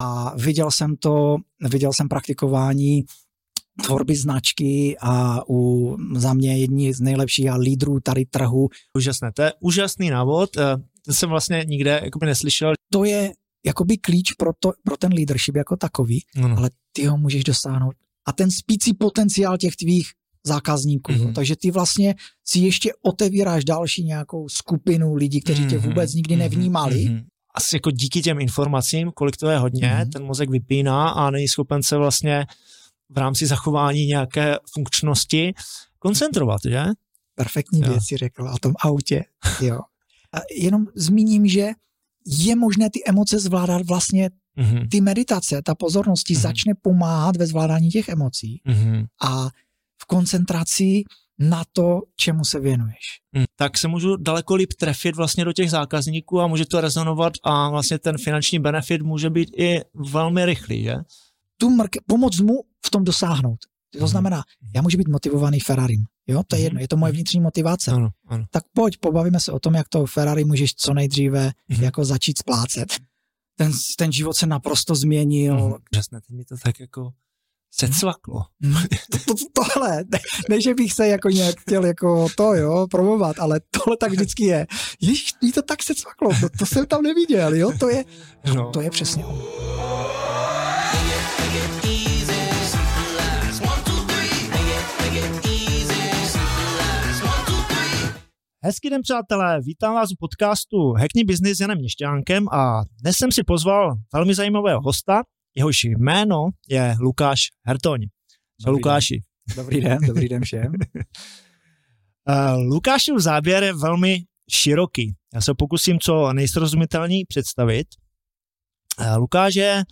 A viděl jsem praktikování tvorby značky a za mě jedni z nejlepších lídrů tady trhu. Úžasné, to je úžasný návod, to jsem vlastně nikde jakoby neslyšel. To je jakoby klíč pro ten leadership jako takový, ale ty ho můžeš dosáhnout. A ten spící potenciál těch tvých zákazníků. Takže ty vlastně si ještě otevíráš další nějakou skupinu lidí, kteří tě vůbec nikdy nevnímali. Asi jako díky těm informacím, kolik to je hodně, ten mozek vypíná a není schopen se vlastně v rámci zachování nějaké funkčnosti koncentrovat, že? Perfektní věc si řekl o tom autě. Jo. A jenom zmíním, že je možné ty emoce zvládat vlastně ty meditace, ta pozornost ti začne pomáhat ve zvládání těch emocí a v koncentraci na to, čemu se věnuješ. Tak se můžu daleko líp trefit vlastně do těch zákazníků a může to rezonovat a vlastně ten finanční benefit může být i velmi rychlý, že? Pomoct mu v tom dosáhnout. To znamená, já můžu být motivovaný Ferrarim. Jo, to je jedno, je to moje vnitřní motivace. Ano. Tak pojď, pobavíme se o tom, jak to Ferrari můžeš co nejdříve jako začít splácet. Ten život se naprosto změnil. Přesně, teď mi to tak jako secvaklo. Tohle, ne, že bych se jako nějak chtěl jako promovat, ale tohle tak vždycky je. Ježiš, mi to tak secvaklo, to jsem tam neviděl, jo, to je přesně ono. Hezký den, přátelé, vítám vás u podcastu Hackni Business s Janem Měšťánkem a dnes jsem si pozval velmi zajímavého hosta, jehož jméno je Lukáš Hertoň. Lukáši. Dobrý den všem. Lukášův záběr je velmi široký. Já se pokusím co nejsrozumitelněji představit. Lukáš je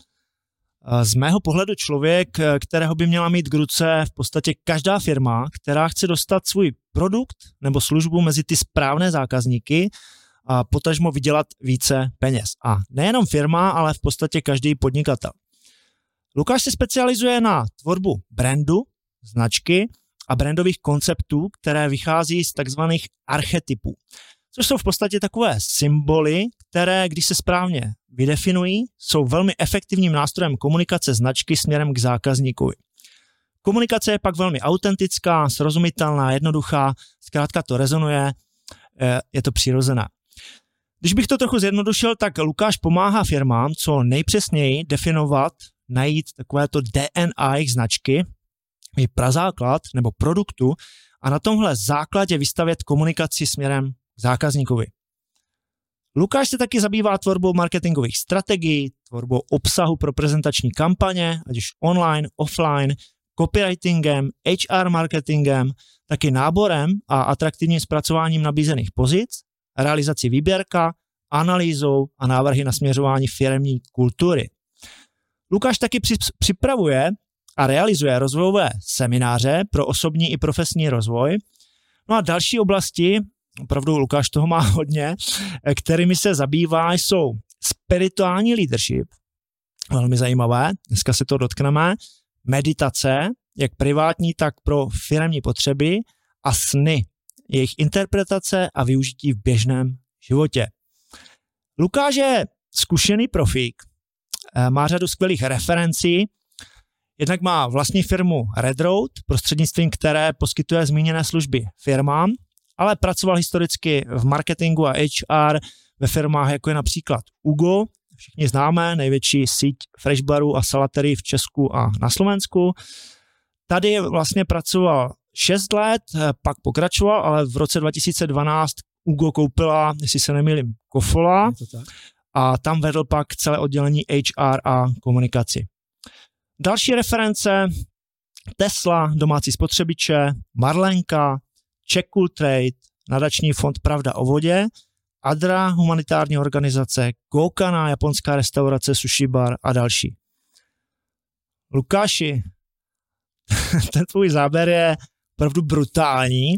z mého pohledu člověk, kterého by měla mít k ruce v podstatě každá firma, která chce dostat svůj produkt nebo službu mezi ty správné zákazníky a potažmo vydělat více peněz. A nejenom firma, ale v podstatě každý podnikatel. Lukáš se specializuje na tvorbu brandu, značky a brandových konceptů, které vychází z takzvaných archetypů, což jsou v podstatě takové symboly, které, když se správně vydefinují, jsou velmi efektivním nástrojem komunikace značky směrem k zákazníkovi. Komunikace je pak velmi autentická, srozumitelná, jednoduchá, zkrátka to rezonuje, je to přirozené. Když bych to trochu zjednodušil, tak Lukáš pomáhá firmám co nejpřesněji definovat, najít takovéto DNA jejich značky, je prazáklad nebo produktu a na tomhle základě vystavět komunikaci směrem k zákazníkovi. Lukáš se taky zabývá tvorbou marketingových strategií, tvorbou obsahu pro prezentační kampaně, ať už online, offline, copywritingem, HR marketingem, taky náborem a atraktivním zpracováním nabízených pozic, realizací výběrka, analýzou a návrhy na směřování firemní kultury. Lukáš taky připravuje a realizuje rozvojové semináře pro osobní i profesní rozvoj. No a další oblasti, opravdu Lukáš toho má hodně, kterými se zabývá, jsou spirituální leadership, velmi zajímavé, dneska se to dotkneme, meditace, jak privátní, tak pro firemní potřeby a sny, jejich interpretace a využití v běžném životě. Lukáš je zkušený profík, má řadu skvělých referencí, jednak má vlastní firmu Red Road, prostřednictvím které poskytuje zmíněné služby firmám, ale pracoval historicky v marketingu a HR ve firmách, jako je například Ugo, všichni známe, největší síť freshbarů a salaterií v Česku a na Slovensku. Tady vlastně pracoval 6 let, pak pokračoval, ale v roce 2012 Ugo koupila, jestli se nemýlím, Kofola a tam vedl pak celé oddělení HR a komunikaci. Další reference: Tesla, domácí spotřebiče, Marlenka, Czech Cool Trade, nadační fond Pravda o vodě, Adra, humanitární organizace, Gokana, japonská restaurace, sushi bar a další. Lukáši, ten tvůj záběr je opravdu brutální.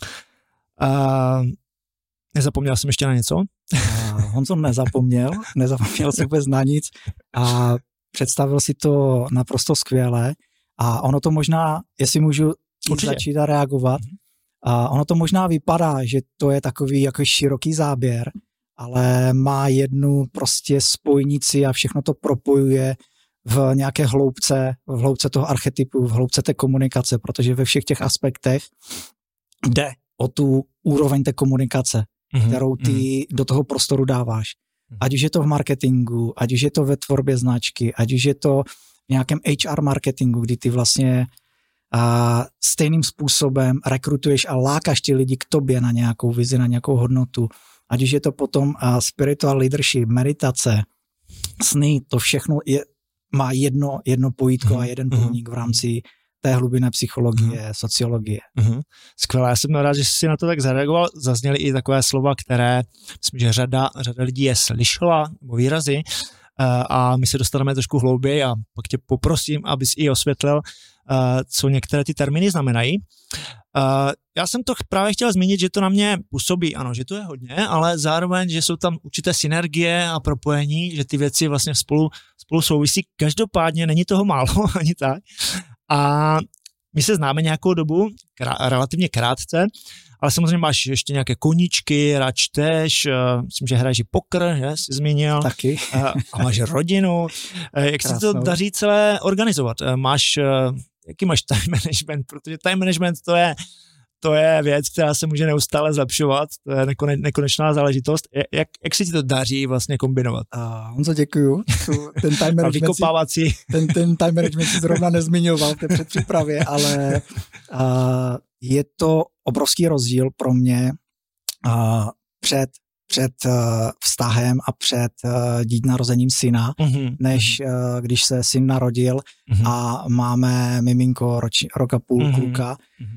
Nezapomněl jsem ještě na něco? Honzo nezapomněl jsem vůbec na nic a představil si to naprosto skvěle a ono to možná, jestli můžu začít a reagovat, a ono to možná vypadá, že to je takový jako široký záběr, ale má jednu prostě spojnici a všechno to propojuje v nějaké hloubce toho archetypu, v hloubce té komunikace, protože ve všech těch aspektech jde o tu úroveň té komunikace, kterou ty do toho prostoru dáváš. Ať už je to v marketingu, ať už je to ve tvorbě značky, ať už je to v nějakém HR marketingu, kdy ty vlastně stejným způsobem rekrutuješ a lákáš ty lidi k tobě na nějakou vizi, na nějakou hodnotu. Ať už je to potom spiritual leadership, meditace, sny, to všechno má jedno pojítko a jeden průnik v rámci té hlubinné psychologie, sociologie. Skvělé, já jsem rád, že jsi na to tak zareagoval. Zazněly i takové slova, které myslím, že řada lidí je slyšela, nebo výrazy, a my se dostaneme trošku hlouběji a pak tě poprosím, abys i osvětlil, co některé ty termíny znamenají. Já jsem to právě chtěl zmínit, že to na mě působí, ano, že to je hodně, ale zároveň, že jsou tam určité synergie a propojení, že ty věci vlastně spolu souvisí. Každopádně není toho málo, ani tak. A my se známe nějakou dobu, relativně krátce, ale samozřejmě máš ještě nějaké koníčky, rád čteš, myslím, že hraješ i poker, že jsi zmínil. Taky. A máš rodinu. Jak se to daří celé organizovat? Jaký máš time management? Protože time management to je věc, která se může neustále zlepšovat, to je nekonečná záležitost. Jak se ti to daří vlastně kombinovat? Honzo, děkuju. Ten time management si zrovna nezmiňoval v té předpřípravě, ale je to obrovský rozdíl pro mě před vztahem a před narozením syna, než když se syn narodil a máme miminko rok a půl kluka.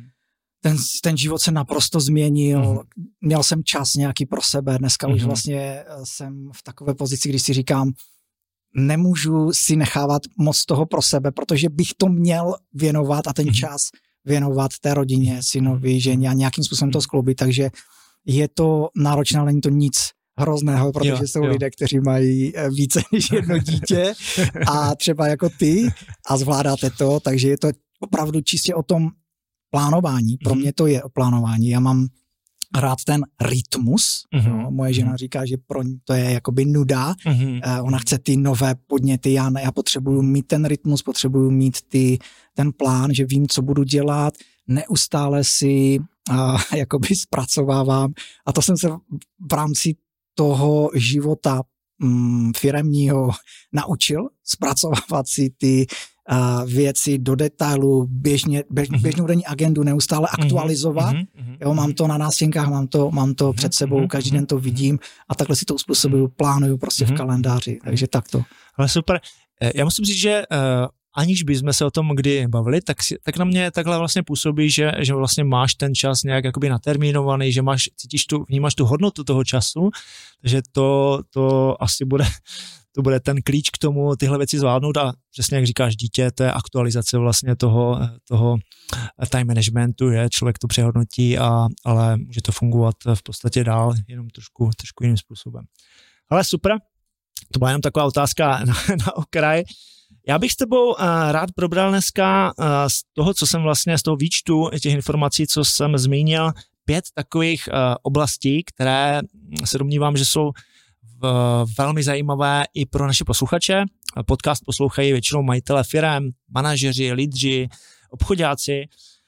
Ten život se naprosto změnil, měl jsem čas nějaký pro sebe, dneska už vlastně jsem v takové pozici, když si říkám, nemůžu si nechávat moc toho pro sebe, protože bych to měl věnovat a ten čas věnovat té rodině, synovi, ženě a nějakým způsobem to skloubit, takže je to náročné, ale není to nic hrozného, protože jsou lidé, kteří mají více než jedno dítě a třeba jako ty a zvládáte to, takže je to opravdu čistě o tom plánování. Pro mě to je o plánování. Já mám rád ten rytmus. No, moje žena říká, že pro ní to je jakoby nuda. Ona chce ty nové podněty. Já potřebuju mít ten rytmus, potřebuju mít ten plán, že vím, co budu dělat. Neustále si jakoby zpracovávám. A to jsem se v rámci toho života firemního naučil. Zpracovávat si ty věci do detailu, běžnou denní agendu neustále aktualizovat. Jo, mám to na nástěnkách, mám to před sebou, každý den to vidím a takhle si to uspůsobuju, plánuju prostě v kalendáři, takže takto. Ale super. Já musím říct, že aniž bychom se o tom kdy bavili, tak na mě takhle vlastně působí, že vlastně máš ten čas nějak jakoby natermínovaný, že vnímáš tu hodnotu toho času, takže to asi bude ten klíč k tomu tyhle věci zvládnout a přesně jak říkáš, dítě, to je aktualizace vlastně toho time managementu, člověk to přehodnotí, ale může to fungovat v podstatě dál, jenom trošku jiným způsobem. Ale super, to byla jenom taková otázka na okraj. Já bych s tebou rád probral dneska z toho, co jsem vlastně z toho výčtu těch informací, co jsem zmínil, 5 takových oblastí, které se domnívám, že jsou velmi zajímavé i pro naše posluchače. Podcast poslouchají většinou majitelé firem, manažeři, lídři, obchodáci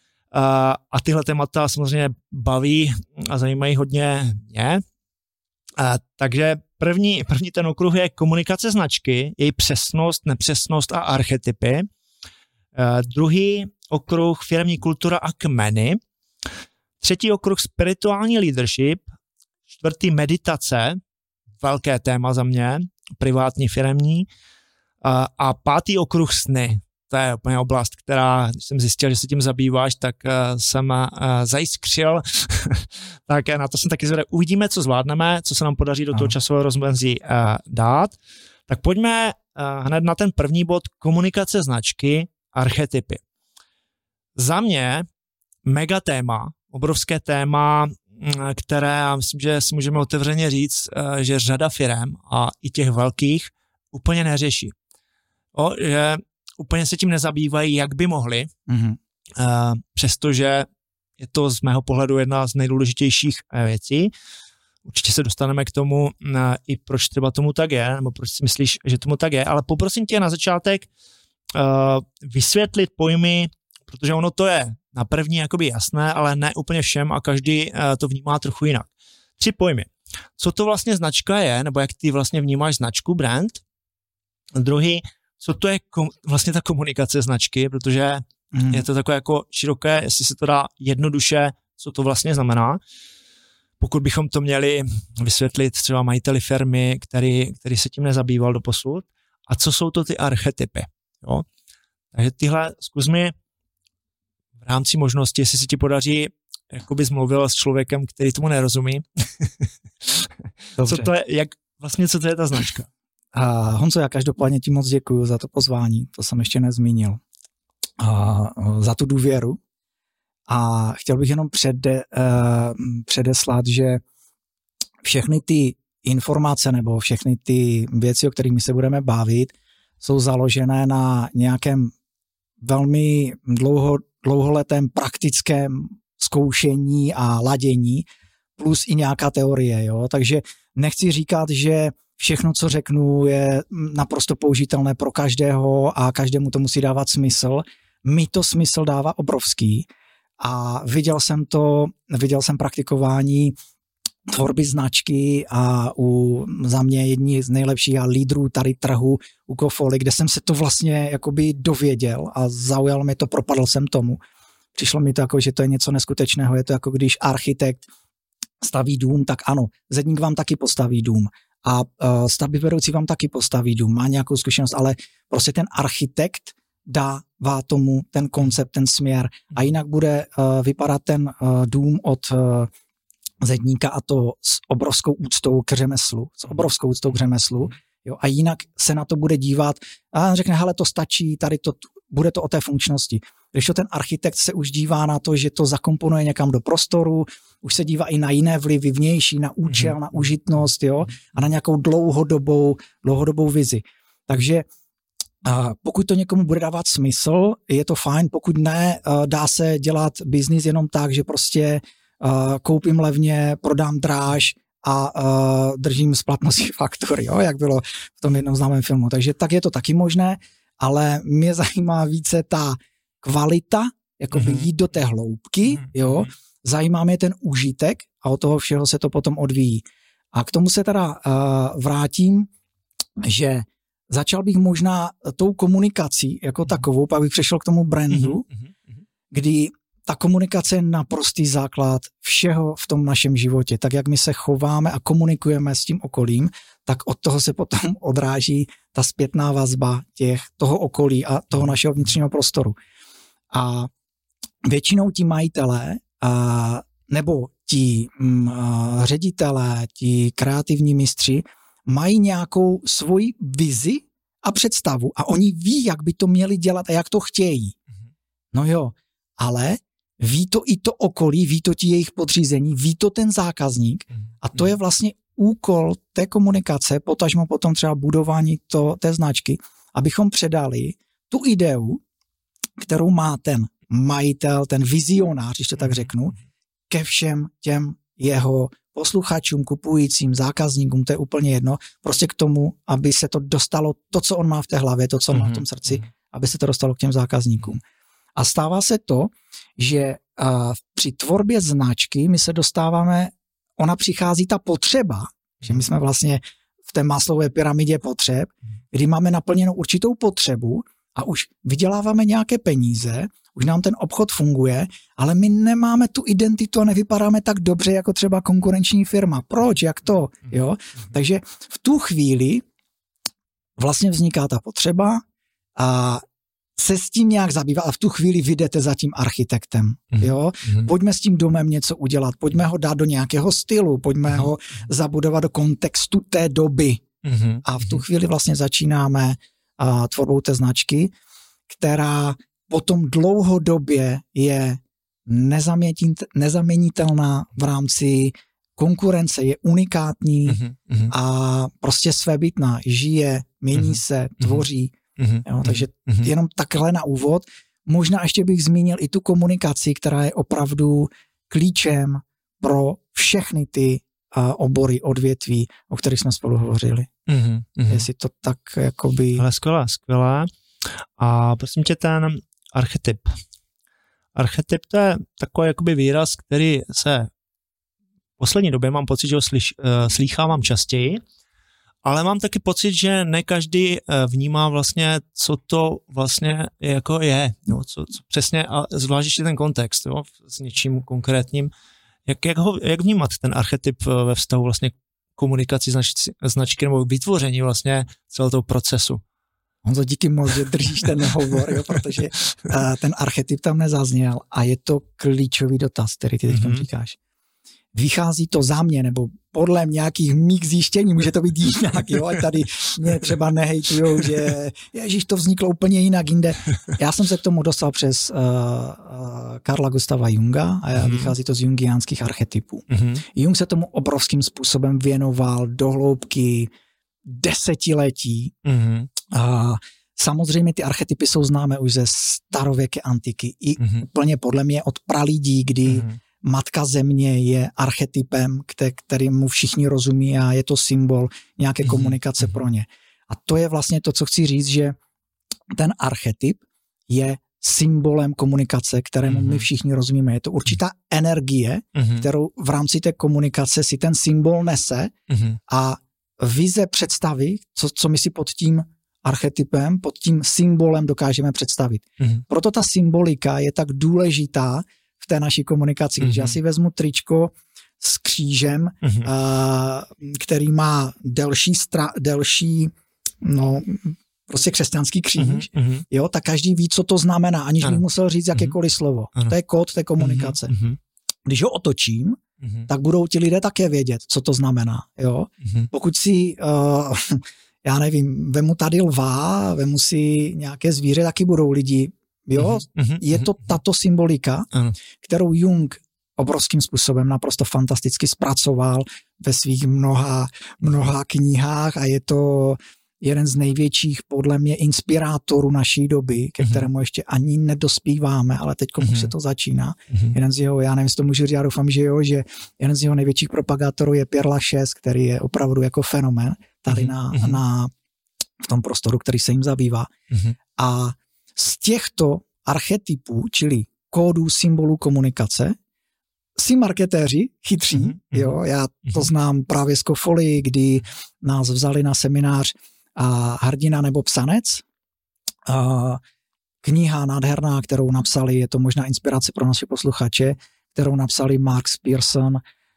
a tyhle témata samozřejmě baví a zajímají hodně mě. Takže první ten okruh je komunikace značky, její přesnost, nepřesnost a archetypy. Druhý okruh firemní kultura a kmeny. Třetí okruh spirituální leadership. Čtvrtý meditace, velké téma za mě, privátní, firemní. A pátý okruh sny. To je úplně oblast, která, když jsem zjistil, že se tím zabýváš, tak jsem zajiskřil. Tak na to jsem taky zvědavý. Uvidíme, co zvládneme, co se nám podaří do toho časového rozmezí dát. Tak pojďme hned na ten první bod, komunikace značky, archetypy. Za mě mega téma, obrovské téma, které myslím, že si můžeme otevřeně říct, že řada firem a i těch velkých úplně neřeší. Že úplně se tím nezabývají, jak by mohli, přestože je to z mého pohledu jedna z nejdůležitějších věcí. určitě se dostaneme k tomu, i proč třeba tomu tak je, nebo proč si myslíš, že tomu tak je, ale poprosím tě na začátek vysvětlit pojmy, protože ono to je na první jakoby jasné, ale ne úplně všem a každý to vnímá trochu jinak. 3 pojmy. Co to vlastně značka je, nebo jak ty vlastně vnímáš značku, brand? Druhý, co to je vlastně ta komunikace značky, protože je to takové jako široké, jestli se to dá jednoduše, co to vlastně znamená. Pokud bychom to měli vysvětlit třeba majiteli firmy, který se tím nezabýval doposud, a co jsou to ty archetypy. Jo? Takže tyhle zkus mi v rámci možnosti, jestli se ti podaří, jakoby zmluvil s člověkem, který tomu nerozumí. Co to je, co to je ta značka? Honzo, já každopádně ti moc děkuju za to pozvání, to jsem ještě nezmínil. Za tu důvěru. A chtěl bych jenom předeslat, že všechny ty informace nebo všechny ty věci, o kterými se budeme bavit, jsou založené na nějakém velmi dlouholetém praktickém zkoušení a ladění, plus i nějaká teorie. Jo? Takže nechci říkat, že všechno, co řeknu, je naprosto použitelné pro každého a každému to musí dávat smysl. Mi to smysl dává obrovský a viděl jsem praktikování tvorby značky a za mě jedni z nejlepších lídrů tady trhu u Cofoly, kde jsem se to vlastně jakoby dověděl a zaujal mě to, propadl jsem tomu. Přišlo mi to jako, že to je něco neskutečného, je to jako když architekt staví dům, tak ano, zedník vám taky postaví dům a stavbyvedoucí vám taky postaví dům, má nějakou zkušenost, ale prostě ten architekt dává tomu ten koncept, ten směr a jinak bude vypadat ten dům od zedníka a to s obrovskou úctou k řemeslu, jo, a jinak se na to bude dívat a řekne, hele, to stačí, tady to, bude to o té funkčnosti. Když to ten architekt se už dívá na to, že to zakomponuje někam do prostoru, už se dívá i na jiné vlivy vnější, na účel, na užitnost, jo, a na nějakou dlouhodobou vizi. Takže pokud to někomu bude dávat smysl, je to fajn, pokud ne, dá se dělat biznis jenom tak, že prostě koupím levně, prodám dráž a držím splatnosti faktury, jo, jak bylo v tom jednom známém filmu. Takže tak je to taky možné, ale mě zajímá více ta kvalita, jako jít do té hloubky, jo, zajímá mě ten užitek a od toho všeho se to potom odvíjí. A k tomu se teda vrátím, že začal bych možná tou komunikací jako takovou, pak bych přešel k tomu brandu, kdy ta komunikace je naprostý základ všeho v tom našem životě. Tak, jak my se chováme a komunikujeme s tím okolím, tak od toho se potom odráží ta zpětná vazba toho okolí a toho našeho vnitřního prostoru. A většinou ti majitelé nebo ti ředitelé, ti kreativní mistři mají nějakou svoji vizi a představu a oni ví, jak by to měli dělat a jak to chtějí. No jo, ale ví to i to okolí, ví to ti jejich podřízení, ví to ten zákazník a to je vlastně úkol té komunikace, potažmo potom třeba budování té značky, abychom předali tu ideu, kterou má ten majitel, ten vizionář, když to tak řeknu, ke všem těm jeho posluchačům, kupujícím, zákazníkům, to je úplně jedno, prostě k tomu, aby se to dostalo, to, co on má v té hlavě, to, co on má v tom srdci, aby se to dostalo k těm zákazníkům. A stává se to, že při tvorbě značky my se dostáváme, ona přichází ta potřeba, že my jsme vlastně v té Maslowově pyramidě potřeb, kdy máme naplněnou určitou potřebu a už vyděláváme nějaké peníze, už nám ten obchod funguje, ale my nemáme tu identitu a nevypadáme tak dobře jako třeba konkurenční firma. Proč? Jak to? Jo? Takže v tu chvíli vlastně vzniká ta potřeba a se s tím nějak zabývat a v tu chvíli vy jdete za tím architektem. Jo? Pojďme s tím domem něco udělat, pojďme ho dát do nějakého stylu, pojďme ho zabudovat do kontextu té doby. A v tu chvíli vlastně začínáme tvorbou té značky, která potom dlouhodobě je nezaměnitelná v rámci konkurence, je unikátní a prostě svébytná, žije, mění se, tvoří. Jo, takže jenom takhle na úvod. Možná ještě bych zmínil i tu komunikaci, která je opravdu klíčem pro všechny ty obory, odvětví, o kterých jsme spolu hovořili. Jestli to tak jakoby... Ale skvělá. A prosím tě, ten archetyp. Archetyp to je takový jakoby výraz, který se v poslední době mám pocit, že ho slýchávám častěji, ale mám taky pocit, že ne každý vnímá vlastně, co to vlastně jako je, jo, co přesně, a zvlášť ještě ten kontext, jo, s něčím konkrétním. Jak vnímat ten archetyp ve vztahu vlastně komunikaci značky nebo vytvoření vlastně celého toho procesu? Honzo, díky moc, že držíš ten hovor, jo, protože ten archetyp tam nezazněl a je to klíčový dotaz, který ty teď říkáš. Vychází to za mě, nebo podle nějakých mých zjištění, může to být jinak, jo, ať tady mě třeba nehejtujou, že ježiš, to vzniklo úplně jinak jinde. Já jsem se k tomu dostal přes Carla Gustava Junga a vychází to z jungiánských archetypů. Jung se tomu obrovským způsobem věnoval do hloubky desetiletí. A samozřejmě ty archetypy jsou známé už ze starověké antiky i úplně podle mě od pralidí, kdy Matka Země je archetypem, kterému všichni rozumí a je to symbol nějaké komunikace pro ně. A to je vlastně to, co chci říct, že ten archetyp je symbolem komunikace, kterému my všichni rozumíme. Je to určitá energie, kterou v rámci té komunikace si ten symbol nese a vize představy, co my si pod tím archetypem, pod tím symbolem dokážeme představit. Proto ta symbolika je tak důležitá v té naší komunikaci. Když já si vezmu tričko s křížem, který má delší prostě křesťanský kříž, jo, tak každý ví, co to znamená, aniž bych musel říct jakékoliv slovo. To je kód té komunikace. Když ho otočím, tak budou ti lidé také vědět, co to znamená. Jo? Pokud si, já nevím, vemu tady lva, vemu si nějaké zvíře, taky budou lidi. Jo? Je to tato symbolika, kterou Jung obrovským způsobem naprosto fantasticky zpracoval ve svých mnoha knihách a je to jeden z největších podle mě inspirátorů naší doby, ke kterému ještě ani nedospíváme, ale teď už se to začíná. Jeden z jeho, já nevím, jestli to můžu říct, já doufám, že jo, že jeden z jeho největších propagátorů je Père Lachaise, který je opravdu jako fenomén tady v tom prostoru, který se jim zabývá. A z těchto archetypů, čili kódů, symbolů komunikace, si marketéři chytří, jo, já to znám právě z Kofoly, kdy nás vzali na seminář Hrdina nebo psanec. Kniha nádherná, kterou napsali, je to možná inspirace pro naše posluchače, kterou napsali Mark Pearson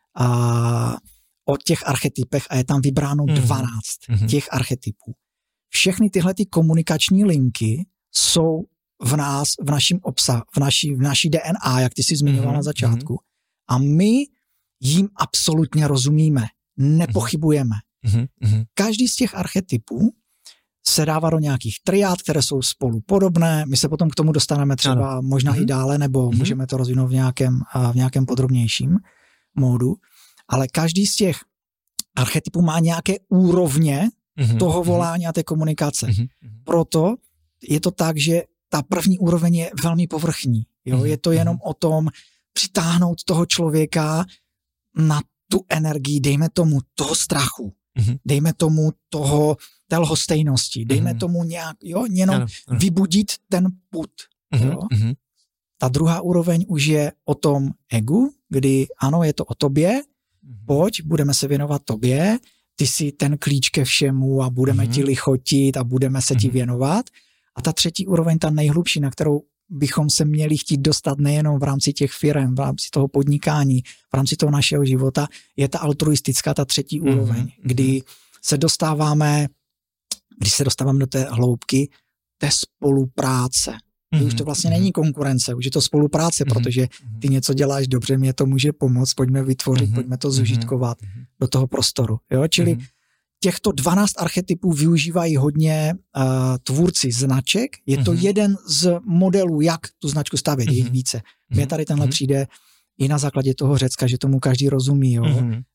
o těch archetypech a je tam vybráno 12 těch archetypů. Všechny tyhle ty komunikační linky jsou v nás, v naším obsahu, v naší DNA, jak ty jsi zmiňoval na začátku. A my jim absolutně rozumíme, nepochybujeme. Každý z těch archetypů se dává do nějakých triád, které jsou spolu podobné. My se potom k tomu dostaneme třeba možná i dále, nebo můžeme to rozvinout v nějakém podrobnějším módu. Ale každý z těch archetypů má nějaké úrovně toho volání a té komunikace. Proto je to tak, že ta první úroveň je velmi povrchní. Jo? Je to jenom o tom přitáhnout toho člověka na tu energii, dejme tomu toho strachu, dejme tomu té lhostejnosti, dejme tomu nějak, jo, jenom vybudit ten pud. Jo? Ta druhá úroveň už je o tom egu, kdy ano, je to o tobě, pojď, budeme se věnovat tobě, ty jsi ten klíč ke všemu a budeme ti lichotit a budeme se ti věnovat. A ta třetí úroveň, ta nejhlubší, na kterou bychom se měli chtít dostat nejenom v rámci těch firem, v rámci toho podnikání, v rámci toho našeho života, je ta altruistická, ta třetí úroveň, kdy se dostáváme do té hloubky té spolupráce. Už to vlastně není konkurence, už je to spolupráce, protože ty něco děláš dobře, mě to může pomoct, pojďme vytvořit, pojďme to zužitkovat do toho prostoru. Jo? Čili těchto 12 archetypů využívají hodně tvůrci značek. Je to jeden z modelů, jak tu značku stavět, je jich více. Mně tady tenhle přijde i na základě toho Řecka, že tomu každý rozumí. Jo?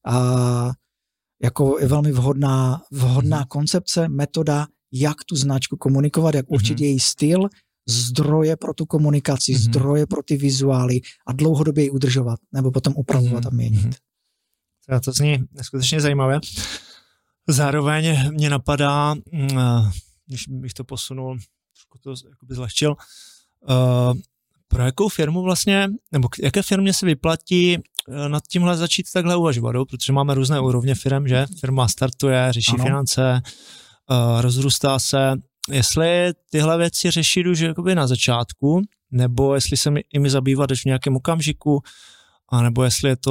Jako je velmi vhodná koncepce, metoda, jak tu značku komunikovat, jak určit její styl, zdroje pro tu komunikaci, zdroje pro ty vizuály a dlouhodobě ji udržovat, nebo potom upravovat a měnit. To zní skutečně zajímavé. Zároveň mě napadá, když bych to posunul, trošku to jakoby zlehčil, pro jakou firmu vlastně, nebo jaké firmě se vyplatí nad tímhle začít takhle uvažovat, protože máme různé úrovně firm, že? Firma startuje, řeší finance, rozrůstá se. Jestli tyhle věci řešit už jakoby na začátku, nebo jestli se jimi zabývat až v nějakém okamžiku, anebo jestli je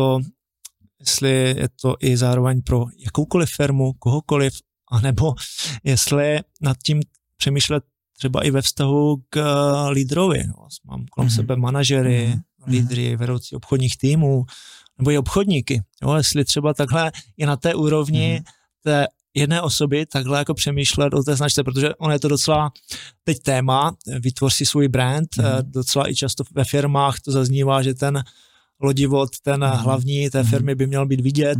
to i zároveň pro jakoukoliv firmu, kohokoliv, anebo jestli nad tím přemýšlet třeba i ve vztahu k lídrovi. Mám kolem sebe manažery, lídry, vedoucí obchodních týmů, nebo i obchodníky. Jestli třeba takhle i na té úrovni té jedné osoby takhle jako přemýšlet o té značce, protože ono je to docela teď téma, vytvoř si svůj brand, docela i často ve firmách to zaznívá, že ten lodivod, ten hlavní té firmy by měl být vidět.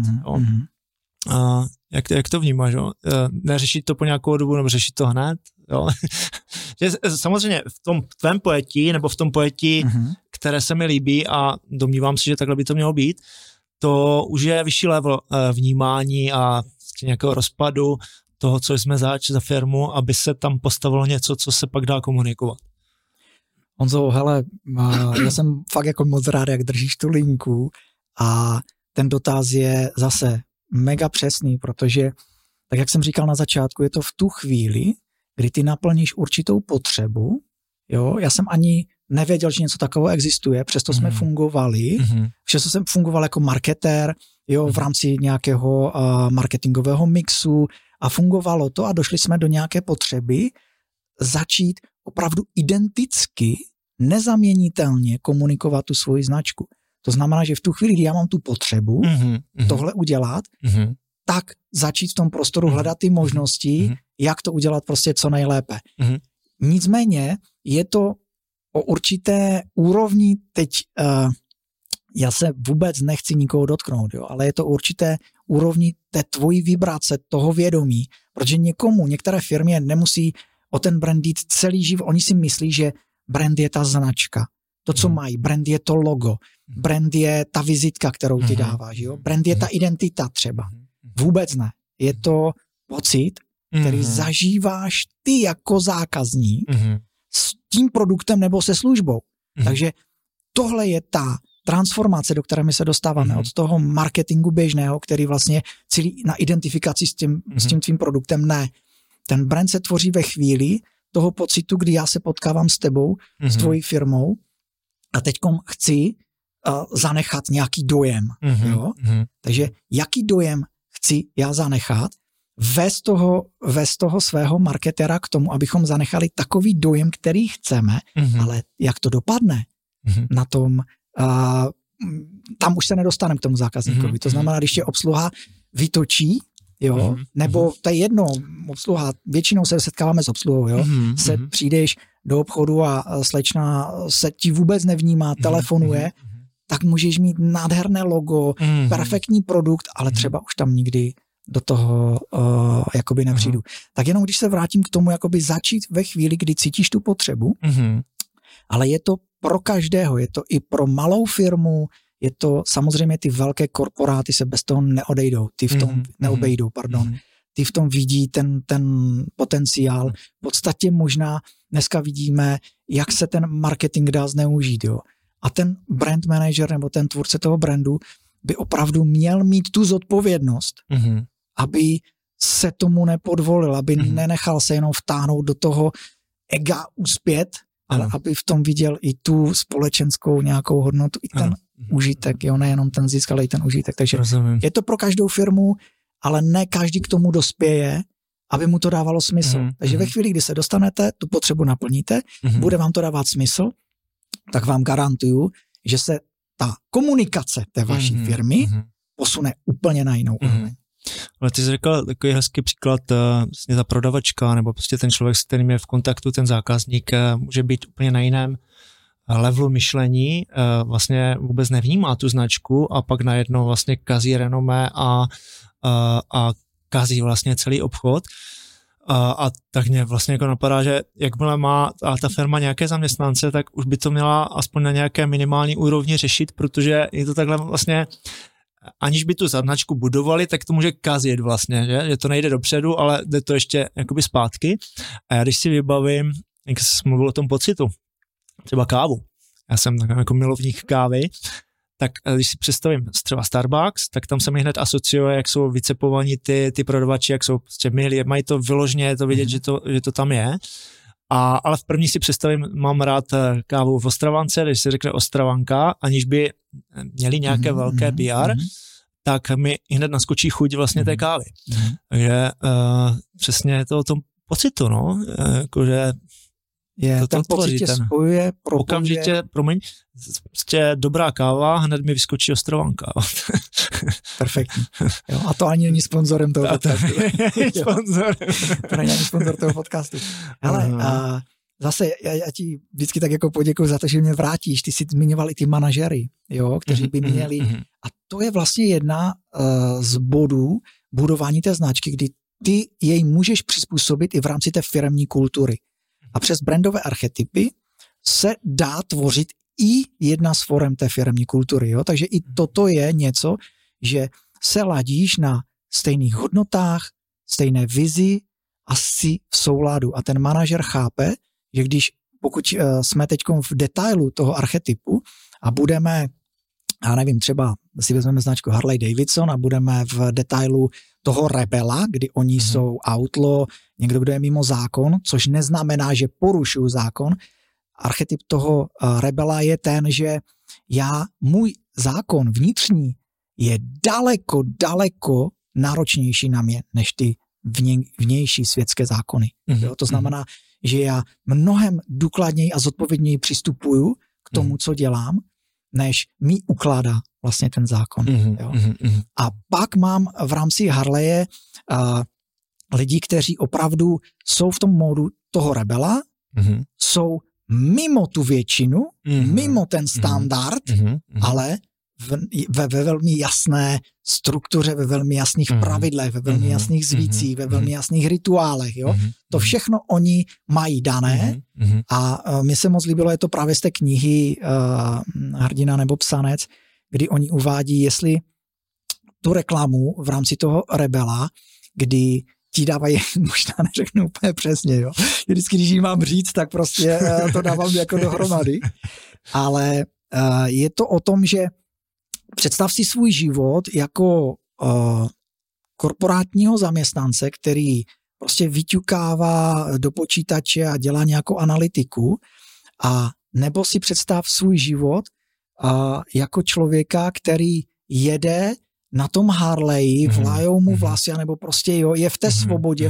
A jak to vnímáš? Jo? Neřešit to po nějakou dobu, nebo řešit to hned? Jo? Samozřejmě v tom tvém pojetí, nebo v tom pojetí, které se mi líbí a domnívám se, že takhle by to mělo být, to už je vyšší level vnímání a nějakého rozpadu toho, co jsme zač za firmu, aby se tam postavilo něco, co se pak dá komunikovat. Honzo, hele, já jsem fakt jako moc rád, jak držíš tu linku a ten dotaz je zase mega přesný, protože tak jak jsem říkal na začátku, je to v tu chvíli, kdy ty naplníš určitou potřebu, jo, já jsem ani nevěděl, že něco takového existuje, přesto jsme fungovali, přesto jsem fungoval jako marketér, jo, v rámci nějakého marketingového mixu a fungovalo to a došli jsme do nějaké potřeby začít opravdu identicky, nezaměnitelně komunikovat tu svoji značku. To znamená, že v tu chvíli, kdy já mám tu potřebu tohle udělat, tak začít v tom prostoru hledat ty možnosti, jak to udělat prostě co nejlépe. Nicméně je to o určité úrovni, teď já se vůbec nechci nikoho dotknout, jo, ale je to určité úrovni té tvojí vibrace, toho vědomí, protože některé firmy nemusí o ten brand jít celý život, oni si myslí, že brand je ta značka, to, co mají, brand je to logo, brand je ta vizitka, kterou ty dáváš, jo, brand je ta identita třeba. Vůbec ne. Je to pocit, který zažíváš ty jako zákazník s tím produktem nebo se službou. Takže tohle je ta transformace, do které my se dostáváme od toho marketingu běžného, který vlastně cílí na identifikaci s tím tvým produktem. Ne. Ten brand se tvoří ve chvíli toho pocitu, kdy já se potkávám s tebou, s tvojí firmou a teďkom chci zanechat nějaký dojem. Jo? Takže jaký dojem chci já zanechat? Vést toho svého marketera k tomu, abychom zanechali takový dojem, který chceme, ale jak to dopadne na tom, tam už se nedostaneme k tomu zákazníkovi. To znamená, když tě obsluha vytočí, jo, nebo to je jedno, obsluha, většinou se setkáváme s obsluhou, jo, přijdeš do obchodu a slečna se ti vůbec nevnímá, telefonuje, tak můžeš mít nádherné logo, perfektní produkt, ale třeba už tam nikdy do toho jakoby nepřijdu. Tak jenom když se vrátím k tomu, jakoby začít ve chvíli, kdy cítíš tu potřebu, ale je to pro každého, je to i pro malou firmu, je to samozřejmě ty velké korporáty se bez toho neodejdou, ty v tom neobejdou, pardon. Ty v tom vidí ten potenciál. V podstatě možná dneska vidíme, jak se ten marketing dá zneužít, jo. A ten brand manager nebo ten tvůrce toho brandu by opravdu měl mít tu zodpovědnost, aby se tomu nepodvolil, aby nenechal se jenom vtáhnout do toho ega uspět, ale aby v tom viděl i tu společenskou nějakou hodnotu, i ten užitek, jo, nejenom ten zisk, ale i ten užitek. Takže je to pro každou firmu, ale ne každý k tomu dospěje, aby mu to dávalo smysl. Takže ve chvíli, kdy se dostanete, tu potřebu naplníte, bude vám to dávat smysl, tak vám garantuju, že se ta komunikace té vaší firmy posune úplně na jinou úroveň. Ale ty jsi řekl takový hezký příklad, vlastně ta prodavačka nebo prostě ten člověk, s kterým je v kontaktu, ten zákazník, může být úplně na jiném levelu myšlení, vlastně vůbec nevnímá tu značku a pak najednou vlastně kazí renomé a kazí vlastně celý obchod. A tak mě vlastně jako napadá, že jakmile má ta firma nějaké zaměstnance, tak už by to měla aspoň na nějaké minimální úrovni řešit, protože je to takhle vlastně aniž by tu značku budovali, tak to může kazit vlastně, že to nejde dopředu, ale jde to ještě jakoby zpátky. A já když si vybavím, jak jsi mluvil o tom pocitu, třeba kávu. Já jsem takový jako milovník kávy, tak když si představím třeba Starbucks, tak tam se mi hned asociuje, jak jsou vycepovaní ty prodavači, jak jsou prostě milí, mají to vyloženě, je to vidět, že to tam je. Ale v první si představím, mám rád kávu v Ostravance, když se řekne Ostravanka, aniž by měli nějaké velké PR, tak mi hned naskočí chuť vlastně té kávy. Takže přesně je to o tom pocitu, no, jakože ten pocit tě spojuje, okamžitě, prostě dobrá káva, hned mi vyskočí Ostravanka. Perfektní. Jo, a to ani není sponzorem toho podcastu. To není ani sponzor toho podcastu. Hele, zase já ti vždycky tak jako poděkuju za to, že mě vrátíš. Ty jsi zmiňoval i ty manažery, jo, kteří by měli. A to je vlastně jedna z bodů budování té značky, kdy ty jej můžeš přizpůsobit i v rámci té firemní kultury. A přes brandové archetypy se dá tvořit i jedna z forem té firemní kultury. Jo? Takže i toto je něco, že se ladíš na stejných hodnotách, stejné vizi a jsi v souladu. A ten manažer chápe, že pokud jsme teď v detailu toho archetypu a budeme, já nevím, třeba si vezmeme značku Harley Davidson a budeme v detailu toho rebela, kdy oni jsou outlaw, někdo, kdo je mimo zákon, což neznamená, že porušují zákon. Archetyp toho rebela je ten, že můj zákon vnitřní je daleko náročnější na mě, než ty vnější světské zákony. Jo? To znamená, že já mnohem důkladněji a zodpovědněji přistupuju k tomu, co dělám, než mi ukládá vlastně ten zákon. Jo? A pak mám v rámci Harleje lidi, kteří opravdu jsou v tom módu toho rebela, jsou mimo tu většinu, mimo ten standard, ale ve velmi jasné struktuře, ve velmi jasných pravidlech, ve velmi jasných zvících, ve velmi jasných rituálech. Jo? To všechno oni mají dané a mně se moc líbilo, je to právě z té knihy Hrdina nebo Psanec, kdy oni uvádí, jestli tu reklamu v rámci toho rebela, kdy ti dávají, možná neřeknu úplně přesně, jo. Vždycky, když jí mám říct, tak prostě to dávám jako dohromady. Ale je to o tom, že představ si svůj život jako korporátního zaměstnance, který prostě vyťukává do počítače a dělá nějakou analytiku, a nebo si představ svůj život jako člověka, který jede na tom Harleyi, vlájou mu vlasy, nebo prostě je v té svobodě,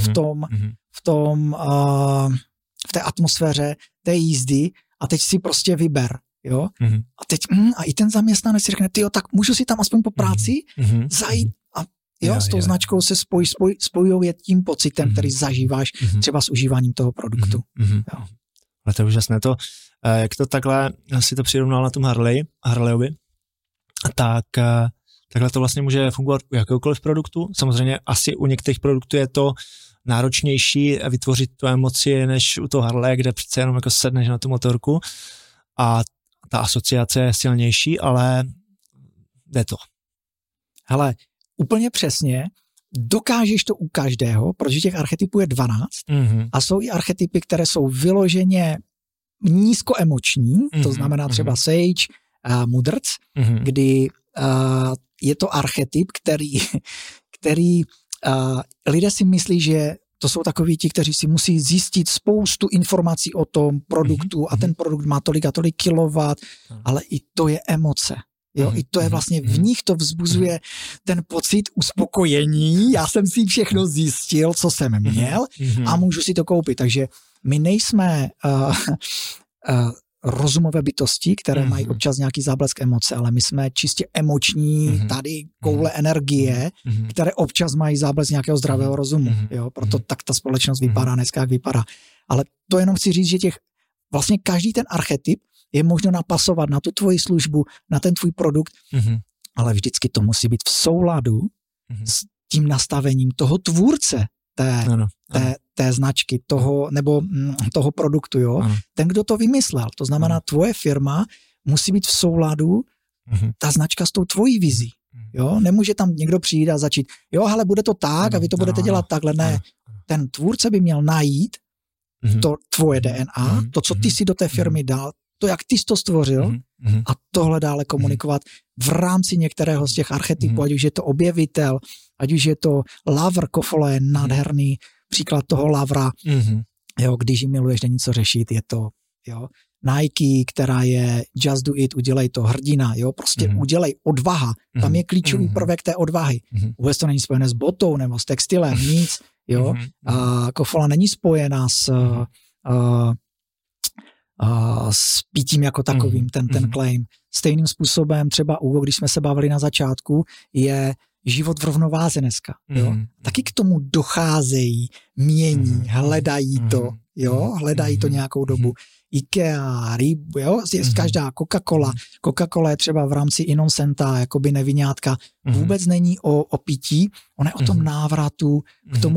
v té atmosféře té jízdy a teď si prostě vyber, jo. A teď a i ten zaměstnanec si řekne, tyjo, tak můžu si tam aspoň po práci zajít a s tou značkou se spojujou je tím pocitem, který zažíváš třeba s užíváním toho produktu. Jo. Ale to je úžasné to, jak to takhle si to přirovnal na tom Harleyovi, tak takhle to vlastně může fungovat u jakéhokoliv produktu. Samozřejmě asi u některých produktů je to náročnější vytvořit tu emoci, než u toho Harley, kde přece jenom jako sedneš na tu motorku a ta asociace je silnější, ale jde to. Hele, úplně přesně, dokážeš to u každého, protože těch archetypů je 12 a jsou i archetypy, které jsou vyloženě nízkoemoční, to znamená třeba Sage, Mudrc, kdy je to archetyp, který lidé si myslí, že to jsou takoví ti, kteří si musí zjistit spoustu informací o tom produktu a ten produkt má tolik a tolik kilowatt, ale i to je emoce. Jo, i to je vlastně v nich to vzbuzuje ten pocit uspokojení. Já jsem si všechno zjistil, co jsem měl a můžu si to koupit. Takže my nejsme rozumové bytosti, které mají občas nějaký záblesk emoce, ale my jsme čistě emoční, tady koule energie, které občas mají záblesk nějakého zdravého rozumu. Jo? Proto tak ta společnost vypadá dneska, jak vypadá. Ale to jenom chci říct, že vlastně každý ten archetyp je možno napasovat na tu tvoji službu, na ten tvůj produkt, ale vždycky to musí být v souladu s tím nastavením toho tvůrce té značky, toho produktu, jo. Ten, kdo to vymyslel. To znamená, tvoje firma musí být v souladu, ta značka s tou tvojí vizí. Jo, nemůže tam někdo přijít a začít, jo, hele, bude to tak a vy to budete dělat takhle. Ne, ten tvůrce by měl najít to tvoje DNA, to, co ty si do té firmy dal, to, jak ty jsi to stvořil a tohle dále komunikovat v rámci některého z těch archetypů, ať už je to objevitel, ať už je to lavr, Kofola je nádherný příklad toho lavra, jo, když ji miluješ, není co řešit, je to, jo, Nike, která je just do it, udělej to, hrdina, jo, prostě udělej, odvaha, tam je klíčový prvek té odvahy. Vůbec to není spojené s botou nebo s textilem, nic, jo, a Kofola není spojená s pitím jako takovým, ten claim. Stejným způsobem třeba Hugo, když jsme se bavili na začátku, je život v rovnováze dneska, jo. Taky k tomu docházejí, mění, hledají to, jo, hledají to nějakou dobu. IKEA, Reebok, jo, každá Coca-Cola je třeba v rámci Innocenta, jakoby nevinátka, vůbec není o pití, ona je o tom návratu k tomu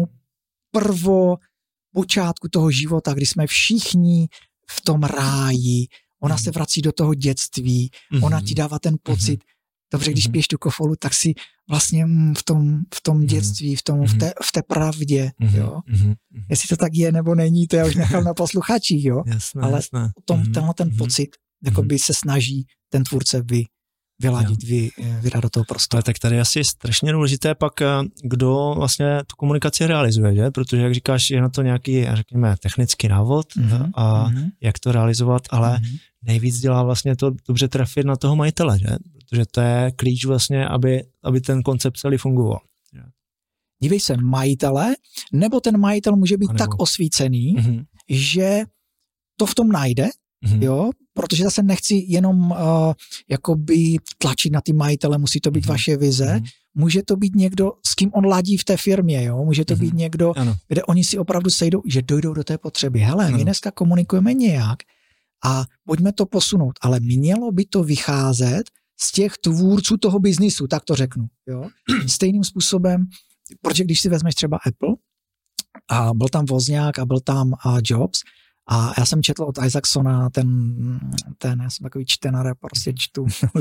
počátku toho života, kdy jsme všichni v tom ráji, ona se vrací do toho dětství, ona ti dává ten pocit, dobře, když piješ tu Kofolu, tak si vlastně v tom dětství, v té pravdě, jo. Jestli to tak je nebo není, to já už nechal na posluchačích, jo. Jasné, ale tenhle ten pocit, jakoby se snaží ten tvůrce vyladit, vydat do toho prostoru. Tak tady asi je strašně důležité pak, kdo vlastně tu komunikaci realizuje, že? Protože jak říkáš, je na to nějaký, řekněme, technický návod a jak to realizovat, ale nejvíc dělá vlastně to dobře trefit na toho majitele, že? Protože to je klíč vlastně, aby ten koncept celý fungoval. Dívej se, majitele, nebo ten majitel může být tak osvícený, že to v tom najde, jo, protože zase nechci jenom jakoby tlačit na ty majitele, musí to být vaše vize, může to být někdo, s kým on ladí v té firmě, jo, může to být někdo, kde oni si opravdu sejdou, že dojdou do té potřeby. Hele, my dneska komunikujeme nějak a pojďme to posunout, ale mělo by to vycházet z těch tvůrců toho biznisu, tak to řeknu, jo. Stejným způsobem, protože když si vezmeš třeba Apple a byl tam Wozniak a byl tam Jobs, a já jsem četl od Isaacsona já jsem takový čtenář, prostě čtu,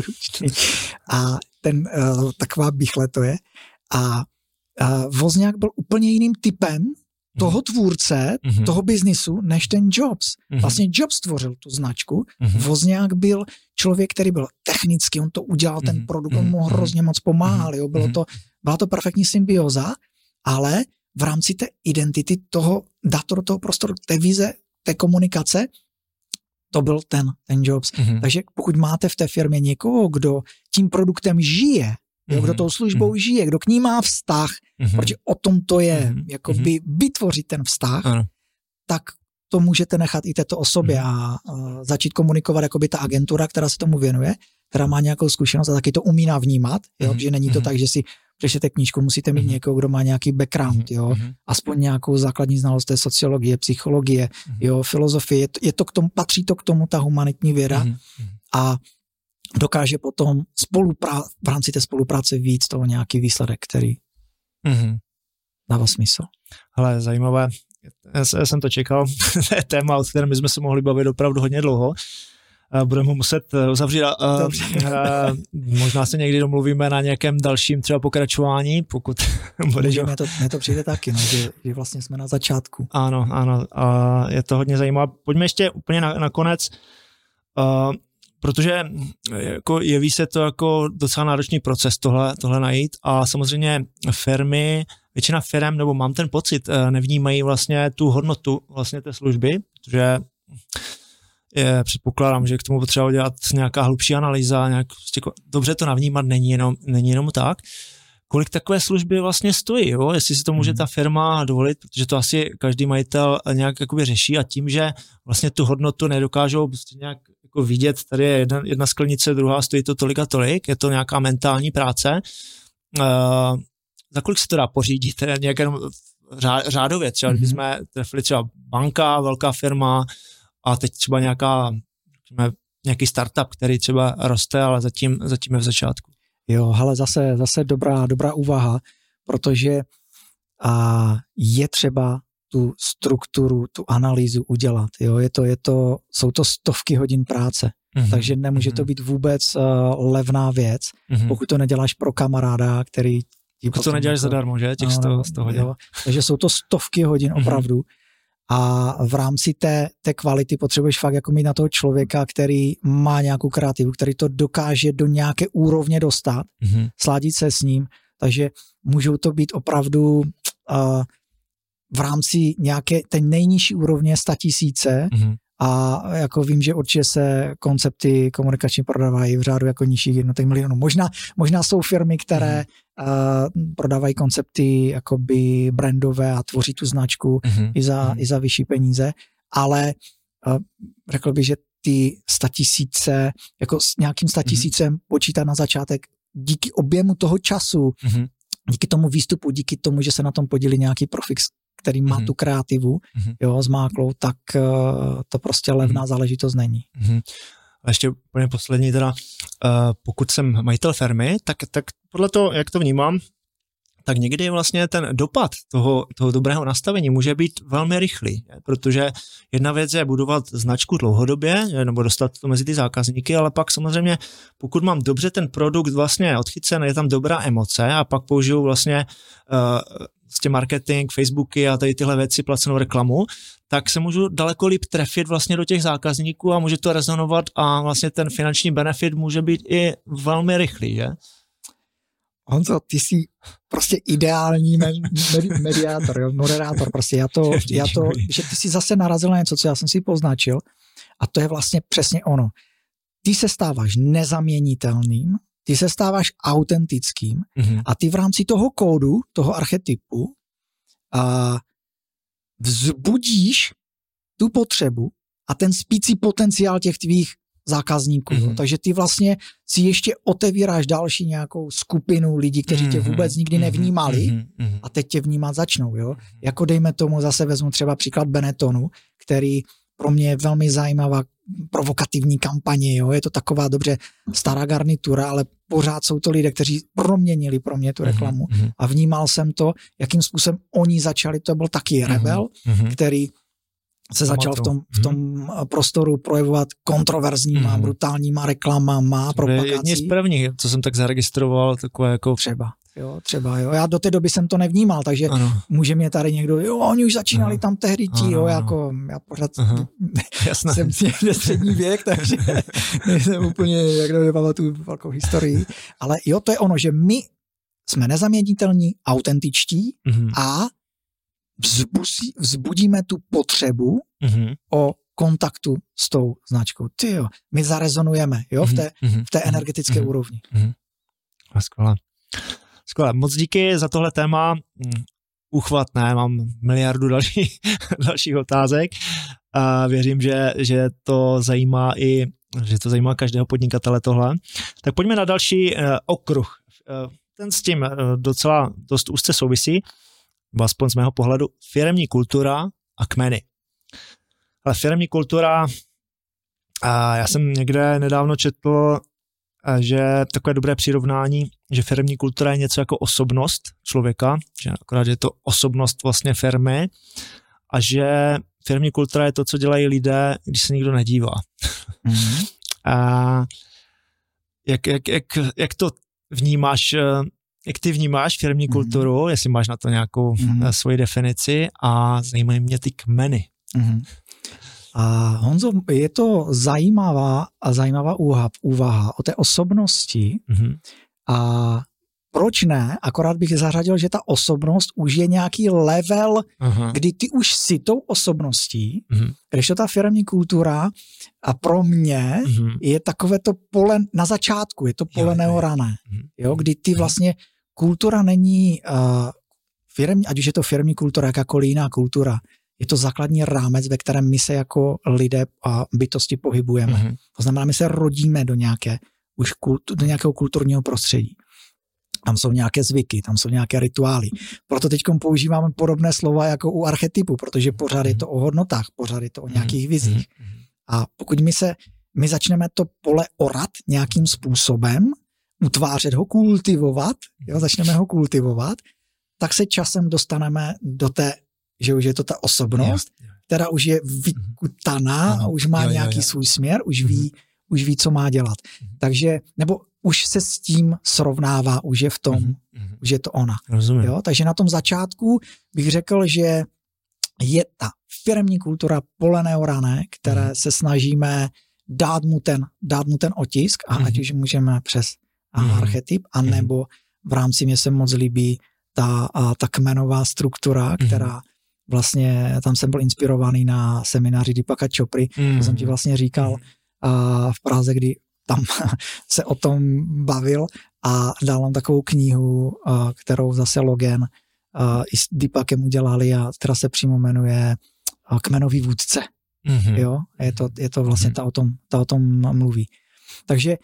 a taková bichle to je. A Wozniak byl úplně jiným typem toho tvůrce, toho biznisu, než ten Jobs. Vlastně Jobs stvořil tu značku, Wozniak byl člověk, který byl technický, on to udělal, ten produkt, on mu hrozně moc pomáhal, jo, byla to perfektní symbioza, ale v rámci té identity toho, dát to do toho prostoru, té vize, té komunikace, to byl ten Jobs. Takže pokud máte v té firmě někoho, kdo tím produktem žije, kdo tou službou žije, kdo k ní má vztah, protože o tom to je, jakoby vytvořit ten vztah, tak to můžete nechat i této osobě a začít komunikovat jakoby ta agentura, která se tomu věnuje, která má nějakou zkušenost a taky to umí navnímat, jo, že není to tak, že si přečtete knížku, musíte mít někoho, kdo má nějaký background, jo, aspoň nějakou základní znalost té sociologie, psychologie, jo, filozofie, patří to k tomu ta humanitní věda a dokáže potom v rámci té spolupráce víc z toho nějaký výsledek, který dává smysl. Hele, zajímavé. Já jsem to čekal. To je téma, o kterém jsme se mohli bavit opravdu hodně dlouho. Budeme ho muset uzavřít. Možná se někdy domluvíme na nějakém dalším třeba pokračování, pokud bude. Mně to přijde taky, no, že vlastně jsme na začátku. Ano. A je to hodně zajímavé. Pojďme ještě úplně na konec. Protože jako jeví se to jako docela náročný proces tohle najít a samozřejmě většina firem, nebo mám ten pocit, nevnímají vlastně tu hodnotu vlastně té služby, protože předpokládám, že k tomu potřeba dělat nějaká hlubší analýza, dobře to navnímat není jenom tak. Kolik takové služby vlastně stojí, jo? Jestli si to může ta firma dovolit, protože to asi každý majitel nějak jakoby řeší a tím, že vlastně tu hodnotu nedokážou prostě nějak jako vidět, tady je jedna sklenice, druhá stojí to tolik a tolik, je to nějaká mentální práce. Za kolik se to dá pořídit? Nějak jenom řádově, třeba kdybychom trefili třeba banka, velká firma a teď třeba nějaký startup, který třeba roste, ale zatím je v začátku. Jo, hele, zase dobrá úvaha, protože je třeba tu strukturu, tu analýzu udělat. Jo? Jsou to stovky hodin práce, takže nemůže to být vůbec levná věc, pokud to neděláš pro kamaráda, který... Pokud to neděláš zadarmo, že? Těch 100 hodin. Jo? Takže jsou to stovky hodin opravdu. A v rámci té kvality potřebuješ fakt jako mít na toho člověka, který má nějakou kreativu, který to dokáže do nějaké úrovně dostat, sladit se s ním, takže můžou to být opravdu v rámci nějaké té nejnižší úrovně 100 000 a jako vím, že určitě se koncepty komunikační prodávají v řádu jako nižších jednotek milionů. Možná jsou firmy, které prodávají koncepty jakoby brandové a tvoří tu značku i za vyšší peníze, ale řekl bych, že ty 100 000, jako s nějakým 100 000 počítat na začátek díky objemu toho času, díky tomu výstupu, díky tomu, že se na tom podílí nějaký profik, který má tu kreativu, jo, zmáklou, tak to prostě levná záležitost není. A ještě úplně poslední teda, pokud jsem majitel firmy, tak podle toho, jak to vnímám, tak někdy vlastně ten dopad toho dobrého nastavení může být velmi rychlý, protože jedna věc je budovat značku dlouhodobě, nebo dostat to mezi ty zákazníky, ale pak samozřejmě, pokud mám dobře ten produkt vlastně odchycen, je tam dobrá emoce a pak použiju vlastně marketing, Facebooky a tady tyhle věci, placenou reklamu, tak se můžu daleko líp trefit vlastně do těch zákazníků a může to rezonovat a vlastně ten finanční benefit může být i velmi rychlý, že? Honzo, ty jsi prostě ideální mediátor, jo, moderátor, prostě že ty jsi zase narazil na něco, co já jsem si poznačil a to je vlastně přesně ono. Ty se stáváš nezaměnitelným, ty se stáváš autentickým a ty v rámci toho kódu, toho archetypu vzbudíš tu potřebu a ten spící potenciál těch tvých zákazníků. Takže ty vlastně si ještě otevíráš další nějakou skupinu lidí, kteří tě vůbec nikdy nevnímali a teď tě vnímat začnou. Jo? Jako dejme tomu, zase vezmu třeba příklad Benettonu, který pro mě je velmi zajímavá provokativní kampaně. Jo? Je to taková dobře stará garnitura, ale pořád jsou to lidé, kteří proměnili pro mě tu reklamu a vnímal jsem to, jakým způsobem oni začali. To byl taky rebel, který se začal v tom prostoru projevovat kontroverzníma, brutálníma reklamama, propagací. To je jedni z prvních, co jsem tak zaregistroval, takové jako... Třeba, jo. Já do té doby jsem to nevnímal, takže může mě tady někdo, jo, oni už začínali tam tehdy jo, jako já pořád jsem někde střední věk, takže nejsem úplně, jak nepamatuju velkou historii, ale jo, to je ono, že my jsme nezaměnitelní, autentičtí a vzbudíme tu potřebu o kontaktu s tou značkou. Tyjo, my zarezonujeme, jo, v té energetické úrovni. Skvělé. Moc díky za tohle téma. Uchvatné, mám miliardu dalších otázek a věřím, že to zajímá každého podnikatele tohle. Tak pojďme na další okruh. Ten s tím docela dost úzce souvisí, aspoň z mého pohledu, firemní kultura a kmeny. Ale firemní kultura, já jsem někde nedávno četl, že takové dobré přirovnání, že firemní kultura je něco jako osobnost člověka, že akorát, že je to osobnost vlastně firmy a že firemní kultura je to, co dělají lidé, když se nikdo nedívá. A jak to vnímáš, jak ty vnímáš firemní kulturu, jestli máš na to nějakou svoji definici a zajímají mě ty kmeny. A Honzo, je to zajímavá úvaha o té osobnosti a proč ne, akorát bych zařadil, že ta osobnost už je nějaký level, kdy ty už si tou osobností, když to ta firemní kultura a pro mě je takové to pole na začátku, je to pole neorané, jo, kdy ty vlastně kultura není ať už je to firemní kultura, jakákoliv jiná kultura, je to základní rámec, ve kterém my se jako lidé a bytosti pohybujeme. To znamená, my se rodíme do nějakého kulturního prostředí. Tam jsou nějaké zvyky, tam jsou nějaké rituály. Proto teď používáme podobné slova jako u archetypu, protože pořád je to o hodnotách, pořád je to o nějakých vizích. A pokud my začneme to pole orat nějakým způsobem, utvářet ho, kultivovat, začneme ho kultivovat, tak se časem dostaneme do té že už je to ta osobnost, která už je vykutaná a už má nějaký svůj směr, už ví, co má dělat. Takže, nebo už se s tím srovnává, už je v tom, už je to ona. Jo? Takže na tom začátku bych řekl, že je ta firemní kultura poleneorané, které se snažíme dát mu ten otisk, a ať už můžeme přes archetyp, anebo v rámci mě se moc líbí ta kmenová struktura, která vlastně, tam jsem byl inspirovaný na semináři Deepaka Chopry, to jsem ti vlastně říkal v Praze, kdy tam se o tom bavil a dal nám takovou knihu, kterou zase Logan i s Deepakem udělali a která se přímo jmenuje Kmenový vůdce. Jo? Je to vlastně ta o tom mluví. Takže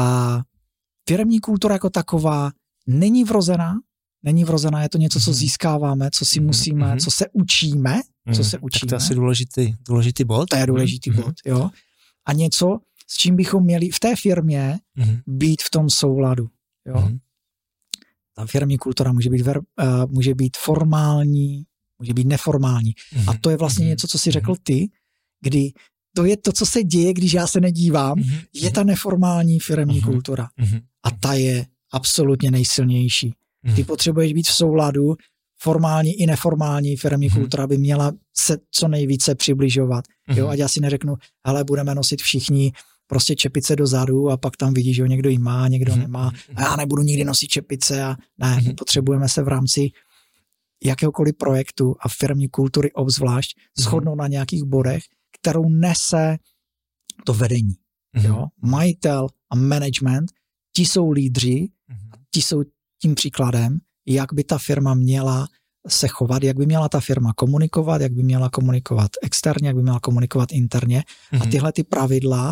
firemní kultura jako taková není vrozená, je to něco, co získáváme, co si musíme, co se učíme. Tak to je asi důležitý bod. To je důležitý bod, jo. A něco, s čím bychom měli v té firmě být v tom souladu, jo. Ta firmní kultura může být formální, může být neformální. A to je vlastně něco, co jsi řekl ty, kdy to je to, co se děje, když já se nedívám, je ta neformální firemní kultura. A ta je absolutně nejsilnější. Ty potřebuješ být v souladu, formální i neformální firemní kultura by měla se co nejvíce přibližovat. Jo, ať já si neřeknu, hele, budeme nosit všichni prostě čepice dozadu a pak tam vidíš, že někdo jí má, někdo nemá a já nebudu nikdy nosit čepice a ne, potřebujeme se v rámci jakéhokoliv projektu a firemní kultury obzvlášť shodnout na nějakých bodech, kterou nese to vedení. Jo? Majitel a management, ti jsou lídři, ti jsou tím příkladem, jak by ta firma měla se chovat, jak by měla ta firma komunikovat, jak by měla komunikovat externě, jak by měla komunikovat interně a tyhle ty pravidla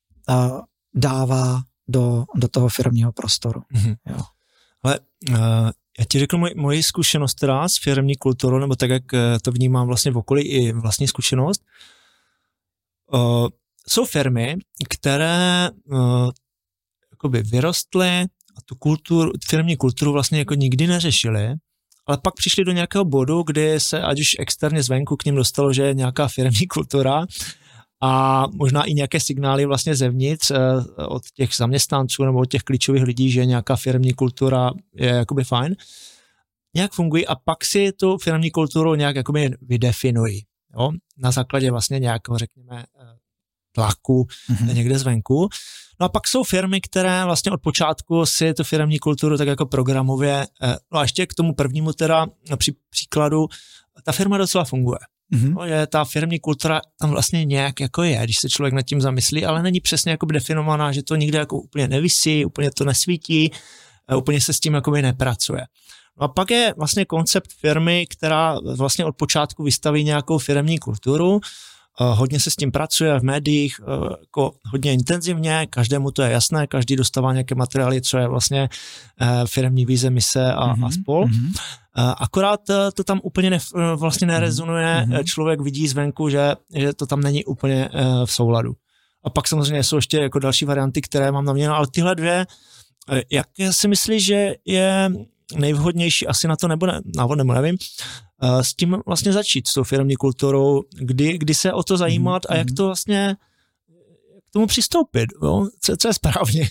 dává do toho firmního prostoru. Jo. Ale já ti řeknu moji zkušenost teda s firmní kulturou, nebo tak, jak to vnímám vlastně v okolí i vlastní zkušenost. Jsou firmy, které jakoby vyrostly a tu firmní kulturu vlastně jako nikdy neřešili, ale pak přišli do nějakého bodu, kdy se ať už externě zvenku k ním dostalo, že je nějaká firmní kultura a možná i nějaké signály vlastně zevnitř od těch zaměstnanců nebo od těch klíčových lidí, že nějaká firmní kultura je jakoby fajn, nějak fungují a pak si tu firmní kulturu nějak jakoby vydefinují. Jo? Na základě vlastně nějakého, řekněme, tlaku někde zvenku. No a pak jsou firmy, které vlastně od počátku si tu firemní kulturu tak jako programově, no a ještě k tomu prvnímu teda příkladu, ta firma docela funguje. No, že ta firmní kultura tam vlastně nějak jako je, když se člověk nad tím zamyslí, ale není přesně jakoby definovaná, že to nikde jako úplně nevisí, úplně to nesvítí, úplně se s tím jakoby nepracuje. No a pak je vlastně koncept firmy, která vlastně od počátku vystaví nějakou firemní kulturu, hodně se s tím pracuje v médiích, jako hodně intenzivně, každému to je jasné, každý dostává nějaké materiály, co je vlastně firemní vize, mise a spol. Akorát to tam úplně vlastně nerezonuje, člověk vidí zvenku, že to tam není úplně v souladu. A pak samozřejmě jsou ještě jako další varianty, které mám naměno, ale tyhle dvě, jak si myslíš, že je nejvhodnější asi na to nebo nevím, s tím vlastně začít, s tou firemní kulturou, kdy se o to zajímat a jak to vlastně k tomu přistoupit, jo? Co je správně.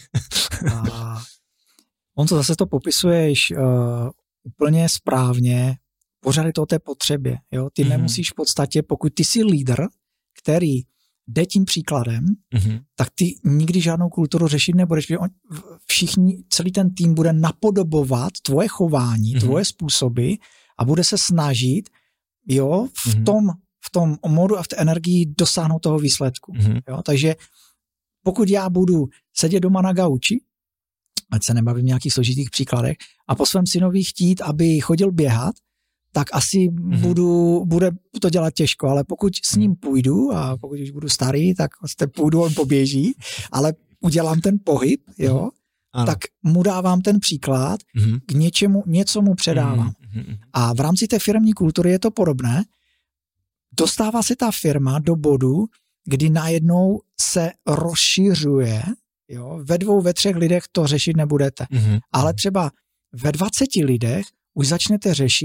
On to zase to popisuješ úplně správně, pořád je to o té potřebě. Jo? Ty nemusíš v podstatě, pokud ty jsi lídr, který jde tím příkladem, tak ty nikdy žádnou kulturu řešit nebudeš. Celý ten tým bude napodobovat tvoje chování, tvoje způsoby a bude se snažit, jo, v tom modu a v té energii dosáhnout toho výsledku. Jo? Takže pokud já budu sedět doma na gauči, ať se nebavím v nějakých složitých příkladech, a po svém synovi chtít, aby chodil běhat, tak asi bude to dělat těžko, ale pokud s ním půjdu a pokud už budu starý, tak vlastně půjdu, on poběží, ale udělám ten pohyb, jo, tak mu dávám ten příklad, k něco mu předávám. A v rámci té firemní kultury je to podobné. Dostává se ta firma do bodu, kdy najednou se rozšiřuje, jo, ve 2, ve 3 lidech to řešit nebudete, ale třeba ve 20 lidech už začnete řešit,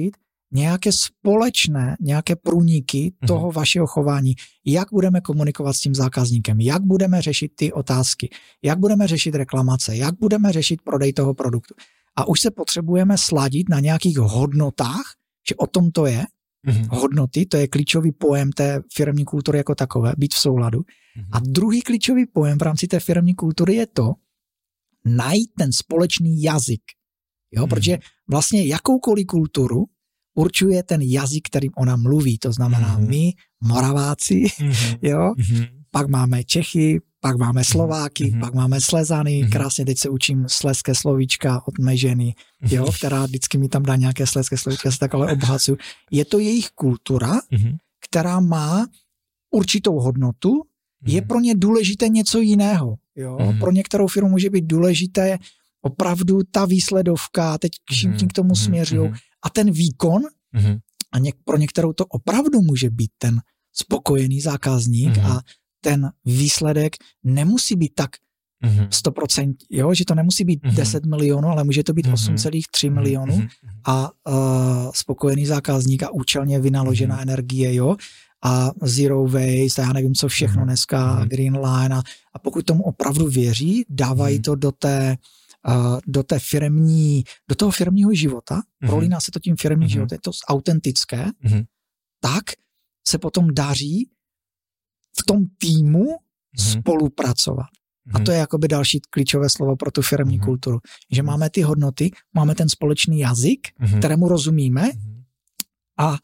nějaké průniky toho vašeho chování, jak budeme komunikovat s tím zákazníkem, jak budeme řešit ty otázky, jak budeme řešit reklamace, jak budeme řešit prodej toho produktu. A už se potřebujeme sladit na nějakých hodnotách, že o tom to je. Hodnoty, to je klíčový pojem té firemní kultury jako takové, být v souladu. A druhý klíčový pojem v rámci té firemní kultury je to, najít ten společný jazyk. Jo, protože vlastně jakoukoliv kulturu určuje ten jazyk, kterým ona mluví. To znamená my, Moraváci, jo, pak máme Čechy, pak máme Slováky, pak máme Slezany, krásně teď se učím slezské slovíčka od mé ženy, jo, která vždycky mi tam dá nějaké slezské slovíčka, se takhle obohacuju. Je to jejich kultura, která má určitou hodnotu, je pro ně důležité něco jiného. Jo? Pro některou firmu může být důležité opravdu ta výsledovka, teď k tomu směřují, a ten výkon, a pro některou to opravdu může být ten spokojený zákazník a ten výsledek nemusí být tak 100%, jo? Že to nemusí být 10 milionů, ale může to být 8,3 milionů a spokojený zákazník a účelně vynaložená energie, jo? A zero waste, a já nevím, co všechno dneska, green line, a pokud tomu opravdu věří, dávají to do toho firemního života, prolíná se to tím firemním životem, je to autentické, tak se potom daří v tom týmu spolupracovat. A to je jakoby další klíčové slovo pro tu firemní kulturu. Že máme ty hodnoty, máme ten společný jazyk, kterému rozumíme, a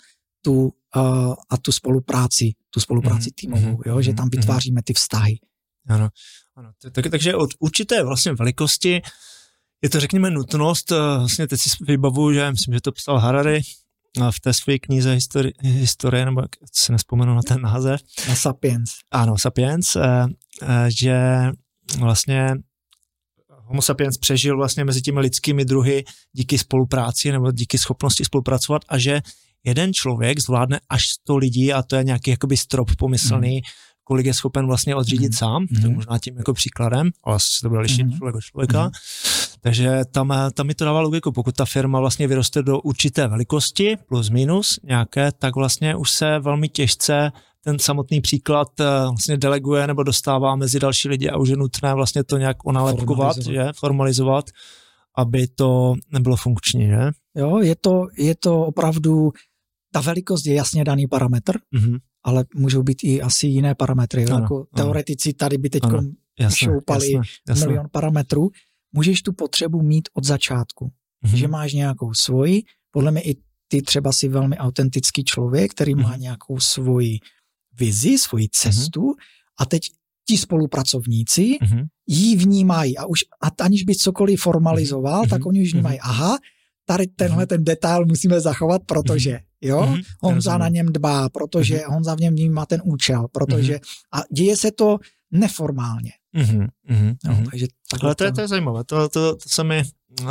tu spolupráci týmovou, jo? Že tam vytváříme ty vztahy. Ano. Takže od určité vlastně velikosti je to, řekněme, nutnost, vlastně teď si vybavuju, že myslím, že to psal Harari v té své knize historie, nebo jak se nespomenu na ten název. Na Sapiens. Ano, Sapiens, že vlastně Homo sapiens přežil vlastně mezi těmi lidskými druhy díky spolupráci nebo díky schopnosti spolupracovat, a že jeden člověk zvládne až 100 lidí, a to je nějaký jakoby strop pomyslný, kolik je schopen vlastně odřídit sám, to je možná tím jako příkladem, ale se to bude lišit člověk od člověka. Takže tam mi to dává logiku, pokud ta firma vlastně vyroste do určité velikosti, plus minus nějaké, tak vlastně už se velmi těžce ten samotný příklad vlastně deleguje nebo dostává mezi další lidi, a už je nutné vlastně to nějak onalepkovat, formalizovat, aby to nebylo funkční, že? Jo, je to opravdu, ta velikost je jasně daný parametr, ale můžou být i asi jiné parametry. Ano, jako teoretici tady by teď šoupali milion parametrů. Můžeš tu potřebu mít od začátku, že máš nějakou svoji, podle mě i ty třeba si velmi autentický člověk, který má nějakou svoji vizi, svoji cestu, a teď ti spolupracovníci ji vnímají, a aniž by cokoliv formalizoval, tak oni už vnímají, aha, tady ten detail musíme zachovat, protože Honza na něm dbá, protože Honza v něm vnímá ten účel, protože a děje se to neformálně. Takže ale to je zajímavé, to se mi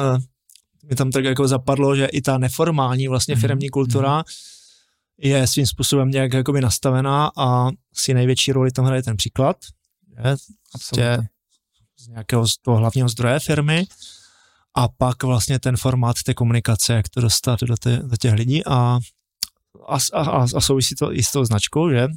tam tak jako zapadlo, že i ta neformální vlastně firemní kultura je svým způsobem nějak jakoby nastavená, a si největší roli tam hraje ten příklad, z nějakého z toho hlavního zdroje firmy, a pak vlastně ten formát té komunikace, jak to dostat do těch lidí, a souvisí to i s tou značkou, že?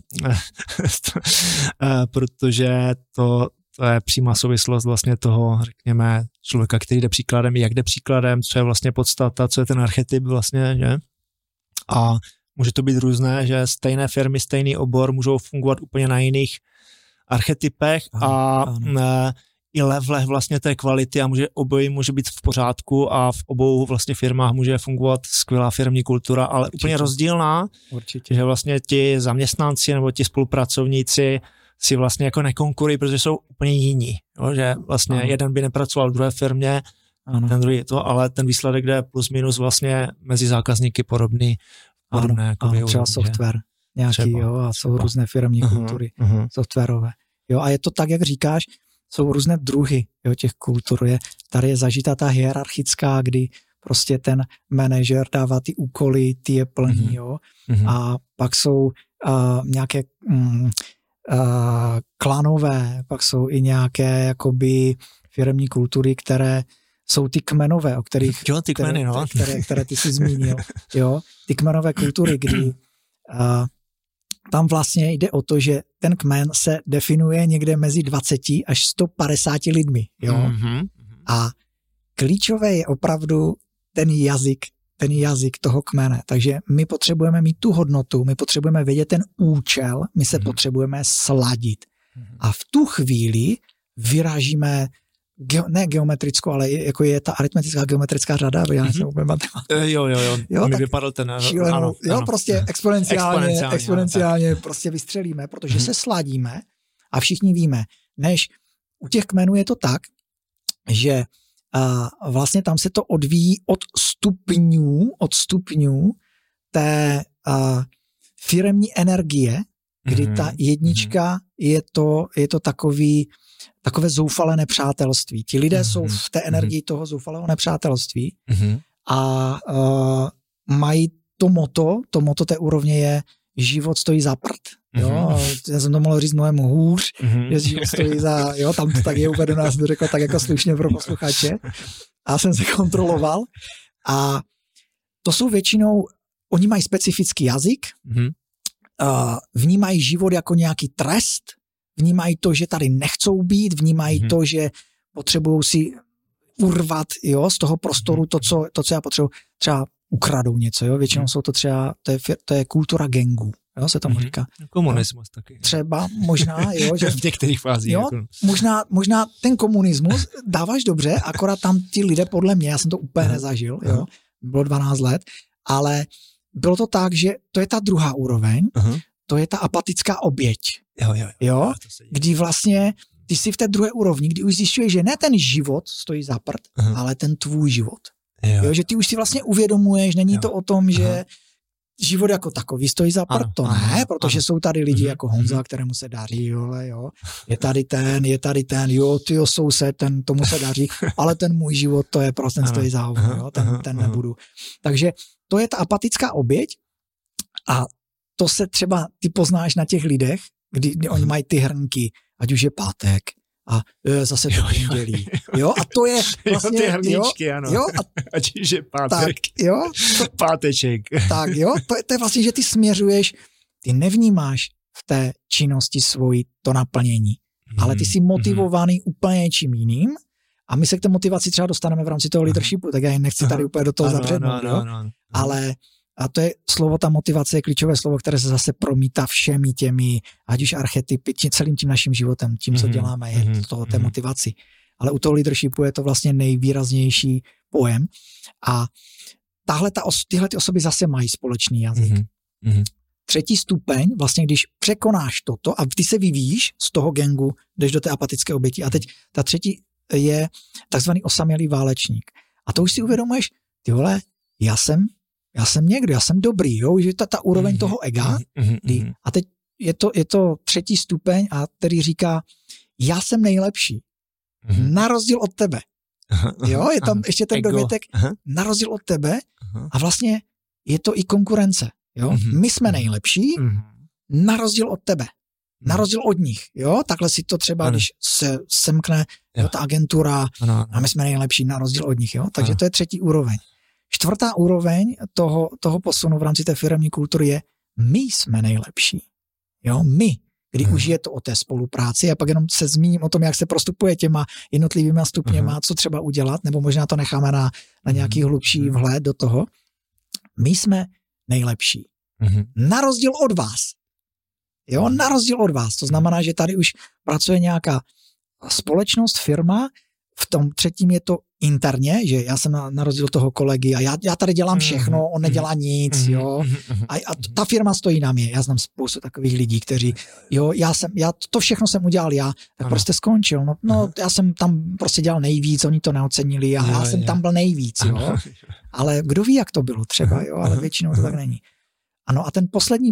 Protože to je přímá souvislost vlastně toho, řekněme, člověka, který jde příkladem, jak jde příkladem, co je vlastně podstata, co je ten archetyp vlastně, že? A může to být různé, že stejné firmy, stejný obor můžou fungovat úplně na jiných archetypech a i levelech vlastně té kvality, a obojí může být v pořádku, a v obou vlastně firmách může fungovat skvělá firmní kultura, ale úplně rozdílná. Určitě. Že vlastně ti zaměstnanci nebo ti spolupracovníci si vlastně jako nekonkurují, protože jsou úplně jiní. Jo? Že vlastně jeden by nepracoval v druhé firmě, ten druhý to, ale ten výsledek jde plus minus vlastně mezi zákazníky podobné. Třeba software nějaký, a jsou různé firemní kultury softwarové. Jo, a je to tak, jak říkáš, jsou různé druhy těch kultur. Tady je zažitá ta hierarchická, kdy prostě ten manažer dává ty úkoly, ty je plní, a pak jsou nějaké klanové, pak jsou i nějaké jakoby firemní kultury, které jsou ty kmenové, o kterých, ty kmeny, které ty jsi zmínil. Jo? Ty kmenové kultury, kdy tam vlastně jde o to, že ten kmen se definuje někde mezi 20 až 150 lidmi. Jo? Mm-hmm. A klíčové je opravdu ten jazyk toho kmene. Takže my potřebujeme mít tu hodnotu, my potřebujeme vědět ten účel, my se potřebujeme sladit. A v tu chvíli vyrážíme ne geometrickou, ale jako je ta aritmetická geometrická řada, já jsem úplně matematik. Jo, mi vypadl ten... Ano. Prostě exponenciálně prostě vystřelíme, protože se sladíme a všichni víme, než u těch kmenů je to tak, že vlastně tam se to odvíjí od stupňů té firemní energie, kdy ta jednička je to takové zoufalé nepřátelství. Ti lidé jsou v té energii toho zoufalého nepřátelství a mají to moto té úrovně je život stojí za prd. Jo? Já jsem to mohl říct mnohem hůř, že život stojí za, jo, tam to tak je uvedeno, já jsem to řekl tak jako slušně pro posluchače. A jsem se kontroloval. A to jsou většinou, oni mají specifický jazyk, vnímají život jako nějaký trest, vnímají to, že tady nechcou být, vnímají to, že potřebují si urvat, jo, z toho prostoru to, co já potřebuji. Třeba ukradou něco, jo, většinou jsou to třeba, to je kultura gangů, jo, se tomu říká. Komunismus taky. Třeba, možná, jo, že v některých fázích. Jo, možná ten komunismus dáváš dobře, akorát tam ti lidé podle mě, já jsem to úplně nezažil, jo, bylo 12 let, ale bylo to tak, že to je ta druhá úroveň, to je ta apatická oběť. Jo? Kdy vlastně ty jsi v té druhé úrovni, kdy už zjišťuješ, že ne ten život stojí za prd, ale ten tvůj život. Jo? Že ty už si vlastně uvědomuješ, není to o tom, že život jako takový stojí za prd, to ne, protože jsou tady lidi jako Honza, kterému se daří, jo. Je tady ten, jo, tyjo, soused, tomu se daří, ale ten můj život, to je prostě ten stojí za hovno, jo, ten nebudu. Takže to je ta apatická oběť a to se třeba ty poznáš na těch lidech, kdy oni mají ty hrnky, ať už je pátek a zase to pondělí. Jo, a to je vlastně... ty hrníčky, ano. Jo, ať už je pátek. Tak, jo. Páteček. Tak, jo, to je vlastně, že ty směřuješ, ty nevnímáš v té činnosti svoji to naplnění, ale ty jsi motivovaný úplně něčím jiným a my se k té motivaci třeba dostaneme v rámci toho leadershipu, tak já jen nechci tady úplně do toho zabřednout, jo. Ale a to je slovo, ta motivace je klíčové slovo, které se zase promítá všemi těmi, ať už archetypy, celým tím naším životem, tím, co děláme, je to té motivaci. Ale u toho leadershipu je to vlastně nejvýraznější pojem. A tyhle ty osoby zase mají společný jazyk. Třetí stupeň, vlastně když překonáš toto a ty se vyvíjíš z toho gangu, jdeš do té apatické oběti. A teď ta třetí je takzvaný osamělý válečník. A to už si uvědomuješ, ty vole, já jsem někdo, já jsem dobrý, jo, že ta úroveň toho ega. A teď je to třetí stupeň, a který říká, já jsem nejlepší, na rozdíl od tebe. Jo, je tam ještě ten dovětek, na rozdíl od tebe, a vlastně je to i konkurence. Jo? My jsme nejlepší, na rozdíl od tebe. Na rozdíl od nich. Jo? Takhle si to třeba, když se semkne ta agentura, a my jsme nejlepší, na rozdíl od nich. Jo? Takže to je třetí úroveň. Čtvrtá úroveň toho posunu v rámci té firemní kultury je, my jsme nejlepší. Jo? My. Kdy už je to o té spolupráci, a pak jenom se zmíním o tom, jak se prostupuje těma jednotlivými stupněma, co třeba udělat, nebo možná to necháme na nějaký hlubší vhled do toho. My jsme nejlepší. Na rozdíl od vás. Jo, na rozdíl od vás. To znamená, že tady už pracuje nějaká společnost, firma, v tom třetím je to interně, že já jsem na rozdíl toho kolegy a já tady dělám všechno, on nedělá nic, jo. A ta firma stojí na mě. Já znám spoustu takových lidí, kteří, jo, já to všechno jsem udělal já, tak prostě skončil. No, já jsem tam prostě dělal nejvíc, oni to neocenili a já jsem tam byl nejvíc, jo. Ale kdo ví, jak to bylo třeba, jo, ale většinou to tak není. Ano, a ten poslední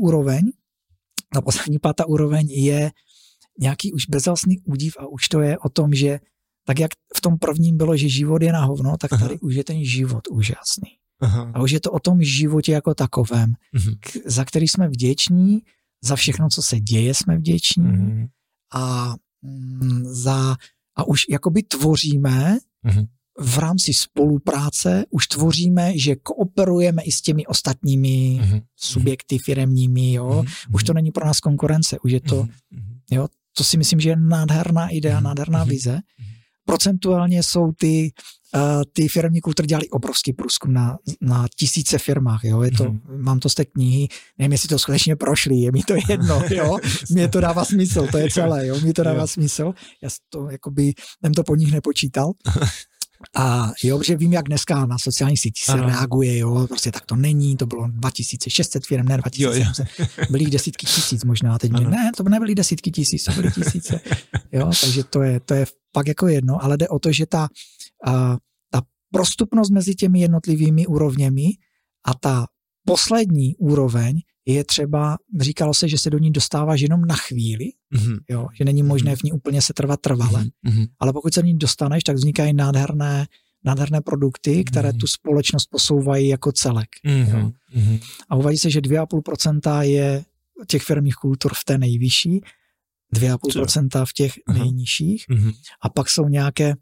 pátá úroveň je nějaký už bezvlastný údiv, a už to je o tom, že tak jak v tom prvním bylo, že život je na hovno, tak tady už je ten život úžasný. A už je to o tom životě jako takovém, za který jsme vděční, za všechno, co se děje, jsme vděční a už jakoby tvoříme v rámci spolupráce už tvoříme, že kooperujeme i s těmi ostatními subjekty firemními, jo. Už to není pro nás konkurence, už je to, jo, to si myslím, že je nádherná idea, nádherná vize. Procentuálně jsou ty firemní kultury dělali obrovský průzkum na tisíce firmách, jo, je to, mám to z té knihy, nevím, jestli to skutečně prošli, je mi to jedno, jo, mně to dává smysl, to je celé, jo, mi to dává smysl, já to, jakoby, jsem to po nich nepočítal, a jo, protože vím, jak dneska na sociálních sítích se reaguje, jo, prostě tak to není, to bylo 2600 firm, ne 2700, byly desítky tisíc možná, teď ne, to nebyly desítky tisíc, to byly tisíce, jo, takže to je fakt jako jedno, ale jde o to, že ta prostupnost mezi těmi jednotlivými úrovněmi a ta poslední úroveň je třeba, říkalo se, že se do ní dostáváš jenom na chvíli, jo, že není možné v ní úplně se trvat trvale, ale pokud se do ní dostaneš, tak vznikají nádherné produkty, které tu společnost posouvají jako celek. Jo. A uvádí se, že 2,5% je těch firmních kultur v té nejvyšší, 2,5% v těch nejnižších a pak jsou nějakých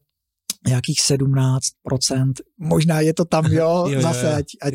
17%, možná je to tam, jo, zase, ať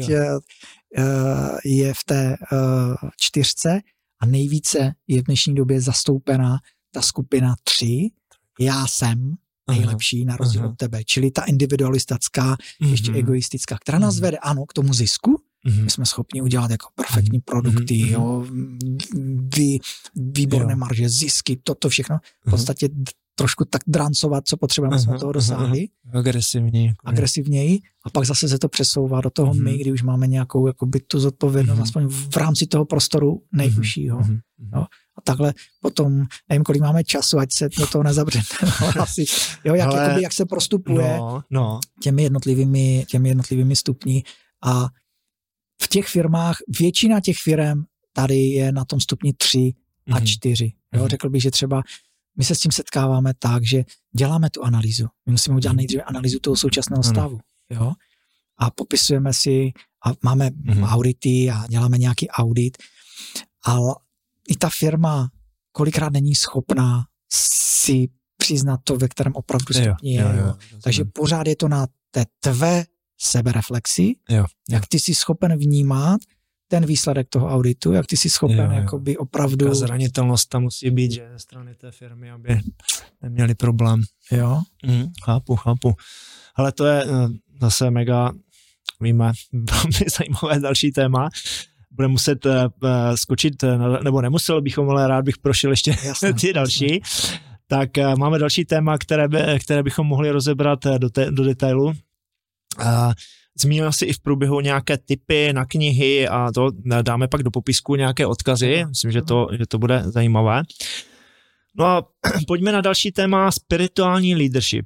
je v té 4 a nejvíce je v dnešní době zastoupená ta skupina 3, já jsem nejlepší na rozdíl od tebe, čili ta individualistická, ještě egoistická, která nás vede, ano, k tomu zisku, my jsme schopni udělat jako perfektní produkty, jo, výborné marže, zisky, toto všechno, v podstatě trošku tak drancovat, co potřebujeme, jsme toho dosáhli. Agresivněji. A pak zase se to přesouvá do toho my, kdy už máme nějakou jakoby tu zodpovědnost, aspoň v rámci toho prostoru nejužšího. Jo. A takhle potom, nevím, kolik máme času, ať se do toho nezabřeme. Asi, jo, jak se prostupuje těmi jednotlivými stupni. A v těch firmách, většina těch firm tady je na tom stupni 3 a 4. Jo, řekl bych, že třeba my se s tím setkáváme tak, že děláme tu analýzu. My musíme udělat nejdříve analýzu toho současného stavu. Jo? A popisujeme si, a máme audity a děláme nějaký audit, ale i ta firma kolikrát není schopná si přiznat to, ve kterém opravdu stupni je. Jo. Takže pořád je to na té tvé sebereflexi, jak ty jsi schopen vnímat ten výsledek toho auditu, jak ty jsi schopen jakoby opravdu... Ta zranitelnost tam musí být, že ze strany té firmy, aby neměli problém. Jo. Chápu. Ale to je zase mega, víme, velmi zajímavé další téma. Budeme muset skočit, nebo nemusel bychom, ale rád bych prošel ještě ty další. Tak máme další téma, které bychom mohli rozebrat do detailu. Zmínil si i v průběhu nějaké tipy na knihy a to dáme pak do popisku nějaké odkazy. Myslím, že to bude zajímavé. No a pojďme na další téma, spirituální leadership.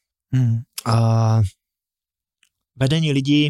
Vedení lidí,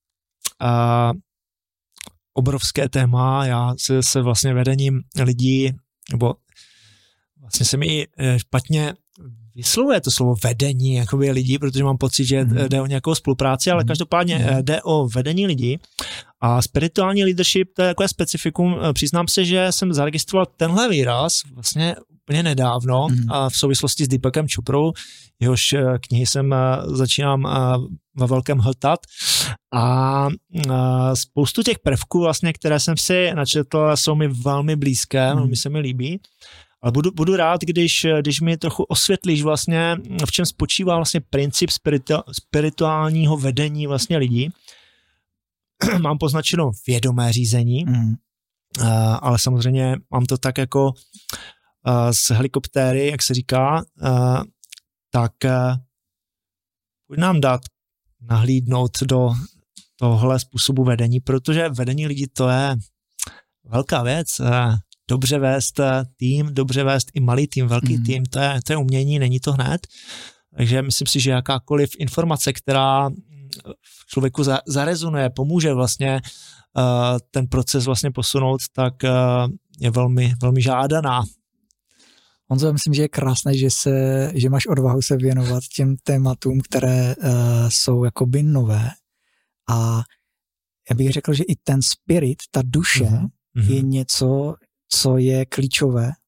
obrovské téma. Já se vlastně vedením lidí, nebo vlastně se mi špatně vyslovuje to slovo vedení jakoby lidí, protože mám pocit, že jde o nějakou spolupráci, ale každopádně jde o vedení lidí a spirituální leadership, to je takové specifikum. Přiznám se, že jsem zaregistroval tenhle výraz vlastně úplně nedávno a v souvislosti s Deepakem Choprou, jehož knihy jsem začínám ve velkém hltat a spoustu těch prvků vlastně, které jsem si načetl, jsou mi velmi blízké, velmi se mi líbí. Ale budu rád, když mi trochu osvětlíš vlastně, v čem spočívá vlastně princip spirituálního vedení vlastně lidí. Mám poznačeno vědomé řízení, ale samozřejmě mám to tak jako z helikoptéry, jak se říká, tak pojď nám dát nahlídnout do tohle způsobu vedení, protože vedení lidí to je velká věc. Dobře vést tým, dobře vést i malý tým, velký tým, to je umění, není to hned. Takže myslím si, že jakákoliv informace, která v člověku zarezonuje, pomůže vlastně ten proces vlastně posunout, tak je velmi, velmi žádaná. Honzo, myslím, že je krásné, že máš odvahu se věnovat těm tématům, které jsou jakoby nové. A já bych řekl, že i ten spirit, ta duše, je něco, co je klíčové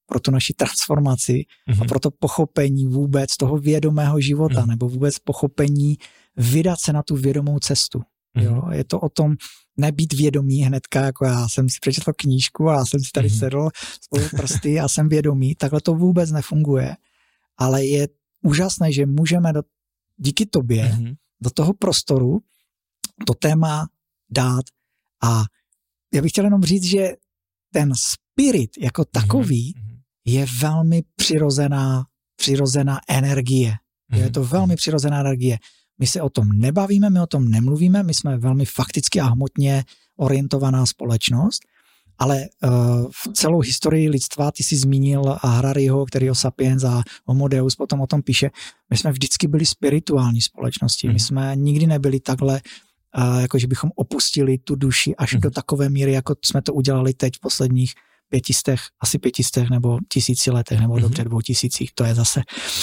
pro tu naši transformaci a pro to pochopení vůbec toho vědomého života nebo vůbec pochopení vydat se na tu vědomou cestu. Jo? Je to o tom nebýt vědomý hnedka, jako já jsem si přečetl knížku a já jsem si tady sedl spolu prsty a jsem vědomý. Takhle to vůbec nefunguje. Ale je úžasné, že můžeme díky tobě do toho prostoru to téma dát. A já bych chtěl jenom říct, že ten spirit jako takový je velmi přirozená energie. Je to velmi přirozená energie. My se o tom nebavíme, my o tom nemluvíme, my jsme velmi fakticky a hmotně orientovaná společnost, ale v celou historii lidstva, ty jsi zmínil Harariho, který o Sapiens a Homo Deus potom o tom píše, my jsme vždycky byli spirituální společnosti, my jsme nikdy nebyli takhle, jako že bychom opustili tu duši až do takové míry, jako jsme to udělali teď v posledních 500 nebo 1000 letech, nebo dobře 2000, to je zase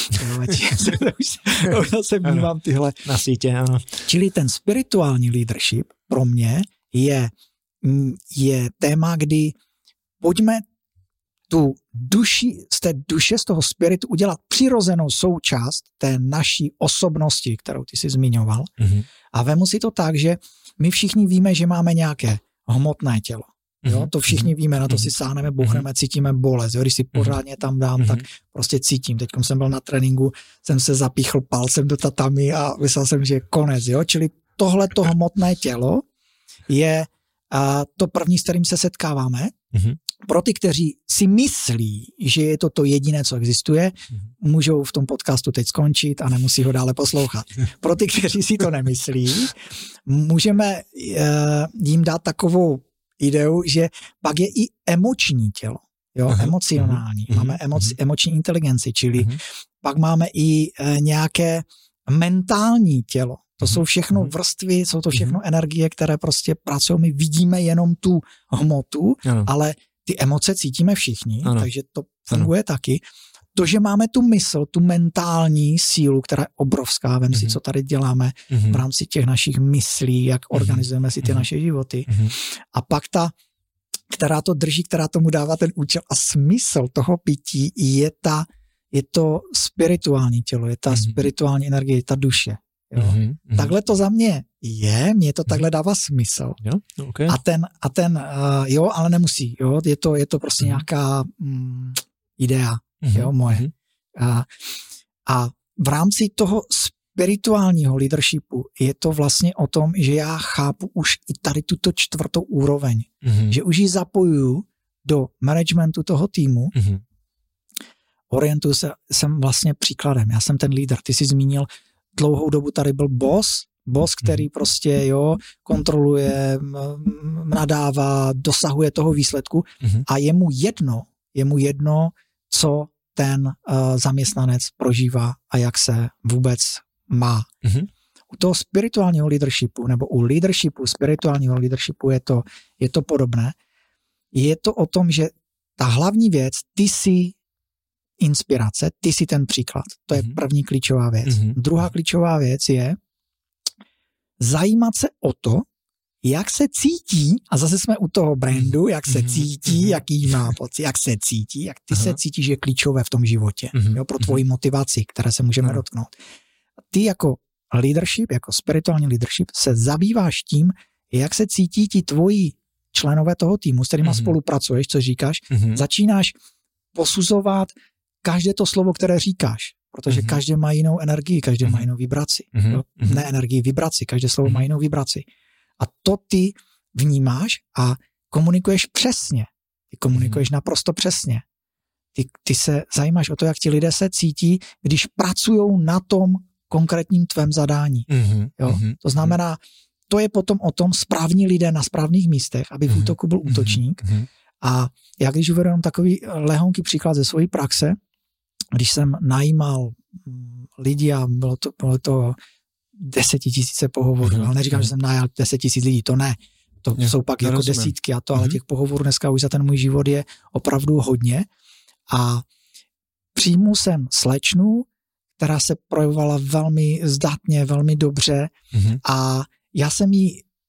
už zase vnímám tyhle na sítě, ano. Čili ten spirituální leadership pro mě je téma, kdy pojďme tu duši, z té duše, z toho spiritu udělat přirozenou součást té naší osobnosti, kterou ty jsi zmiňoval. A vemu si to tak, že my všichni víme, že máme nějaké hmotné tělo. Jo, to všichni víme, na to si sáhneme, bouchneme, cítíme bolest. Jo, když si pořádně tam dám, tak prostě cítím. Teď jsem byl na tréninku, jsem se zapíchl palcem do tatami a myslel jsem, že je konec. Jo? Čili tohleto hmotné tělo je to první, s kterým se setkáváme. Pro ty, kteří si myslí, že je to jediné, co existuje, můžou v tom podcastu teď skončit a nemusí ho dále poslouchat. Pro ty, kteří si to nemyslí, můžeme jim dát takovou ideu, že pak je i emoční tělo, jo, emocionální. Máme emoční inteligenci, čili pak máme i nějaké mentální tělo. To jsou všechno vrstvy, jsou to všechno energie, které prostě pracují. My vidíme jenom tu hmotu, ale ty emoce cítíme všichni, takže to funguje taky. To, že máme tu mysl, tu mentální sílu, která je obrovská, vem si, co tady děláme v rámci těch našich myslí, jak organizujeme si ty naše životy. A pak ta, která to drží, která tomu dává ten účel a smysl toho pití, je to spirituální tělo, je ta spirituální energie, je ta duše. Jo. Takhle to za mě mě to takhle dává smysl. Okay. A ten jo, ale nemusí, jo, je to prostě nějaká idea. Jo, moje. A v rámci toho spirituálního leadershipu je to vlastně o tom, že já chápu už i tady tuto 4. úroveň, že už ji zapojuju do managementu toho týmu, orientuju se, jsem vlastně příkladem, já jsem ten lídr, ty jsi zmínil, dlouhou dobu tady byl boss, který prostě kontroluje, nadává, dosahuje toho výsledku a je mu jedno, co ten zaměstnanec prožívá a jak se vůbec má. U toho spirituálního leadershipu nebo u leadershipu, spirituálního leadershipu je to podobné. Je to o tom, že ta hlavní věc, ty jsi inspirace, ty jsi ten příklad. To je první klíčová věc. Druhá klíčová věc je zajímat se o to, jak se cítí, a zase jsme u toho brandu, jak se cítí, jaký má pocit, jak se cítí, jak ty se cítíš, je klíčové v tom životě, jo, pro tvoji motivaci, které se můžeme dotknout. Ty jako leadership, jako spirituální leadership, se zabýváš tím, jak se cítí ti tvoji členové toho týmu, s kterýma spolupracuješ, co říkáš, začínáš posuzovat každé to slovo, které říkáš, protože každé má jinou energii, každé má jinou vibraci. Ne energii, vibraci, každé slovo má jinou vibraci. A to ty vnímáš a komunikuješ přesně. Ty komunikuješ naprosto přesně. Ty se zajímáš o to, jak ti lidé se cítí, když pracují na tom konkrétním tvém zadání. Jo? To znamená, to je potom o tom správní lidé na správných místech, aby v útoku byl útočník. A já když uvedu takový lehonký příklad ze své praxe, když jsem najímal lidi a bylo to 10 000 pohovorů, ale neříkám, že jsem najal 10 000 lidí, to ne. To jsou pak jako desítky a to, ale těch pohovorů dneska už za ten můj život je opravdu hodně. A přijmu jsem slečnu, která se projevovala velmi zdatně, velmi dobře a já jsem jí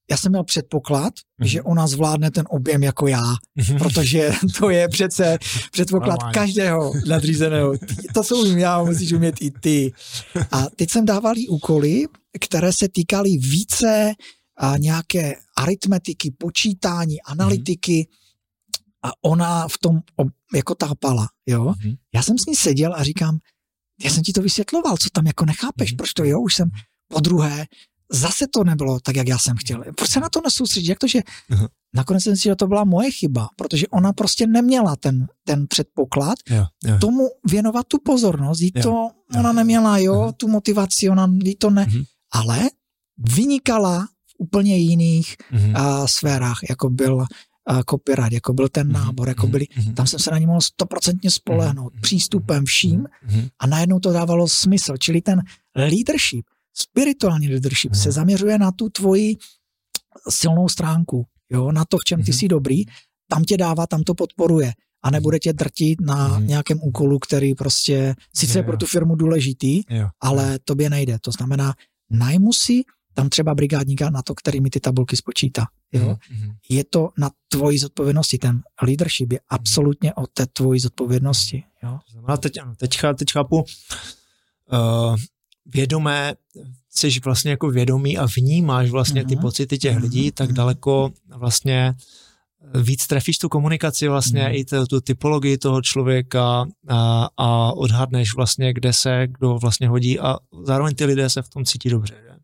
já jsem měl předpoklad, že ona zvládne ten objem jako já, protože to je přece předpoklad každého nadřízeného. To, co umím já, musíš umět i ty. A teď jsem dával jí úkoly, které se týkaly více nějaké aritmetiky, počítání, analytiky a ona v tom jako tápala. Jo? Já jsem s ní seděl a říkám, já jsem ti to vysvětloval, co tam jako nechápeš, proč to jo, už jsem podruhé, zase to nebylo tak, jak já jsem chtěl. Proč se na to nesoustředit? Jak to, že nakonec jsem si, že to byla moje chyba, protože ona prostě neměla ten předpoklad, tomu věnovat tu pozornost, ona neměla, tu motivaci, ona jí to ne, ale vynikala v úplně jiných sférách, jako byl copyright, jako byl ten nábor, jako byli, tam jsem se na ní mohl 100% spolehnout, přístupem vším a najednou to dávalo smysl, čili ten leadership, spirituální leadership se zaměřuje na tu tvoji silnou stránku, jo, na to, v čem ty jsi dobrý, tam tě dává, tam to podporuje a nebude tě drtit na nějakém úkolu, který prostě sice je pro tu firmu důležitý, ale tobě nejde. To znamená, najmu si tam třeba brigádníka na to, který mi ty tabulky spočítá. Jo? Je to na tvoji zodpovědnosti. Ten leadership je absolutně o té tvoji zodpovědnosti. Jo? Teď chápu, vědomé, jsi vlastně jako vědomý a vnímáš vlastně ty pocity těch lidí, tak daleko vlastně víc trefíš tu komunikaci vlastně i tu typologii toho člověka a odhadneš vlastně, kdo vlastně hodí a zároveň ty lidé se v tom cítí dobře. Že?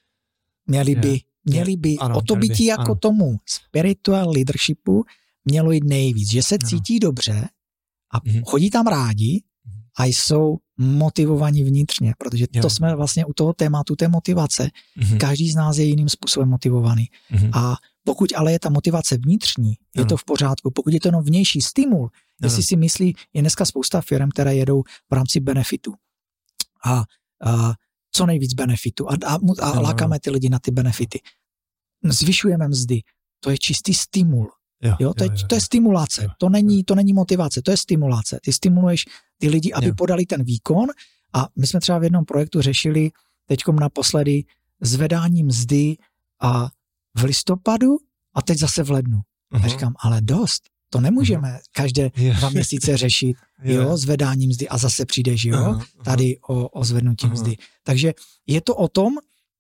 Měli by. Ano, o to by ti jako tomu spiritual leadershipu mělo jít nejvíc, že se cítí dobře a chodí tam rádi a jsou motivovaní vnitřně, protože to jsme vlastně u toho tématu té motivace. Každý z nás je jiným způsobem motivovaný. A pokud ale je ta motivace vnitřní, je to v pořádku. Pokud je to jenom vnější stimul, jestli si myslí, je dneska spousta firm, které jedou v rámci benefitu. A co nejvíc benefitu. A lákáme ty lidi na ty benefity. Zvyšujeme mzdy. To je čistý stimul. To je stimulace. To není motivace, to je stimulace. Ty stimuluješ ty lidi, aby podali ten výkon a my jsme třeba v jednom projektu řešili teďkom naposledy zvedání mzdy a v listopadu a teď zase v lednu. A říkám, ale dost. To nemůžeme každé 2 měsíce řešit, zvedání mzdy a zase přijdeš, tady o zvednutí mzdy. Takže je to o tom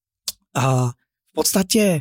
v podstatě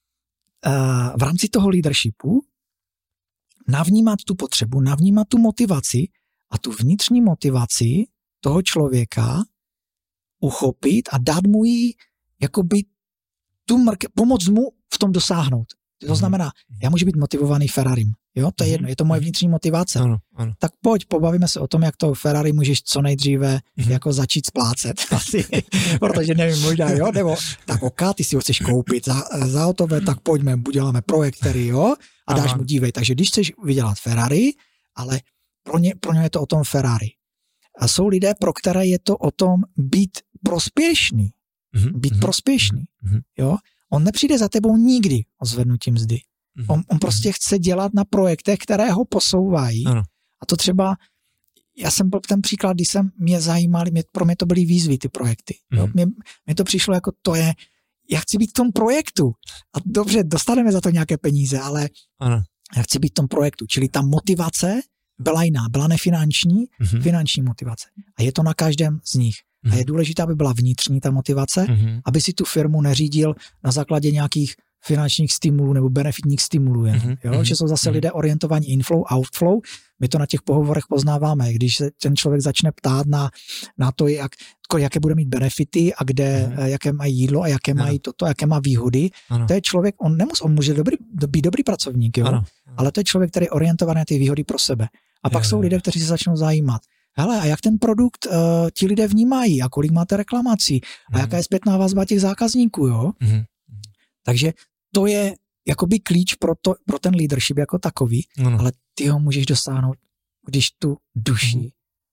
v rámci toho leadershipu navnímat tu potřebu, navnímat tu motivaci a tu vnitřní motivaci toho člověka uchopit a dát mu ji jakoby pomoct mu v tom dosáhnout. To znamená, já můžu být motivovaný Ferrarim. Jo, to je jedno, je to moje vnitřní motivace. Ano. Tak pojď, pobavíme se o tom, jak to Ferrari můžeš co nejdříve jako začít splácet. Asi, protože nevím, možná, nebo tak ty si ho chceš koupit za hotové, tak pojďme, uděláme projekt, který a dáš mu dívej. Takže když chceš vydělat Ferrari, ale pro ně je to o tom Ferrari. A jsou lidé, pro které je to o tom být prospěšný. Být prospěšný. Jo? On nepřijde za tebou nikdy o zvednutí mzdy. On prostě chce dělat na projektech, které ho posouvají. Ano. A to třeba, já jsem byl ten příklad, když mě zajímali, pro mě to byly výzvy, ty projekty. Mně to přišlo jako já chci být v tom projektu. A dobře, dostaneme za to nějaké peníze, ale já chci být v tom projektu. Čili ta motivace byla jiná, byla nefinanční, finanční motivace. A je to na každém z nich. A je důležité, aby byla vnitřní ta motivace, aby si tu firmu neřídil na základě nějakých finančních stimulů nebo benefitních stimulů. Že jsou zase lidé orientovaní inflow, outflow. My to na těch pohovorech poznáváme. Když se ten člověk začne ptát na to, jaké bude mít benefity a jaké mají jídlo a jaké mají toto, jaké má výhody. To je člověk, on může být dobrý pracovník, ale to je člověk, který je orientovaný na ty výhody pro sebe. A pak jsou lidé, kteří se začnou zajímat. Hele, a jak ten produkt ti lidé vnímají a kolik máte reklamací a jaká je zpětná vazba těch zákazníků, Takže to je jakoby klíč pro ten leadership jako takový, ale ty ho můžeš dosáhnout, když tu duši